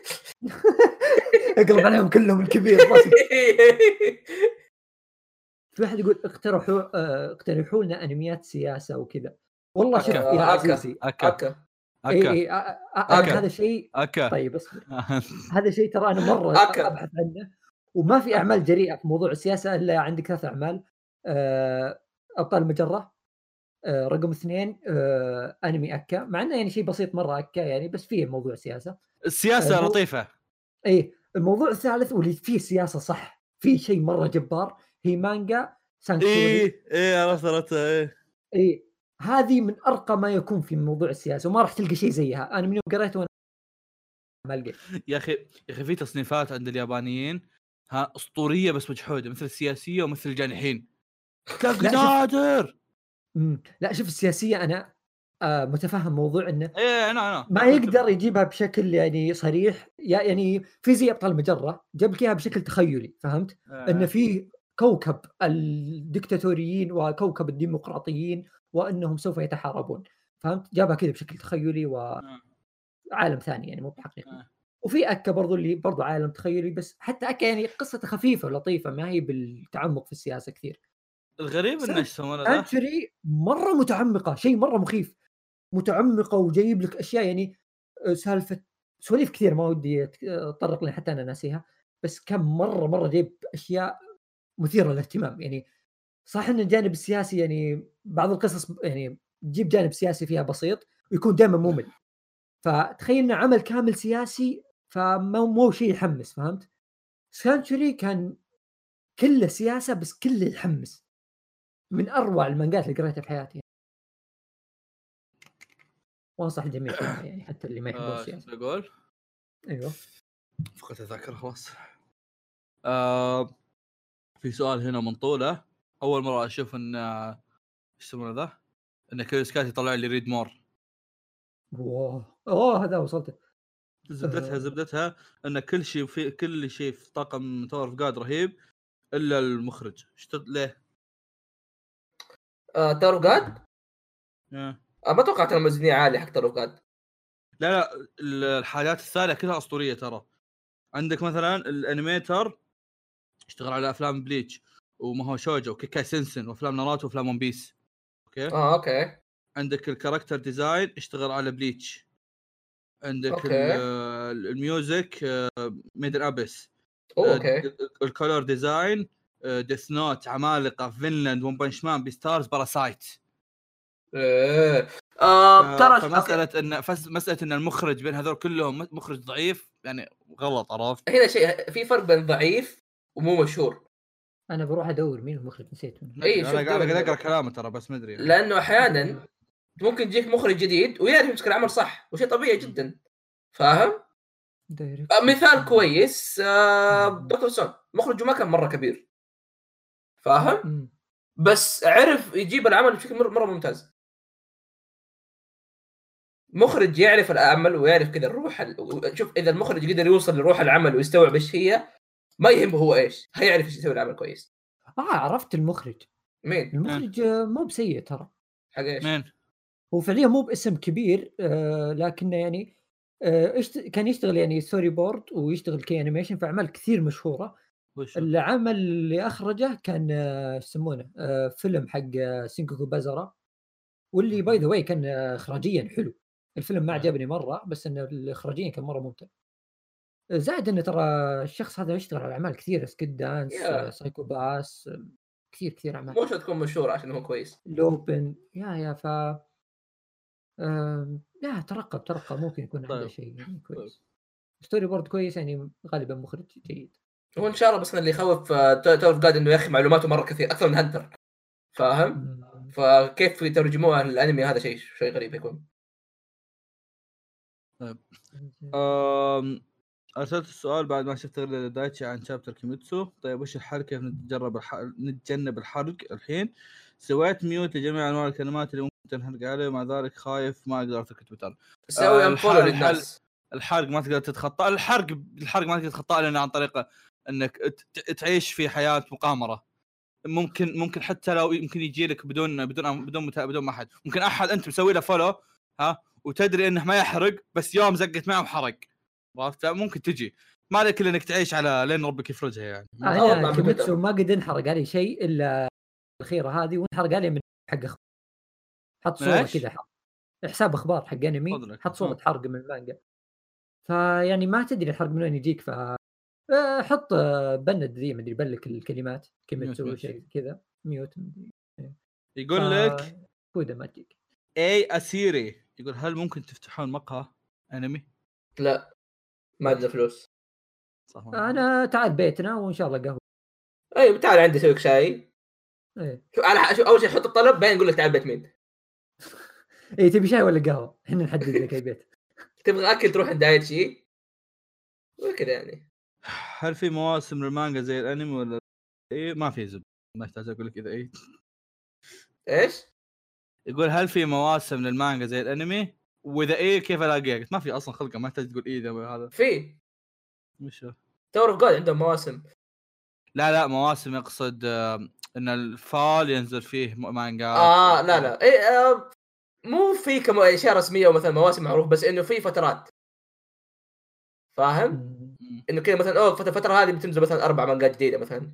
اقلب عليهم كلهم الكبير بس. في واحد يقول اقترحوا آه، اقترحوا لنا انميات سياسه وكذا. والله شوف آه، يا أكا. عزيزي، اكا اكا اي اكا اي آه، آه، أكا. انا هذا شيء. اكا طيب اصبر، هذا شيء ترى انا مره أكا. ابحث عنه، وما في اعمال جريئه في موضوع السياسه الا عندك ثلاث اعمال. آه، ابطال المجره، آه، رقم اثنين آه، انمي اكا، مع انه يعني شيء بسيط مره اكا يعني، بس فيه موضوع سياسه. السياسه المو... لطيفه. اي الموضوع الثالث واللي فيه سياسه صح، فيه شيء مره جبار، هي مانجا سانكتوري. ايه ايه عرفت ايه اي هذه من ارقى ما يكون في موضوع السياسه، وما راح تلقى شيء زيها. انا من يوم قريته وانا ما لقيت. يا اخي يا اخي في تصنيفات عند اليابانيين ها اسطوريه بس مجحوده، مثل السياسيه ومثل الجانحين، تلاقي لا شوف نادر. مم. لا شوف السياسيه انا آه متفهم موضوع انه ايه انا انا ما يقدر يجيبها بشكل يعني صريح، يعني في زي ابطال المجره جاب لك اياها بشكل تخيلي، فهمت؟ آه. ان في كوكب الدكتاتوريين وكوكب الديمقراطيين وانهم سوف يتحاربون، فهمت؟ جابها كذا بشكل تخيلي وعالم ثاني يعني مو حقيقي. آه. وفي اكا برضو اللي برضو عالم تخيلي، بس حتى اكا يعني قصته خفيفه ولطيفه، ما هي بالتعمق في السياسه كثير. الغريب انه ايش يسمونه ذا سانتشري مره متعمقه، شيء مره مخيف، متعمقه وجايب لك اشياء يعني آه، سالفه سواليف كثير ما ودي اتطرق لها حتى انا ناسيها، بس كم مره مره جايب اشياء مثيره للاهتمام. يعني صح ان الجانب السياسي يعني بعض القصص يعني تجيب جانب سياسي فيها بسيط ويكون دائما ممل، فتخيل انه عمل كامل سياسي فما مو شيء يحمس، فهمت؟ سانتشري كان كله سياسه بس كله يحمس، من اروع المانجات اللي قريتها في حياتي، وانصح الجميع فيها يعني حتى اللي ما يحبون آه، شو السياسه. بقول؟ ايوه فقدت الذاكره خلاص. آه في سؤال هنا من طوله، اول مره اشوف ان آه، ايش يسمونه ذا، ان كيوسكات يطلع لي ريد مور. اوه اوه هذا وصلت. زبدتها أه. زبدتها ان كل شيء في كل شيء في طاقم تور اوف جاد رهيب الا المخرج. اشتغل ليه؟ آه تاروغاد آه. آه ما توقعت انه ميزانيه عاليه حق تاروغاد. لا لا الحاجات الثانيه كلها اسطوريه ترى. عندك مثلا الانيميتر اشتغل على افلام بليتش وما هو شوجو وكيكاي سينسن وافلام ناروتو وافلام ون بيس. اوكي اه اوكي عندك الكاركتر ديزاين اشتغل على بليتش. عندك اوكي الميوزك ميدن ابس. اوه اوكي الكولور ديزاين ديث نوت، عمالقه، فينلاند، ون بنش مان، بيستارز، باراسايت. ايه آه ترى فمساله ان فس مساله ان المخرج بين هذول كلهم مخرج ضعيف يعني غلط، عرفت؟ هنا شيء في فرق بين ضعيف ومو مشهور. انا بروح ادور مين المخرج نسيته. اي انا شوف قاعد دوري اقرا دوري. كلامه ترى بس ما ادري يعني. لانه احيانا ممكن يجيك مخرج جديد ويعرف يمسك العمل صح، وشيء طبيعي جدا، فاهم؟ آه مثال كويس آه دكتور سون مخرجه ما كان مره كبير، فاهم؟ مم. بس عرف يجيب العمل بشكل مر- مره ممتاز. مخرج يعرف العمل ويعرف كذا الروح ال... شوف اذا المخرج يقدر يوصل لروح العمل ويستوعب ايش هي، ما يهمه هو ايش، هيعرف ايش يسوي العمل كويس. اه عرفت المخرج. مين المخرج آه، مو بسيء ترى. حق ايش؟ مين هو فعليا مو باسم كبير آه لكنه يعني آه إشت... كان يشتغل يعني ستوري بورد ويشتغل كي انيميشن في اعمال كثير مشهوره. وش العمل اللي اخرجه كان آه، ايش يسمونه آه فيلم حق آه، سينكوكو بازارا، واللي باي ذا واي كان آه، اخراجيا حلو. الفيلم ما آه. عجبني مره بس انه الاخراجيا كان مره ممتع. زائد انه ترى الشخص هذا يشتغل على اعمال كثيره، سكيد دانس يا. آه، سايكو باس آه، كثير كثير اعمال. مو شرط تكون مشهور عشان هو كويس. لوبن يا يا ف آم، لا ترقب ترقب ممكن يكون عنده طيب. شيء يعني كويس. ستوري بورد كويس يعني غالبا مخرج جيد. هو ان شاء الله، بس اللي يخوف تور جاد انه يا اخي معلوماته مره كثير اكثر من هنتر، فاهم؟ مم. فكيف يترجموها للانمي هذا شيء شيء غريب يكون. أم... أرسلت السؤال بعد ما شفت تغريدة دايتشي عن شابتر كيميتسو. طيب وش الحل؟ كيف نتجرب الح... نتجنب الحرق الحين؟ سويت ميوت لجميع أنواع الكلمات اللي ممكن تنحرق عليه، مع ذلك خايف ما أقدر أترك تويتر. سوي آه، انفولو الحل- للناس. الحرق ما تقدر تتخطى الحرق الحرق ما تقدر تتخطى لأنه عن طريق انك ت- تعيش في حياه مقامره. ممكن ممكن حتى لو يمكن يجي لك بدون بدون بدون متا... بدون ما احد، ممكن احد انت مسوي له فولو ها وتدري انه ما يحرق، بس يوم زقت معه وحرق، عرفت؟ ممكن تجي ما عليك الا انك تعيش على لين ربك يفرجها يعني. أطلع انا بتويتر. كيميتسو ما قد انحرق علي شيء الا الاخيره هذه، وانحرق علي من حق أخ... حط من صوره إيش؟ كذا، حط حساب اخبار حق انمي، فضلك. حط صوره ها. حرق من المانجا. فيعني ما تدري الحرق من وين يجيك، ف آه، حط آه، بند ذي مدري بلك الكلمات كيميتسو ميوت. شيء كذا ميوت مدري. يقول ف- لك كودا ما تجيك. اي اسيري، يقول هل ممكن تفتحون مقهى انمي؟ لا ما عندنا فلوس. صح. انا تعال بيتنا وان شاء الله قهوه. اي تعال عندي اسوي لك شاي. ايه شوف على شوف اول شيء حط الطلب بعدين نقول لك تعال بيت مين. ايه تبي شاي ولا قهوه؟ احنا نحدد لك اي بيت. تبغى اكل تروح عند دايت شيء وكذا يعني. هل في مواسم للمانجا زي الانمي ولا ايه؟ ما في زب، ما احتاج اقول لك اذا ايه. ايش؟ يقول هل في مواسم للمانجا زي الانمي، واذا ايه كيف الاقيها؟ قلت ما في اصلا خلقه، ما تحتاج تقول ايه ذا هذا. في مش هو؟ تور اوف جاد عندهم مواسم. لا لا مواسم، يقصد آه، ان الفال ينزل فيه م- مانجا. اه لا لا ايه آه مو في كم اشياء رسميه ومثلا مواسم معروف، بس انه في فترات، فاهم؟ مم. انه كذا مثلا اوه الفتره هذه بتنزل مثلا اربع مانجات جديده مثلا،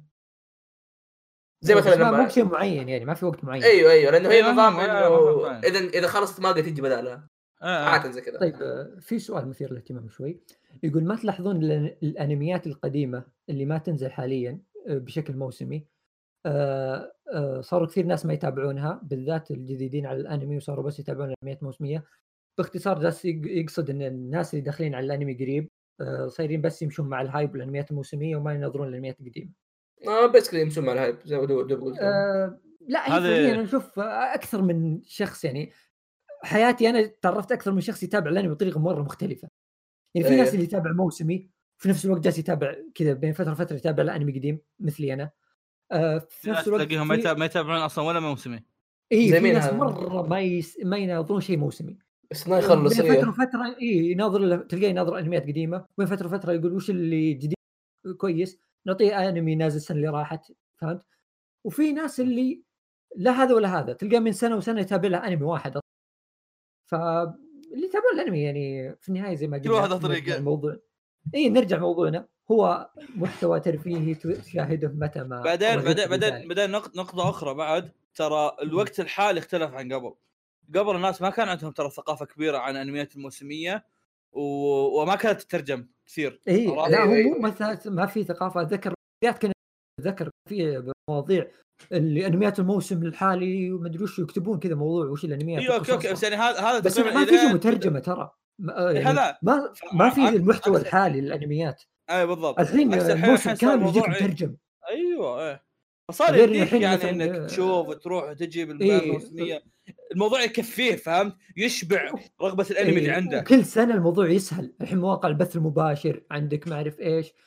زي إيه، مثلا بس ما مو لما بشيء معين يعني، ما في وقت معين. ايوه ايوه لانه هي أيوة، نظام أيوة، انه أيوة، أيوة. اذا اذا خلصت مانجا تجي بدالها آه، آه. عاده زي كذا. طيب آه، في سؤال مثير للاهتمام شوي. يقول ما تلاحظون الأن- الانميات القديمه اللي ما تنزل حاليا آه، بشكل موسمي، آه، آه، صاروا كثير ناس ما يتابعونها، بالذات الجديدين على الانمي، وصاروا بس يتابعون الانميات موسميه. باختصار جالس يق- يقصد ان الناس اللي داخلين على الانمي قريب آه، صايرين بس يمشون مع الهايب والانميات الموسميه وما ينظرون الانميات القديمه. اه بس كذا يمشون مع الهايب زي ما دو دو قلت. آه، لا هي هذا- فعليا انا اشوف آه، اكثر من شخص يعني حياتي انا تعرفت اكثر من شخص يتابع الانمي بطريقه مره مختلفه. يعني في إيه. ناس اللي يتابع موسمي في نفس الوقت جالس يتابع كذا بين فتره وفتره يتابع الانمي قديم مثلي انا. آه، في نفس الوقت تلاقيهم ما في... يتابع- ما يتابعون اصلا ولا موسمي. اي زي في مين ناس هذا؟ مره ما يس... ما يناظرون شيء موسمي. بس ما يخلص بين فتره إيه. وفتره اي يناظر له- تلقاه يناظر انميات قديمه، وبين فتره وفتره يقول وش اللي جديد كويس نعطيه انمي نازل السنه اللي راحت، فهمت؟ وفي ناس اللي لا هذا ولا هذا، تلقاه من سنه وسنه يتابع له انمي واحد. فاللي يتابعون الانمي يعني في النهايه زي ما كل واحد قلنا طريقة. نرجع الموضوع اي نرجع موضوعنا هو محتوى ترفيهي تشاهده متى ما بعدين رغبت بعدين بعدين بذلك. بعدين نقطة نقطة أخرى بعد، ترى الوقت الحالي اختلف عن قبل. قبل الناس ما كان عندهم ترى ثقافة كبيرة عن أنميات الموسمية و... وما كانت تترجم كثير. اي عرفت؟ لا هو أيوة، مو مثلا ما في ثقافه. اتذكر بدايات كان اتذكر في مواضيع الانميات الموسم الحالي وما ادري وش يكتبون كذا موضوع وش الانميات ايوه اوكي اوكي، بس يعني هذا هذا بس تقريباً ما إلين- تجي مترجمه ترى ما, يعني هذا ما ما في عكس- المحتوى عكس- الحالي للانميات اي بالضبط. الحين. عكس الحين- الموسم الحين صار كامل يجيك الموضوع- مترجم. ايوه ايه، فصار غير إنه يديك الحين يعني مثلاً، انك آه، تشوف وتروح وتجي إيه. بالموسمية. الموضوع يكفيه، فهمت؟ يشبع رغبة الانمي اللي إيه، عنده. وكل سنه الموضوع يسهل. الحين مواقع البث المباشر عندك، ما اعرف ايش،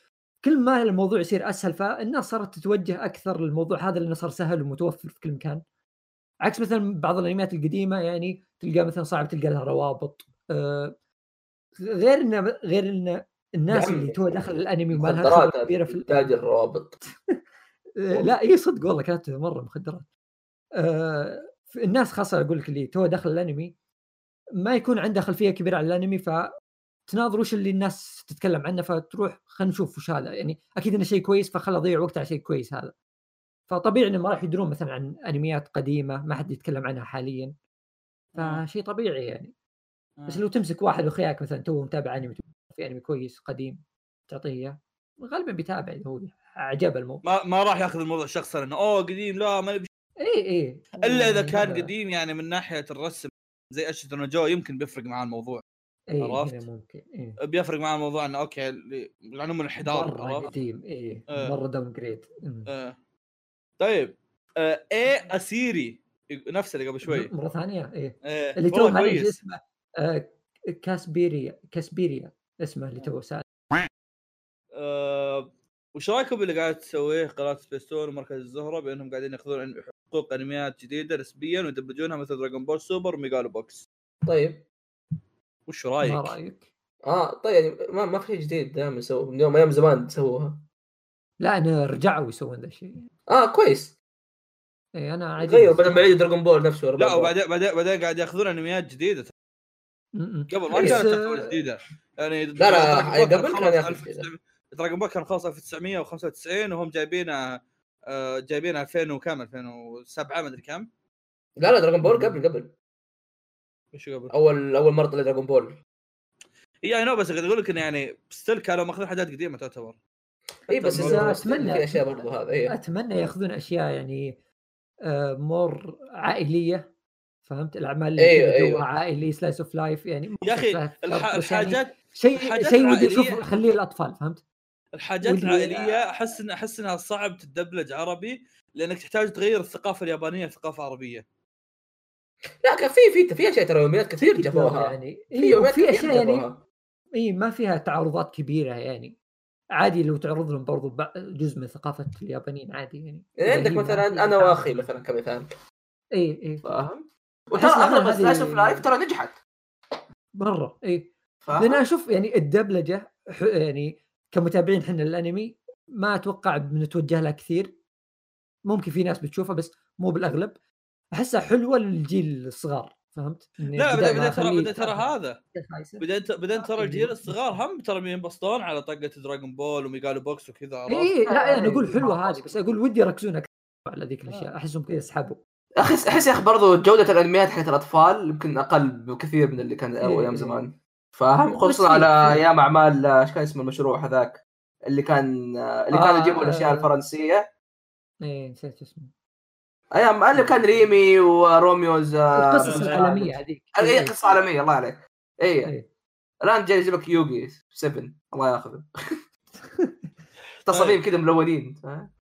كل ما الموضوع يصير اسهل فالناس صارت تتوجه اكثر للموضوع هذا اللي صار سهل ومتوفر في كل مكان. عكس مثلا بعض الانميات القديمه يعني تلقى مثلا صعب تلقى لها روابط. آه غير انه غير ان الناس اللي تو داخل الانمي وما لها خبره كبيره في تاج الروابط. لا اي صدق والله كانت مره مخدرات. آه الناس خاصه اقول لك اللي تو داخل الانمي ما يكون عنده خلفيه كبيره عن الانمي فتناظر وش اللي الناس تتكلم عنه فتروح خلينا نشوف وش هذا يعني اكيد انه شيء كويس فخل اضيع وقت على شيء كويس هذا. فطبيعي انهم ما راح يدرون مثلا عن انميات قديمه ما حد يتكلم عنها حاليا فشيء طبيعي يعني. بس لو تمسك واحد وخياك مثلا تو متابع انمي في انمي كويس قديم تعطيه غالبا بيتابع اللي هو عجب الموضوع. ما ما راح ياخذ الموضوع شخصا انه اوه قديم لا ما نبي اي اي الا اذا كان قديم يعني من ناحيه الرسم زي اشترون جو يمكن بيفرق مع الموضوع. إيه عرفت ممكن إيه. بيفرق مع الموضوع انه اوكي لانه من الحدار مره قديم ايه آه. مره داون جريد آه. طيب آه. ايه اسيري نفس اللي قبل شوي مره ثانيه ايه, إيه. اللي تو معليش اسمه آه كاسبيريا كاسبيريا اسمه اللي تو سال. آه. وش رايكم باللي قاعد تسويه قناه سبيستون ومركز الزهره بانهم قاعدين ياخذون حقوق انميات جديده نسبيا ويدبلجونها مثل دراغون بول سوبر وميجالو بوكس؟ طيب وش رايك؟ ما رايك؟ اه طيب ما ما في شيء جديد دائما يسووا من يوم ايام زمان سووها. لا انا رجعوا يسوون ذا الشيء. اه كويس. اي انا عادي غير بدل ما يعيدوا دراغون بول نفسه. لا وبعدين بعدين بعدين قاعد ياخذون انميات جديده قبل ما كانت تعتبر جديده يعني. لا لا قبل كان ياخذ دراغون بول كان خلص ألف وتسعمية وخمسة وتسعين وهم جايبينه آه جايبينه ألفين وكم ألفين وسبعة ما ادري كم. لا لا دراغون بول قبل قبل ايش قبل اول اول مره طلع دراغون بول. اي انا بس اقول لك انه يعني ستيل كانوا ماخذين حاجات قديمه تعتبر. اي بس اتمنى في اشياء برضو هذا إيه. اتمنى ياخذون اشياء يعني آه مور عائليه فهمت الاعمال اللي أيوة كذا أيوة. جوها عائلي سلايس اوف لايف يعني يا اخي الحاجات يعني شيء شيء ودي اشوف خليه الاطفال فهمت. الحاجات العائليه احس ان احس انها صعب تدبلج عربي لانك تحتاج تغير الثقافه اليابانيه لثقافه عربيه. لا كان في في في اشياء ترى يوميات كثير جابوها يعني في في اشياء يعني اي ما فيها تعارضات كبيره يعني عادي لو تعرض لهم برضو جزء من ثقافه اليابانيين عادي يعني. يعني عندك مثلا انا واخي مثلا كمثال اي اي فاهم. وترى اغلب سلايس اوف لايف ترى نجحت مره اي لان اشوف يعني الدبلجه يعني كمتابعين احنا للانمي ما اتوقع بنتوجه لها كثير. ممكن في ناس بتشوفها بس مو بالاغلب. احسها حلوه للجيل الصغار فهمت. لا بدأ بدأ ترى بدأ ترى هذا بدأت بدأت ترى الجيل الصغار هم ترى ينبسطون على طقة دراغون بول وميجالو بوكس وكذا عرفت. اي لا انا اقول حلوه هذه بس اقول ودي يركزون اكثر على ذيك الاشياء احسهم كذا يسحبوا. احس احس يا اخي برضو جوده الانميات حقت الاطفال يمكن اقل بكثير من اللي كان ايام إيه زمان فاهم. خصوصا على ايام اعمال ايش كان اسمه المشروع هذاك اللي كان اللي آه كانوا يجيبوا الاشياء آه الفرنسيه. ايه نسيت اسمه. ايام اللي كان ريمي وروميوز القصص العالميه هذيك. اي قصه عالميه الله عليك. اي إيه. الان جاي يجيب لك يوغي سبعة الله ياخذه. تصاميم كذا ملونين.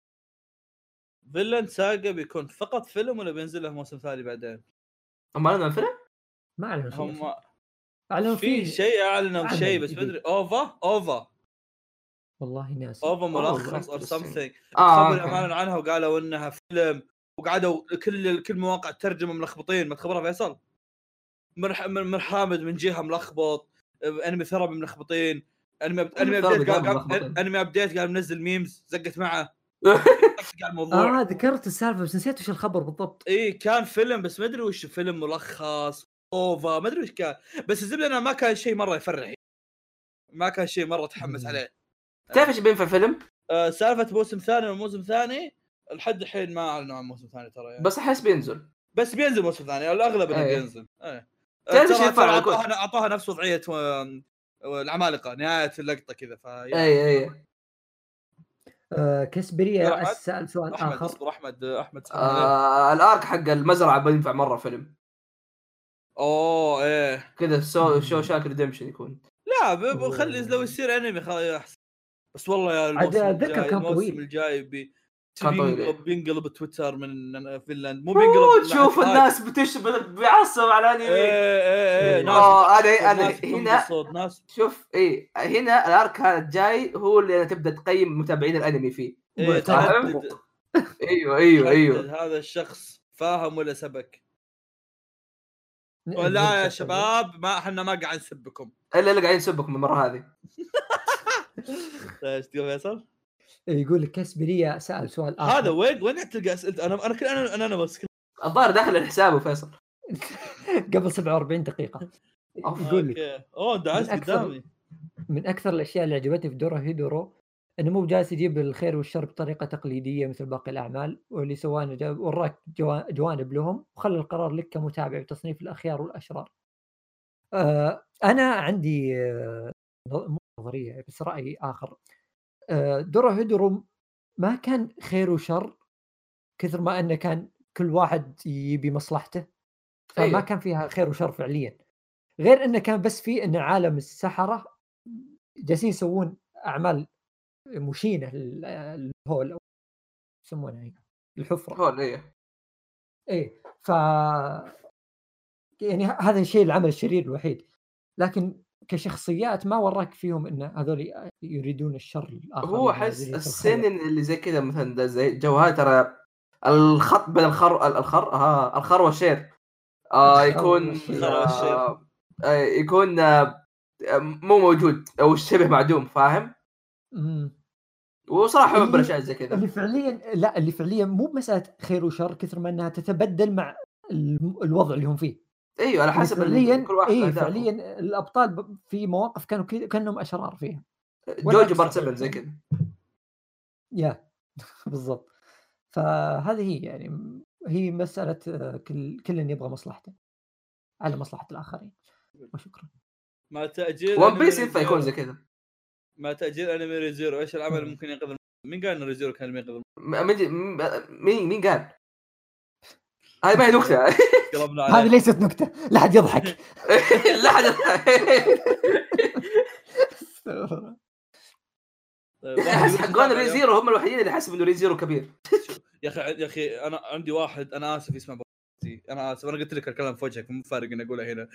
فيلن ساقا بيكون فقط فيلم ولا بينزل له موسم ثاني بعدين؟ هم اعلنوا فيلم؟ ما اعلنوا هم اعلنوا في شيء اعلنوا شيء بس ما ادري اوفا اوفا والله ناس اوفا ملخص او سمثينج آه خبر اعلنوا عنها وقالوا انها فيلم وقعدوا كل كل مواقع الترجمه ملخبطين. ما تخبرها فيصل من من حامد من جهه ملخبط انمي ثرب ملخبطين انمي انمي ابديت قال انمي ابديت قال منزل ميمز زقت معه. اه ذكرت السالفه بس نسيت وش الخبر بالضبط. اي كان فيلم بس ما ادري وش فيلم ملخص اوفا ما ادري وش كان بس الزبده انا ما كان شيء مره يفرح ما كان شيء مره تحمس عليه. تعرف ايش بينفع فيلم؟ آه سالفه موسم ثاني وموسم ثاني لحد الحين ما اعلنوا عن موسم ثاني ترى يعني. بس احس بينزل بس بينزل موسم ثاني الاغلب انه أيه. بينزل ايه. تعرف ايش ينفع اعطاها اعطاها نفس وضعيه العمالقه نهايه اللقطه كذا ف اي اي آه كسبرية اسال سؤال أحمد اخر. اصبر احمد احمد آه الارك حق المزرعه بينفع مره فيلم. اوه ايه كذا سو شو شاك ريدمشن يكون. لا بخلي لو يصير انمي خلاص احسن. بس والله يا الموسم الجاي الموسم الجاي بي كان طويل. بينقلب بينقلب تويتر من فنلند مو بينقلب أوه، من تشوف ناحية الناس بتشبه بيعصب على ايه الانمي. ايه ايه ناس آه، بتعصب، انا انا ناس بتنبسط، هنا ناس شوف ايه هنا الارك هذا الجاي هو اللي تبدا تقيم متابعين الانمي فيه. ايه معترف. تحدد ايوه ايوه تحدد ايوه هذا الشخص فاهم ولا سبك. ن- ولا يا نرجع شباب ما احنا ما قاعد نسبكم. الا اللي قاعدين نسبكم المره هذه. ايش تقول فيصل؟ يقول لك كسبرية سأل سؤال آخر. هذا وين وين تلقى اسئلته؟ انا انا كل انا انا, أنا بس الظاهر داخل الحساب فيصل. قبل سبعة وأربعين دقيقة. يقول لك اوكي اوه دعست من أكثر- قدامي. من أكثر الأشياء اللي عجبتني في دورو هيدورو إنه مو جالس يجيب الخير والشر بطريقة تقليدية مثل باقي الأعمال، واللي سواه إنه جاب وراك جوا- جوانب لهم وخلى القرار لك كمتابع بتصنيف الأخيار والأشرار. آه أنا عندي آه مو نظرية بس رأي آخر. آه دورو هيدورو ما كان خير وشر كثر ما انه كان كل واحد يبي مصلحته، فما أيوه. كان فيها خير وشر فعليا، غير انه كان بس في ان عالم السحرة جالسين يسوون اعمال مشينة للهول او يسمونها هي الحفرة. هون ايه ايه ف يعني ه- هذا الشيء العمل الشرير الوحيد، لكن كشخصيات ما وراك فيهم ان هذول يريدون الشر للاخرين. هو ولا احس يريدون السن الخير. اللي زي كذا مثلا ده زي جوهر ترى الخط بين الخر الخر ها الخر والشير آه الخر يكون والشير. الخر والشير. آه آه، يكون آه مو موجود او شبه معدوم فاهم. امم وصراحه احب اللي الاشياء زي كذا. اللي فعليا لا اللي فعليا مو بمسألة خير وشر كثر ما انها تتبدل مع الم- الوضع اللي هم فيه. ايوه على يعني حسب ال- فعليا كل واحد اي اهدافه. فعليا الابطال ب- في مواقف كانوا كي- كانهم اشرار فيها جوجو والعكس بارت صحيح. سبعة زي كذا. يا بالضبط. فهذه هي يعني م- هي مسألة آه، كل كل يبغى مصلحته على مصلحة الآخرين. وشكرا. ما تاجيل ون بيس أنمي ينفع يكون زي ريزيرو. كذا. ما تاجيل انمي ريزيرو ايش العمل مم. ممكن ينقذ الم- مين قال انه ريزيرو كان ينقذ الم- م- مين مين مين قال؟ هاي ما هي نكته. قلبنا هذه عليه. ليست نكتة لا حد يضحك. لا حد. طيب، يا اخي واحد احس يقول حقون تابع ري اليوم. زيرو هم الوحيدين اللي حسب انه ري زيرو كبير. يا اخي يا اخي انا عندي واحد انا اسف اسمه بوزي. انا اسف انا قلت لك الكلام في وجهك مو فارق اني اقوله هنا.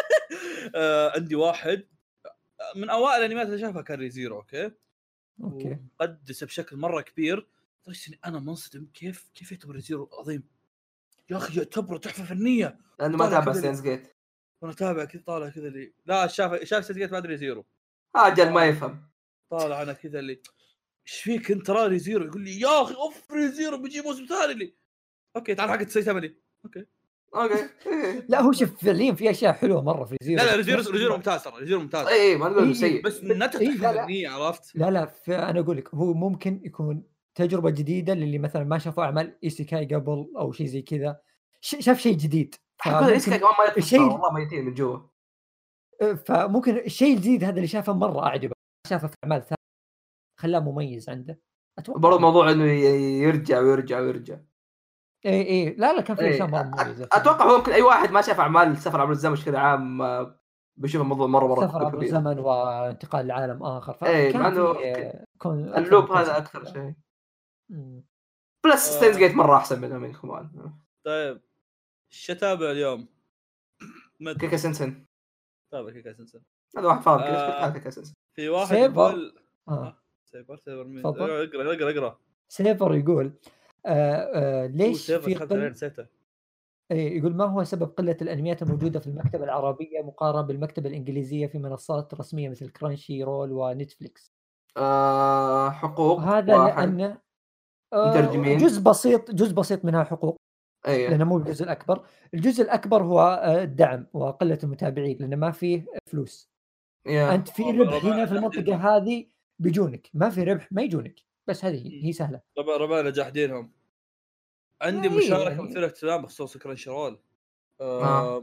آه، عندي واحد من اوائل الانميات اللي شافها كان ريزيرو اوكي اوكي. وقدس بشكل مره كبير لدرجه اني انا منصدم كيف كيف يعتبر ريزيرو عظيم يا اخي يعتبر تحفه فنيه. لانه ما طالع تابع كذا ستينز جيت. وانا تابع كذا طالع كذا اللي لا شاف شاف سجلت بعد ريزيرو اجل ما يفهم. طالع انا كذا اللي ايش فيك انت ترى ريزيرو يقول لي يا اخي اوف ريزيرو بيجي موسم ثاني لي اوكي تعال حق تسوي لي اوكي اوكي. لا هو شوف فعليا في اشياء حلوه مره في زيرو. لا لا ريزيرو ريزيرو ممتاز ترى ريزيرو ممتاز اي اي ما نقول انه إيه، سيء. بس نته إيه، لا، تحفه لا. فنيه عرفت. لا لا انا اقول لك هو ممكن يكون تجربه جديده للي مثلا ما شافوا اعمال ايسيكاي قبل او شيء زي كذا ش- شاف شيء جديد. حقون الايسكاي كمان ما يدخل الشيء- ترى، والله ميتين من جوا. فممكن الشيء الجديد هذا اللي شافه مره اعجبه شافه في اعمال ثانيه خلاه مميز عنده اتوقع. برضه موضوع انه ي- يرجع ويرجع ويرجع. اي اي لا لا كان في إيه، اشياء مره أ- مميزه. اتوقع هو ممكن اي واحد ما شاف اعمال سفر عبر الزمن بشكل عام آه، بيشوف الموضوع مره مره سفر عبر كبير. الزمن وانتقال لعالم اخر إيه، فكان مع إنه في آه، كون أكثر اللوب من هذا concept اكثر كذا. شيء. مم. بلس آه. ستينز جيت مره احسن منه من كمان. طيب ايش اتابع اليوم؟ مد كيكا سنسن تابع كيكا سنسن. هذا واحد فاضي كذا آه. آه. كيكا سنسن. في واحد سيفر. يقول آه. سيفر سيفر مين؟ تفضل. اقرا اقرا اقرا سيفر يقول آه آه ليش في في قل... نسيته. إيه، يقول ما هو سبب قلة الأنميات الموجودة في المكتبة العربية مقارنة بالمكتبة الإنجليزية في منصات رسمية مثل كرانشي رول ونتفليكس؟ آه حقوق هذا واحد. لأن آه مترجمين. جزء بسيط جزء بسيط منها حقوق ايه لأنه مو الجزء الأكبر. الجزء الأكبر هو آه الدعم وقلة المتابعين لأنه ما فيه فلوس. يا أنت في ربع- ربح ربع هنا في المنطقة جاحدينهم. هذه بيجونك، ما في ربح ما يجونك، بس هذه هي, هي سهلة. ربع ربعنا جاحدينهم. عندي إيه، مشاركه يعني- مثيره اهتمام بخصوص كرانشي رول. آه. آه.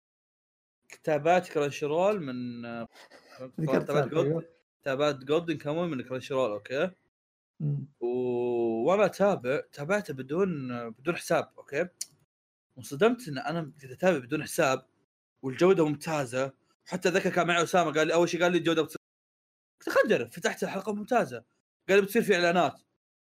كتابات كرانشي رول من آه، ذكرت تابعت سالفة، جولد أيوه. تابعت جولدن كاموي من كرانشي رول اوكي مم. و... وانا تابع تابعته بدون بدون حساب اوكي. وصدمت ان انا قاعد اتابع بدون حساب والجوده ممتازه. حتى ذكر كان معي اسامه قال لي اول شيء قال لي الجوده بتصير. قلت خلينا نجرب. فتحت الحلقه ممتازه قال لي بتصير في اعلانات.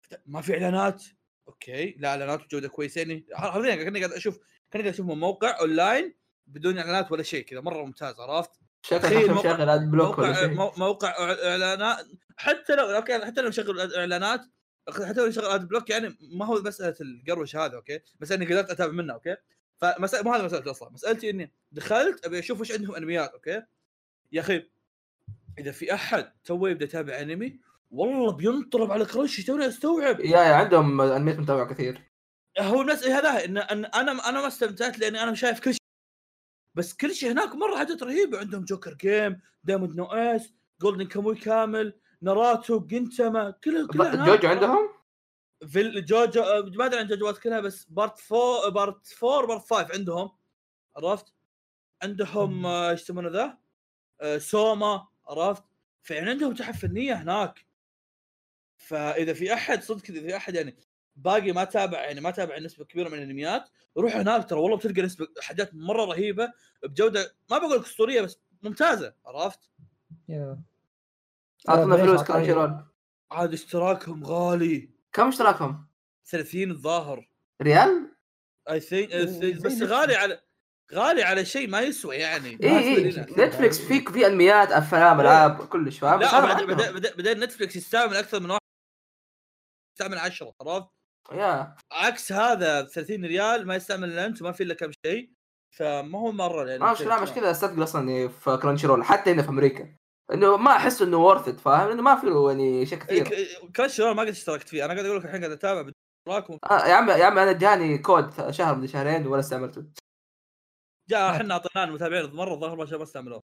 ما في اعلانات. اوكي لا اعلانات وجوده كويسين حرفيا كاني قاعد اشوف كاني قاعد اشوف موقع اونلاين بدون اعلانات ولا شيء كذا مره ممتاز عرفت. شغل مشغل اد بلوك ولا موقع شيء. موقع اعلانات حتى لو اوكي حتى لو مشغل اعلانات حتى لو مشغل اد بلوك يعني ما هو مساله القروش هذا اوكي بس اني قدرت اتابع منه اوكي. فمسألة مو هذا مسألتي اصلا مسألتي اني دخلت ابي اشوف وش عندهم انميات اوكي يا اخي اذا في احد تو يبدا يتابع انمي والله بينطرب على كرنشي توني استوعب. يا يا عندهم انميات متابعه كثير. هو الناس هذا ان انا انا ما استمتعت لاني انا شايف كل شيء بس كل شيء هناك مره حاجات رهيبه. عندهم جوكر جيم دايموند نو اس جولدن كاموي كامل ناراتو جنتاما كلها كلها جوجو عندهم في الجوجو ما ادري عن جوجوات كلها بس بارت فور بارت فور بارت فايف عندهم عرفت. عندهم ايش يسمونه ذا آه سوما عرفت. فعلا عندهم تحف فنيه هناك. فاذا في احد صدق اذا في احد يعني باقي ما تابع يعني ما تابع نسبه كبيره من الانميات روح هناك ترى والله بتلقى نسبه حاجات مره رهيبه بجوده ما بقول اسطوريه بس ممتازه عرفت. يا اعطنا فلوس كرانشي رول. عاد اشتراكهم غالي. كم اشتراكهم؟ ثلاثين الظاهر ريال اي ثينك بس غالي على غالي على شيء ما يسوى يعني. اي اي نتفليكس فيك في انميات افلام العاب كلش فاهم. لا بعدين بعدين نتفليكس يستعمل اكثر من واحد يستعمل عشرة عرفت. يا عكس هذا ثلاثين ريال ما يستعمل الا انت ما في الا كم شيء فما هو مره يعني. ما لا مش كذا استثقل اصلا في كرانشي رول حتى هنا في امريكا انه ما احس انه وورث فاهم انه ما في يعني شيء كثير. كرانشي رول ما قد اشتركت فيه انا قاعد اقول لك الحين قاعد اتابع اشتراك و... آه يا عم يا عم انا جاني كود شهر من شهرين ولا استعملته. جاء احنا اعطيناه المتابعين مره الظاهر ما شاء ما استعملوه.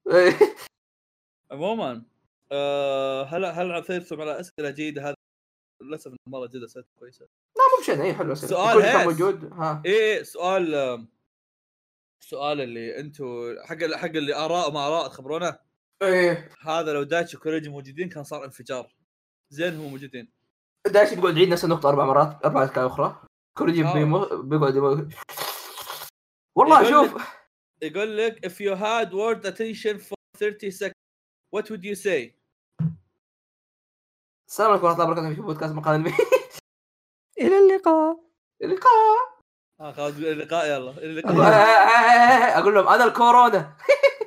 عموما أه هل هل عثرتم على اسئله جيده هذا للاسف مره جدا اسئله كويسه. لا مو بشيء اي حلو سؤال كان موجود ها ايه سؤال سؤال اللي انتم حق حق اللي اراء ما اراء تخبرونا ايه هذا لو دايتشي وكوريجي موجودين كان صار انفجار. زين هم موجودين دايتشي بيقعد يعيد نفس النقطه اربع مرات اربع اشكال اخرى. كوريجي بيمو... بيقعد يمو... والله يقول شوف لك يقول لك if you had word attention for thirty seconds what would you say. السلام عليكم ورحمه الله وبركاته في بودكاست مقال انمي. الى اللقاء. اللقاء اه خلاص اللقاء يلا اللقاء. اقول لهم انا الكورونا.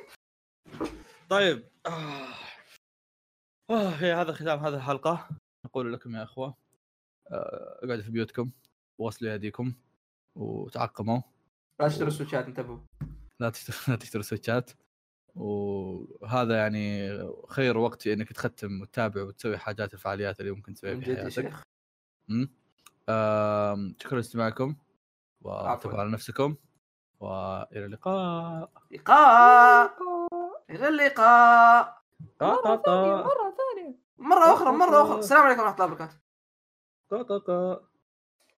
طيب آه. آه هي هذا ختام هذه الحلقه. نقول لكم يا اخوه آه، اقعدوا في بيوتكم ووصلوا يديكم وتعقموا لا تشتروا سويتشات انتبهوا لا تشتروا لا تشتروا سويتشات. وهذا يعني خير وقت في انك تختم وتتابع وتسوي حاجات الفعاليات اللي ممكن تسويها في حياتك. امم شكرا لاستماعكم وتابعوا على نفسكم والى اللقاء. لقاء الى اللقاء مرة ثانية مرة ثانية مرة أخرى مرة أخرى. السلام عليكم ورحمة الله وبركاته.